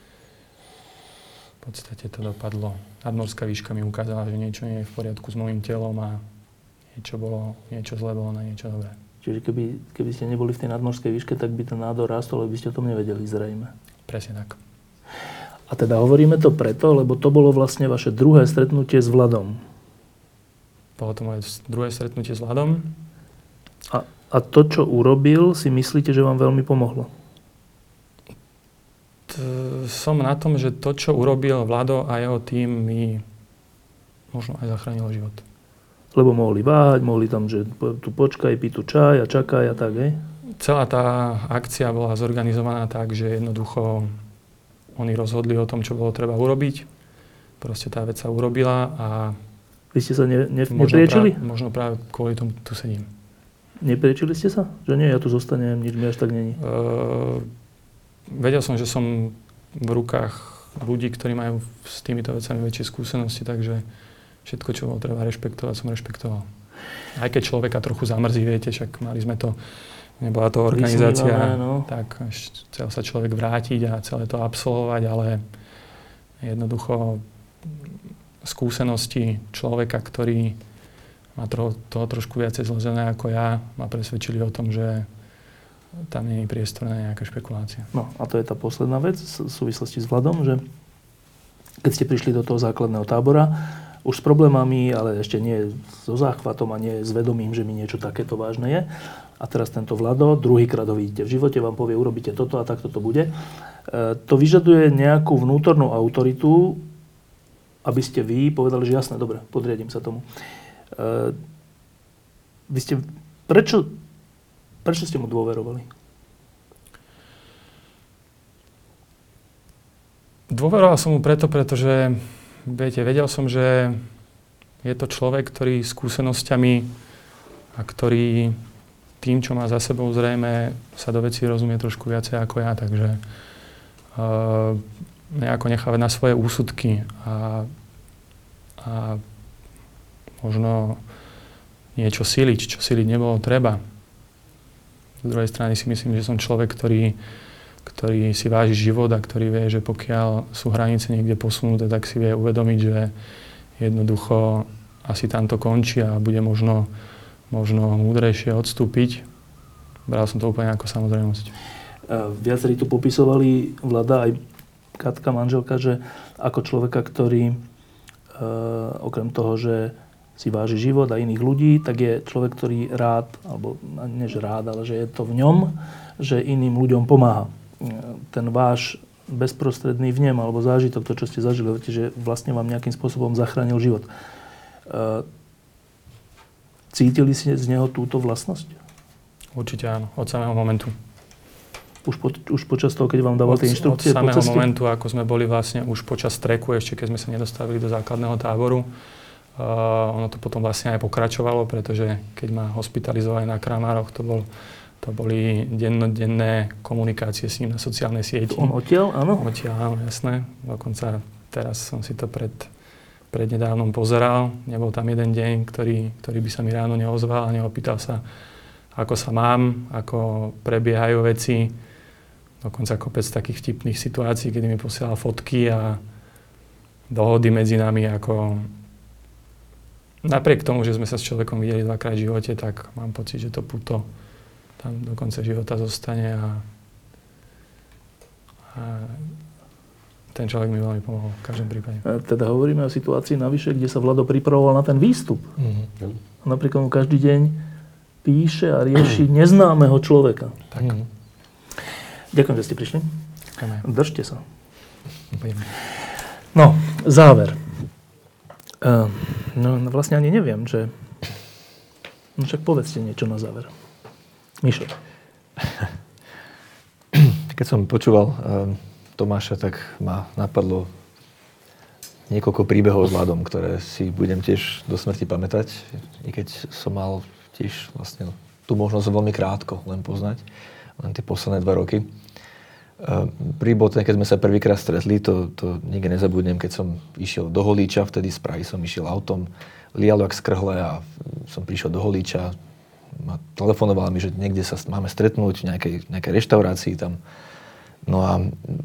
v podstate to dopadlo. Nadmorská výška mi ukázala, že niečo nie je v poriadku s mojím telom a niečo bolo, niečo zle bolo na niečo dobré. Čiže keby, keby ste neboli v tej nadmorskej výške, tak by ten nádor rástol, ale by ste o tom nevedeli zrejme. Presne tak. A teda hovoríme to preto, lebo to bolo vlastne vaše druhé stretnutie s Vladom. Bolo to moje druhé stretnutie s Vladom. A, a to, čo urobil, si myslíte, že vám veľmi pomohlo? Som na tom, že to, čo urobil Vlado a jeho tím, mi možno aj zachránilo život. Lebo mohli váhať, mohli tam, že tu počkaj, pí tu čaj a čakaj a tak, hej? Celá tá akcia bola zorganizovaná tak, že jednoducho oni rozhodli o tom, čo bolo treba urobiť. Proste tá vec sa urobila a... Vy ste sa ne, ne, možno nepriečili? Práve, možno práve kvôli tomu tu sedím. Nepriečili ste sa? Že nie, ja tu zostanem, nič mi až tak není. Uh, vedel som, že som v rukách ľudí, ktorí majú s týmito vecami väčšie skúsenosti, takže všetko, čo bolo treba rešpektovať, som rešpektoval. Aj keď človeka trochu zamrzí, viete, však mali sme to, nebola to organizácia, Vysmívané, no. tak chcel sa človek vrátiť a celé to absolvovať, ale jednoducho skúsenosti človeka, ktorý má toho, toho trošku viacej zložené ako ja, ma presvedčili o tom, že tam nie je priestor na nejaké špekulácie. No a to je tá posledná vec v súvislosti s Vladom, že keď ste prišli do toho základného tábora, už s problémami, ale ešte nie so záchvatom a nie s vedomím, že mi niečo takéto vážne je. A teraz tento Vlado, druhýkrát ho vidíte v živote, vám povie, urobíte toto a takto to bude. E, to vyžaduje nejakú vnútornú autoritu, aby ste vy povedali, že jasné, dobre, podriadím sa tomu. E, vy ste, prečo, prečo ste mu dôverovali? Dôveroval som mu preto, pretože viete, vedel som, že je to človek, ktorý skúsenosťami a ktorý tým, čo má za sebou zrejme, sa do vecí rozumie trošku viacej ako ja, takže uh, nejako nechávať na svoje úsudky a, a možno niečo siliť, čo siliť nebolo treba. Z druhej strany si myslím, že som človek, ktorý ktorý si váži život a ktorý vie, že pokiaľ sú hranice niekde posunuté, tak si vie uvedomiť, že jednoducho asi tam to končí a bude možno, možno múdrejšie odstúpiť. Bral som to úplne ako samozrejmosť. Viacerí tu popisovali Vlada aj Katka, manželka, že ako človeka, ktorý e, okrem toho, že si váži život a iných ľudí, tak je človek, ktorý rád, alebo než rád, ale že je to v ňom, že iným ľuďom pomáha. Ten váš bezprostredný vnem alebo zážitok, to, čo ste zažili, že vlastne vám nejakým spôsobom zachránil život. Cítili ste z neho túto vlastnosť? Určite áno, od samého momentu. Už, po, už počas toho, keď vám dával tie inštrukcie? Od samého momentu, ako sme boli vlastne už počas treku, ešte keď sme sa nedostavili do základného táboru. Uh, ono to potom vlastne aj pokračovalo, pretože keď ma hospitalizovali na Kramároch, to bol To boli dennodenné komunikácie s ním na sociálnej sieti. On odtiaľ, áno? Odtiaľ, áno, jasné. Dokonca teraz som si to pred, prednedávnom pozeral. Nebol tam jeden deň, ktorý, ktorý by sa mi ráno neozval a neopýtal sa, ako sa mám, ako prebiehajú veci. Dokonca kopec takých vtipných situácií, kedy mi posielal fotky a dohody medzi nami, ako napriek tomu, že sme sa s človekom videli dvakrát v živote, tak mám pocit, že to puto tam do konca života zostane a, a ten človek mi veľmi pomohol v každom prípade. A teda hovoríme o situácii navyše, kde sa Vlado pripravoval na ten výstup. Mm-hmm. A napríklad mu každý deň píše a rieši neznámeho človeka. Tak. Mm-hmm. Ďakujem, že ste prišli. Ďakujem. Držte sa. No, záver. Uh, no vlastne ani neviem, že... No však povedzte niečo na záver. Mišo. Keď som počúval um, Tomáša, tak ma napadlo niekoľko príbehov s Vladom, ktoré si budem tiež do smrti pamätať, i keď som mal tiež vlastne tú možnosť veľmi krátko len poznať, len tie posledné dva roky. Um, Prvý bol ten, keď sme sa prvýkrát stretli, to, to nikdy nezabudnem, keď som išiel do Holíča, vtedy z Prahy som išiel autom, lialo jak z krhle a som prišiel do Holíča, a telefonoval mi, že niekde sa máme stretnúť v nejakej, nejakej reštaurácii tam. No a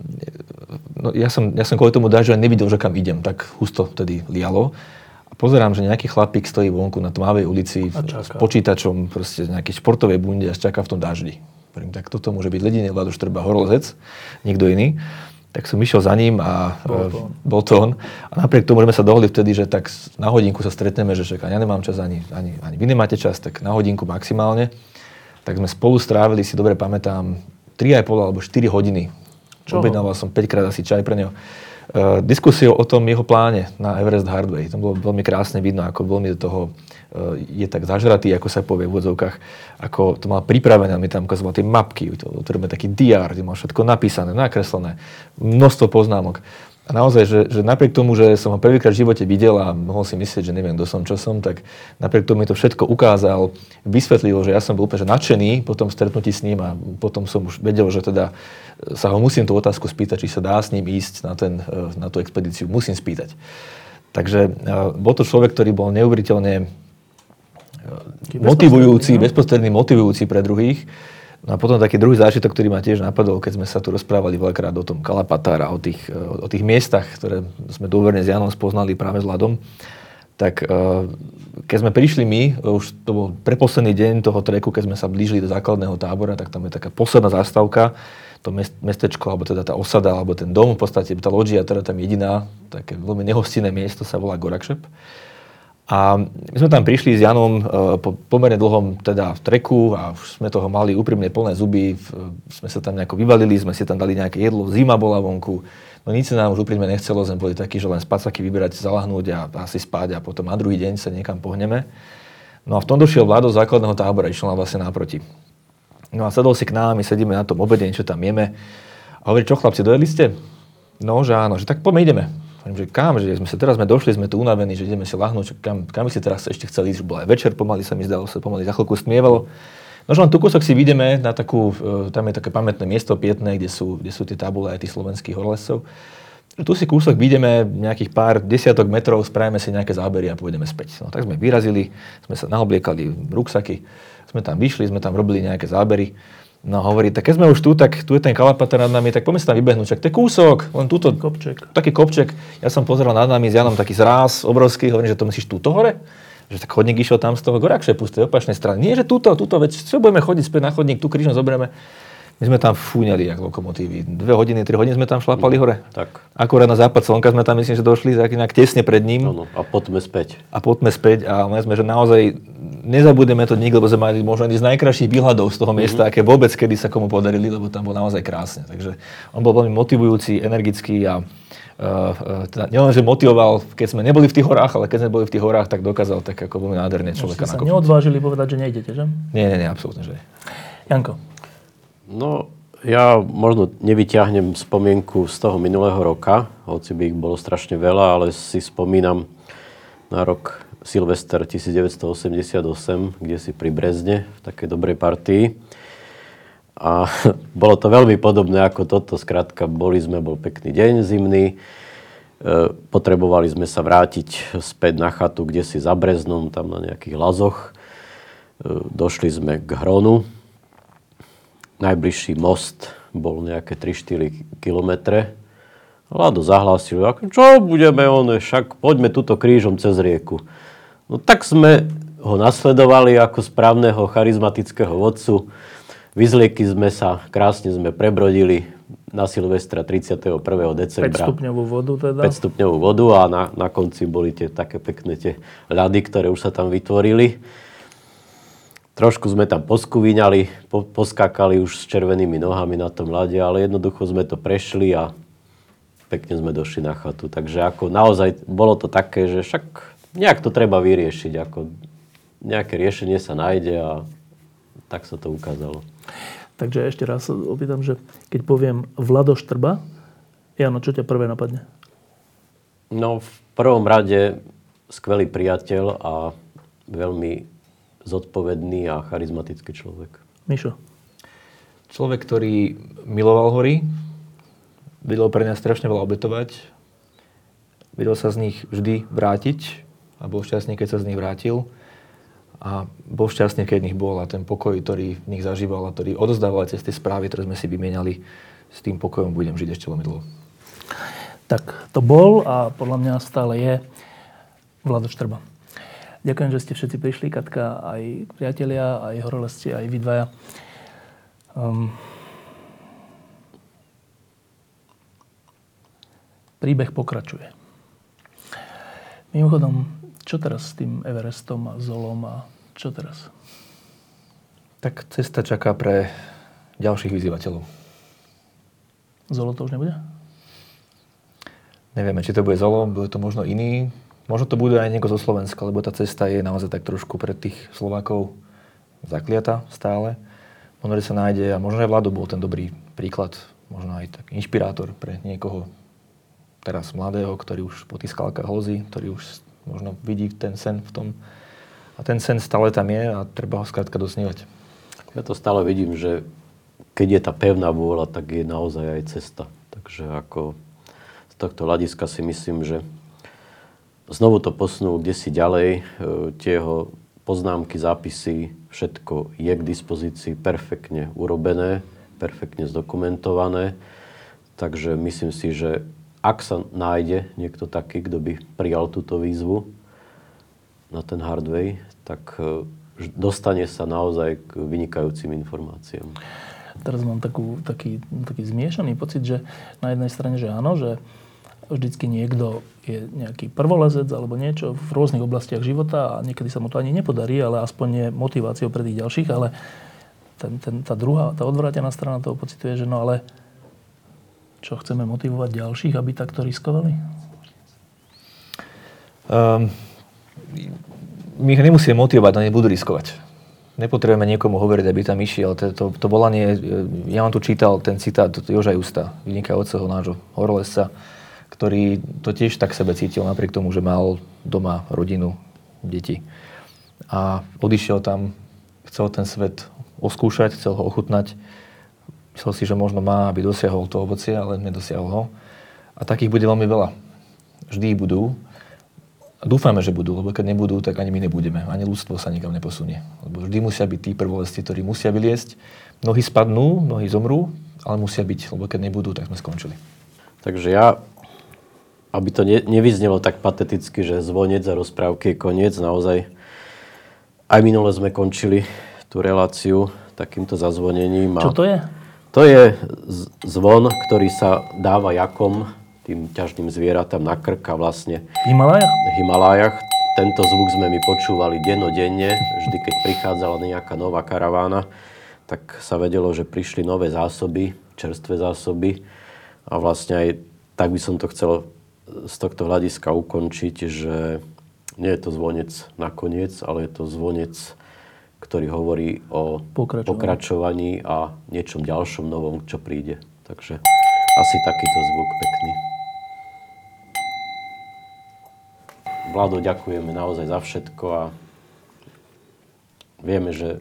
no ja, som, ja som kvôli tomu dažďu aj nevidel, že kam idem, tak husto vtedy lialo. A pozerám, že nejaký chlapík stojí vonku na tmavej ulici s počítačom, proste nejakej športovej bunde a čaká v tom daždi. Tak toto môže byť Ledine Vlado Štrba horolezec, niekto iný. Tak som išiel za ním a bol to on. Bol to on. A napriek tomu, že sme sa dohodli vtedy, že tak na hodinku sa stretneme, že čaká, ja nemám čas ani, ani, ani vy nemáte čas, tak na hodinku maximálne. Tak sme spolu strávili, si dobre pamätám, tri a pol alebo štyri hodiny. Objednával som päťkrát asi čaj pre neho. Uh, diskusiu o tom jeho pláne na Everest Hardway. Tam bolo veľmi krásne vidno, ako veľmi do toho uh, je tak zažratý, ako sa povie v úvodzovkách, ako to mal pripravené. My tam ukazoval tie mapky, otvoríme taký dé er, kde mal všetko napísané, nakreslené, množstvo poznámok. A naozaj, že, že napriek tomu, že som ho prvýkrát v živote videl a mohol si myslieť, že neviem, kto som, čo som, tak napriek tomu mi to všetko ukázal, vysvetlil, že ja som bol úplne nadšený po tom stretnutí s ním a potom som už vedel, že teda sa ho musím tú otázku spýtať, či sa dá s ním ísť na, ten, na tú expedíciu. Musím spýtať. Takže bol to človek, ktorý bol neuveriteľne motivujúci, bezprostredný motivujúci pre druhých. No a potom taký druhý zážitok, ktorý ma tiež napadol, keď sme sa tu rozprávali veľakrát o tom Kalapatára, o tých, o tých miestach, ktoré sme dôverne s Janom spoznali práve s Ladom. Tak keď sme prišli my, už to bol preposledný deň toho treku, keď sme sa blížili do základného tábora, tak tam je taká posledná zástavka, to mestečko, alebo teda tá osada, alebo ten dom, v podstate tá loďia, ktorá tam jediná, také veľmi nehostinné miesto sa volá Gorakšep. A my sme tam prišli s Janom po pomerne dlhom teda treku a už sme toho mali úprimne plné zuby, sme sa tam nejako vyvalili, sme si tam dali nejaké jedlo, zima bola vonku, no nič sa nám už úprimne nechcelo, sme boli takí, že len spacaky vyberať, zalahnúť a asi spať a potom na druhý deň sa niekam pohneme. No a v tom došiel Vlado z základného tábora, išiel nám vlastne náproti. No a sadol si k nám, my sedíme na tom obede, niečo tam jeme a hovorí, čo chlapci, dojedli ste? No, že áno, že tak poďme ideme. Hovorím, že kam, že sme sa teraz sme došli, sme tu unavení, že ideme si lahnúť, kam, kam by si teraz ešte chceli ísť, že bol aj večer, pomaly sa mi zdalo, sa pomaly za chvíľku stmievalo. No, že len tu kúsok si vidíme na takú, tam je také pamätné miesto pietné, kde sú, kde sú tie tabule aj tých slovenských horolezcov. Tu si kúsok vidíme nejakých pár desiatok metrov, spravíme si nejaké zábery a pôjdeme späť. No, tak sme vyrazili, sme sa naobliekali ruksaky, sme tam vyšli, sme tam robili nejaké zábery. No hovorí, tak keď sme už tu, tak tu je ten Kalapatár nad nami, tak poďme sa tam vybehnúť, čak to je kúsok, len túto, kopček. Taký kopček. Ja som pozeral nad nami s Janom taký zráz obrovský, hovorím, že to myslíš túto hore? Že tak chodník išiel tam z toho Gorakšepu, z tej opačnej strany. Nie, že túto, túto, veď čo budeme chodiť späť na chodník, tu krížom zoberieme. My sme tam fúňali jak lokomotívy. Dve hodiny, tri hodiny sme tam šlapali hore. Tak. Akurát na západ slnka sme tam, myslím, že došli tak nejak tesne pred ním. No, no. A poďme späť. A poďme späť a my sme, že naozaj nezabudeme to nikto, lebo sme mali možno jedný z najkrajších výhľadov z toho miesta, mm-hmm. aké vôbec kedy sa komu podarili, lebo tam bol naozaj krásne. Takže on bol veľmi motivujúci, energický a Uh, teda nielen, že motivoval, keď sme neboli v tých horách, ale keď sme boli v tých horách, tak dokázal tak ako veľmi nádherne človeka nakopnúť. Ste sa neodvážili povedať, že nejdete, že? Nie, nie, nie, absolútne, že nie. Janko. No, ja možno nevyťahnem spomienku z toho minulého roka, hoci by ich bolo strašne veľa, ale si spomínam na rok Silvester devätnásťstoosemdesiatosem, kde si pri Brezne v takej dobrej partii. A bolo to veľmi podobné ako toto. Skrátka, boli sme, bol pekný deň, zimný. E, potrebovali sme sa vrátiť späť na chatu, kde si za Breznom, tam na nejakých lazoch. E, došli sme k Hronu. Najbližší most bol nejaké tri štyri kilometre. Lado zahlásil, čo budeme, on, však poďme tuto krížom cez rieku. No tak sme ho nasledovali ako správneho charizmatického vodcu. Vyzliekli sme sa, krásne sme prebrodili na Silvestra tridsiateho prvého decembra. päť stupňovú vodu teda? päť stupňovú vodu a na, na konci boli tie také pekné tie ľady, ktoré už sa tam vytvorili. Trošku sme tam poskuvíňali, po, poskákali už s červenými nohami na tom ľade, ale jednoducho sme to prešli a pekne sme došli na chatu. Takže ako naozaj bolo to také, že však nejak to treba vyriešiť. Ako nejaké riešenie sa nájde a tak sa to ukázalo. Takže ešte raz sa opýtam, že keď poviem Vlado Štrba, Jano, čo ťa prvé napadne? No v prvom rade skvelý priateľ a veľmi zodpovedný a charizmatický človek. Mišo? Človek, ktorý miloval hory, vedel pre nás strašne veľa obetovať, vedel sa z nich vždy vrátiť a bol šťastný, keď sa z nich vrátil. A bol šťastný, keď v nich bol a ten pokoj, ktorý v nich zažíval a ktorý odozdával cez tie správy, ktoré sme si vymieniali, s tým pokojom budem žiť ešte veľmi dlho. Tak to bol a podľa mňa stále je Vlado Štrba. Ďakujem, že ste všetci prišli, Katka, aj priatelia, aj horolezci, aj vy dvaja. Um, príbeh pokračuje. Mimochodom, čo teraz s tým Everestom a Zolom a čo teraz? Tak cesta čaká pre ďalších vyzývateľov. Zolo to už nebude? Nevieme, či to bude Zolo, bude to možno iný. Možno to bude aj niekto zo Slovenska, lebo tá cesta je naozaj tak trošku pre tých Slovákov zakliata stále. Možno, že sa nájde a možno aj Vlado bol ten dobrý príklad, možno aj tak inšpirátor pre niekoho teraz mladého, ktorý už po tých skalkách lozí, ktorý už možno vidí ten sen v tom. A ten sen stále tam je a treba ho skrátka dosnívať. Ja to stále vidím, že keď je tá pevná vôľa, tak je naozaj aj cesta. Takže ako z tohto hľadiska si myslím, že znovu to posunul kdesi ďalej. Tie jeho poznámky, zápisy, všetko je k dispozícii, perfektne urobené, perfektne zdokumentované. Takže myslím si, že ak sa nájde niekto taký, kto by prijal túto výzvu na ten Hardway, tak dostane sa naozaj k vynikajúcim informáciám. Teraz mám takú, taký, taký zmiešaný pocit, že na jednej strane, že áno, že vždycky niekto je nejaký prvolezec alebo niečo v rôznych oblastiach života a niekedy sa mu to ani nepodarí, ale aspoň je motiváciou pre tých ďalších, ale ten, ten, tá druhá, tá odvrátená strana toho pocitu je, že no ale čo, chceme motivovať ďalších, aby takto riskovali? Um, my ich nemusíme motivovať, oni budú riskovať. Nepotrebujeme niekomu hovoriť, aby tam išiel. To, to, to volanie, ja vám tu čítal ten citát Joža Justa, vynikajúceho nášho horolezca, ktorý to tiež tak sebe cítil, napriek tomu, že mal doma rodinu, deti. A odišiel tam, chcel ten svet oskúšať, chcel ho ochutnať. Myslel si, že možno má, aby dosiahol to ovocie, ale nedosiahol ho. A takých bude veľmi veľa. Vždy budú. A dúfame, že budú, lebo keď nebudú, tak ani my nebudeme. Ani ľudstvo sa nikam neposunie. Lebo vždy musia byť tí prvolezci, ktorí musia vyliesť. Mnohí spadnú, mnohí zomrú, ale musia byť, lebo keď nebudú, tak sme skončili. Takže ja, aby to ne, nevyznelo tak pateticky, že zvonec a rozprávky je koniec, naozaj aj minule sme končili tú reláciu takýmto zazvonením. Čo to je? To je zvon, ktorý sa dáva jakom, tým ťažným zvieratám na krk a vlastne v Himalájach? V Himalájach. Tento zvuk sme my počúvali dennodenne. Vždy, keď prichádzala nejaká nová karavána, tak sa vedelo, že prišli nové zásoby, čerstvé zásoby. A vlastne aj tak by som to chcel z tohto hľadiska ukončiť, že nie je to zvonec nakoniec, ale je to zvonec, ktorý hovorí o pokračovaní, pokračovaní a niečom ďalšom novom, čo príde. Takže asi takýto zvuk pekný. Vlado, ďakujeme naozaj za všetko a vieme, že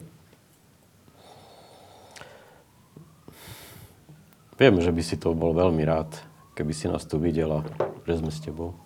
vieme, že by si to bol veľmi rád, keby si nás tu videl a že sme s tebou.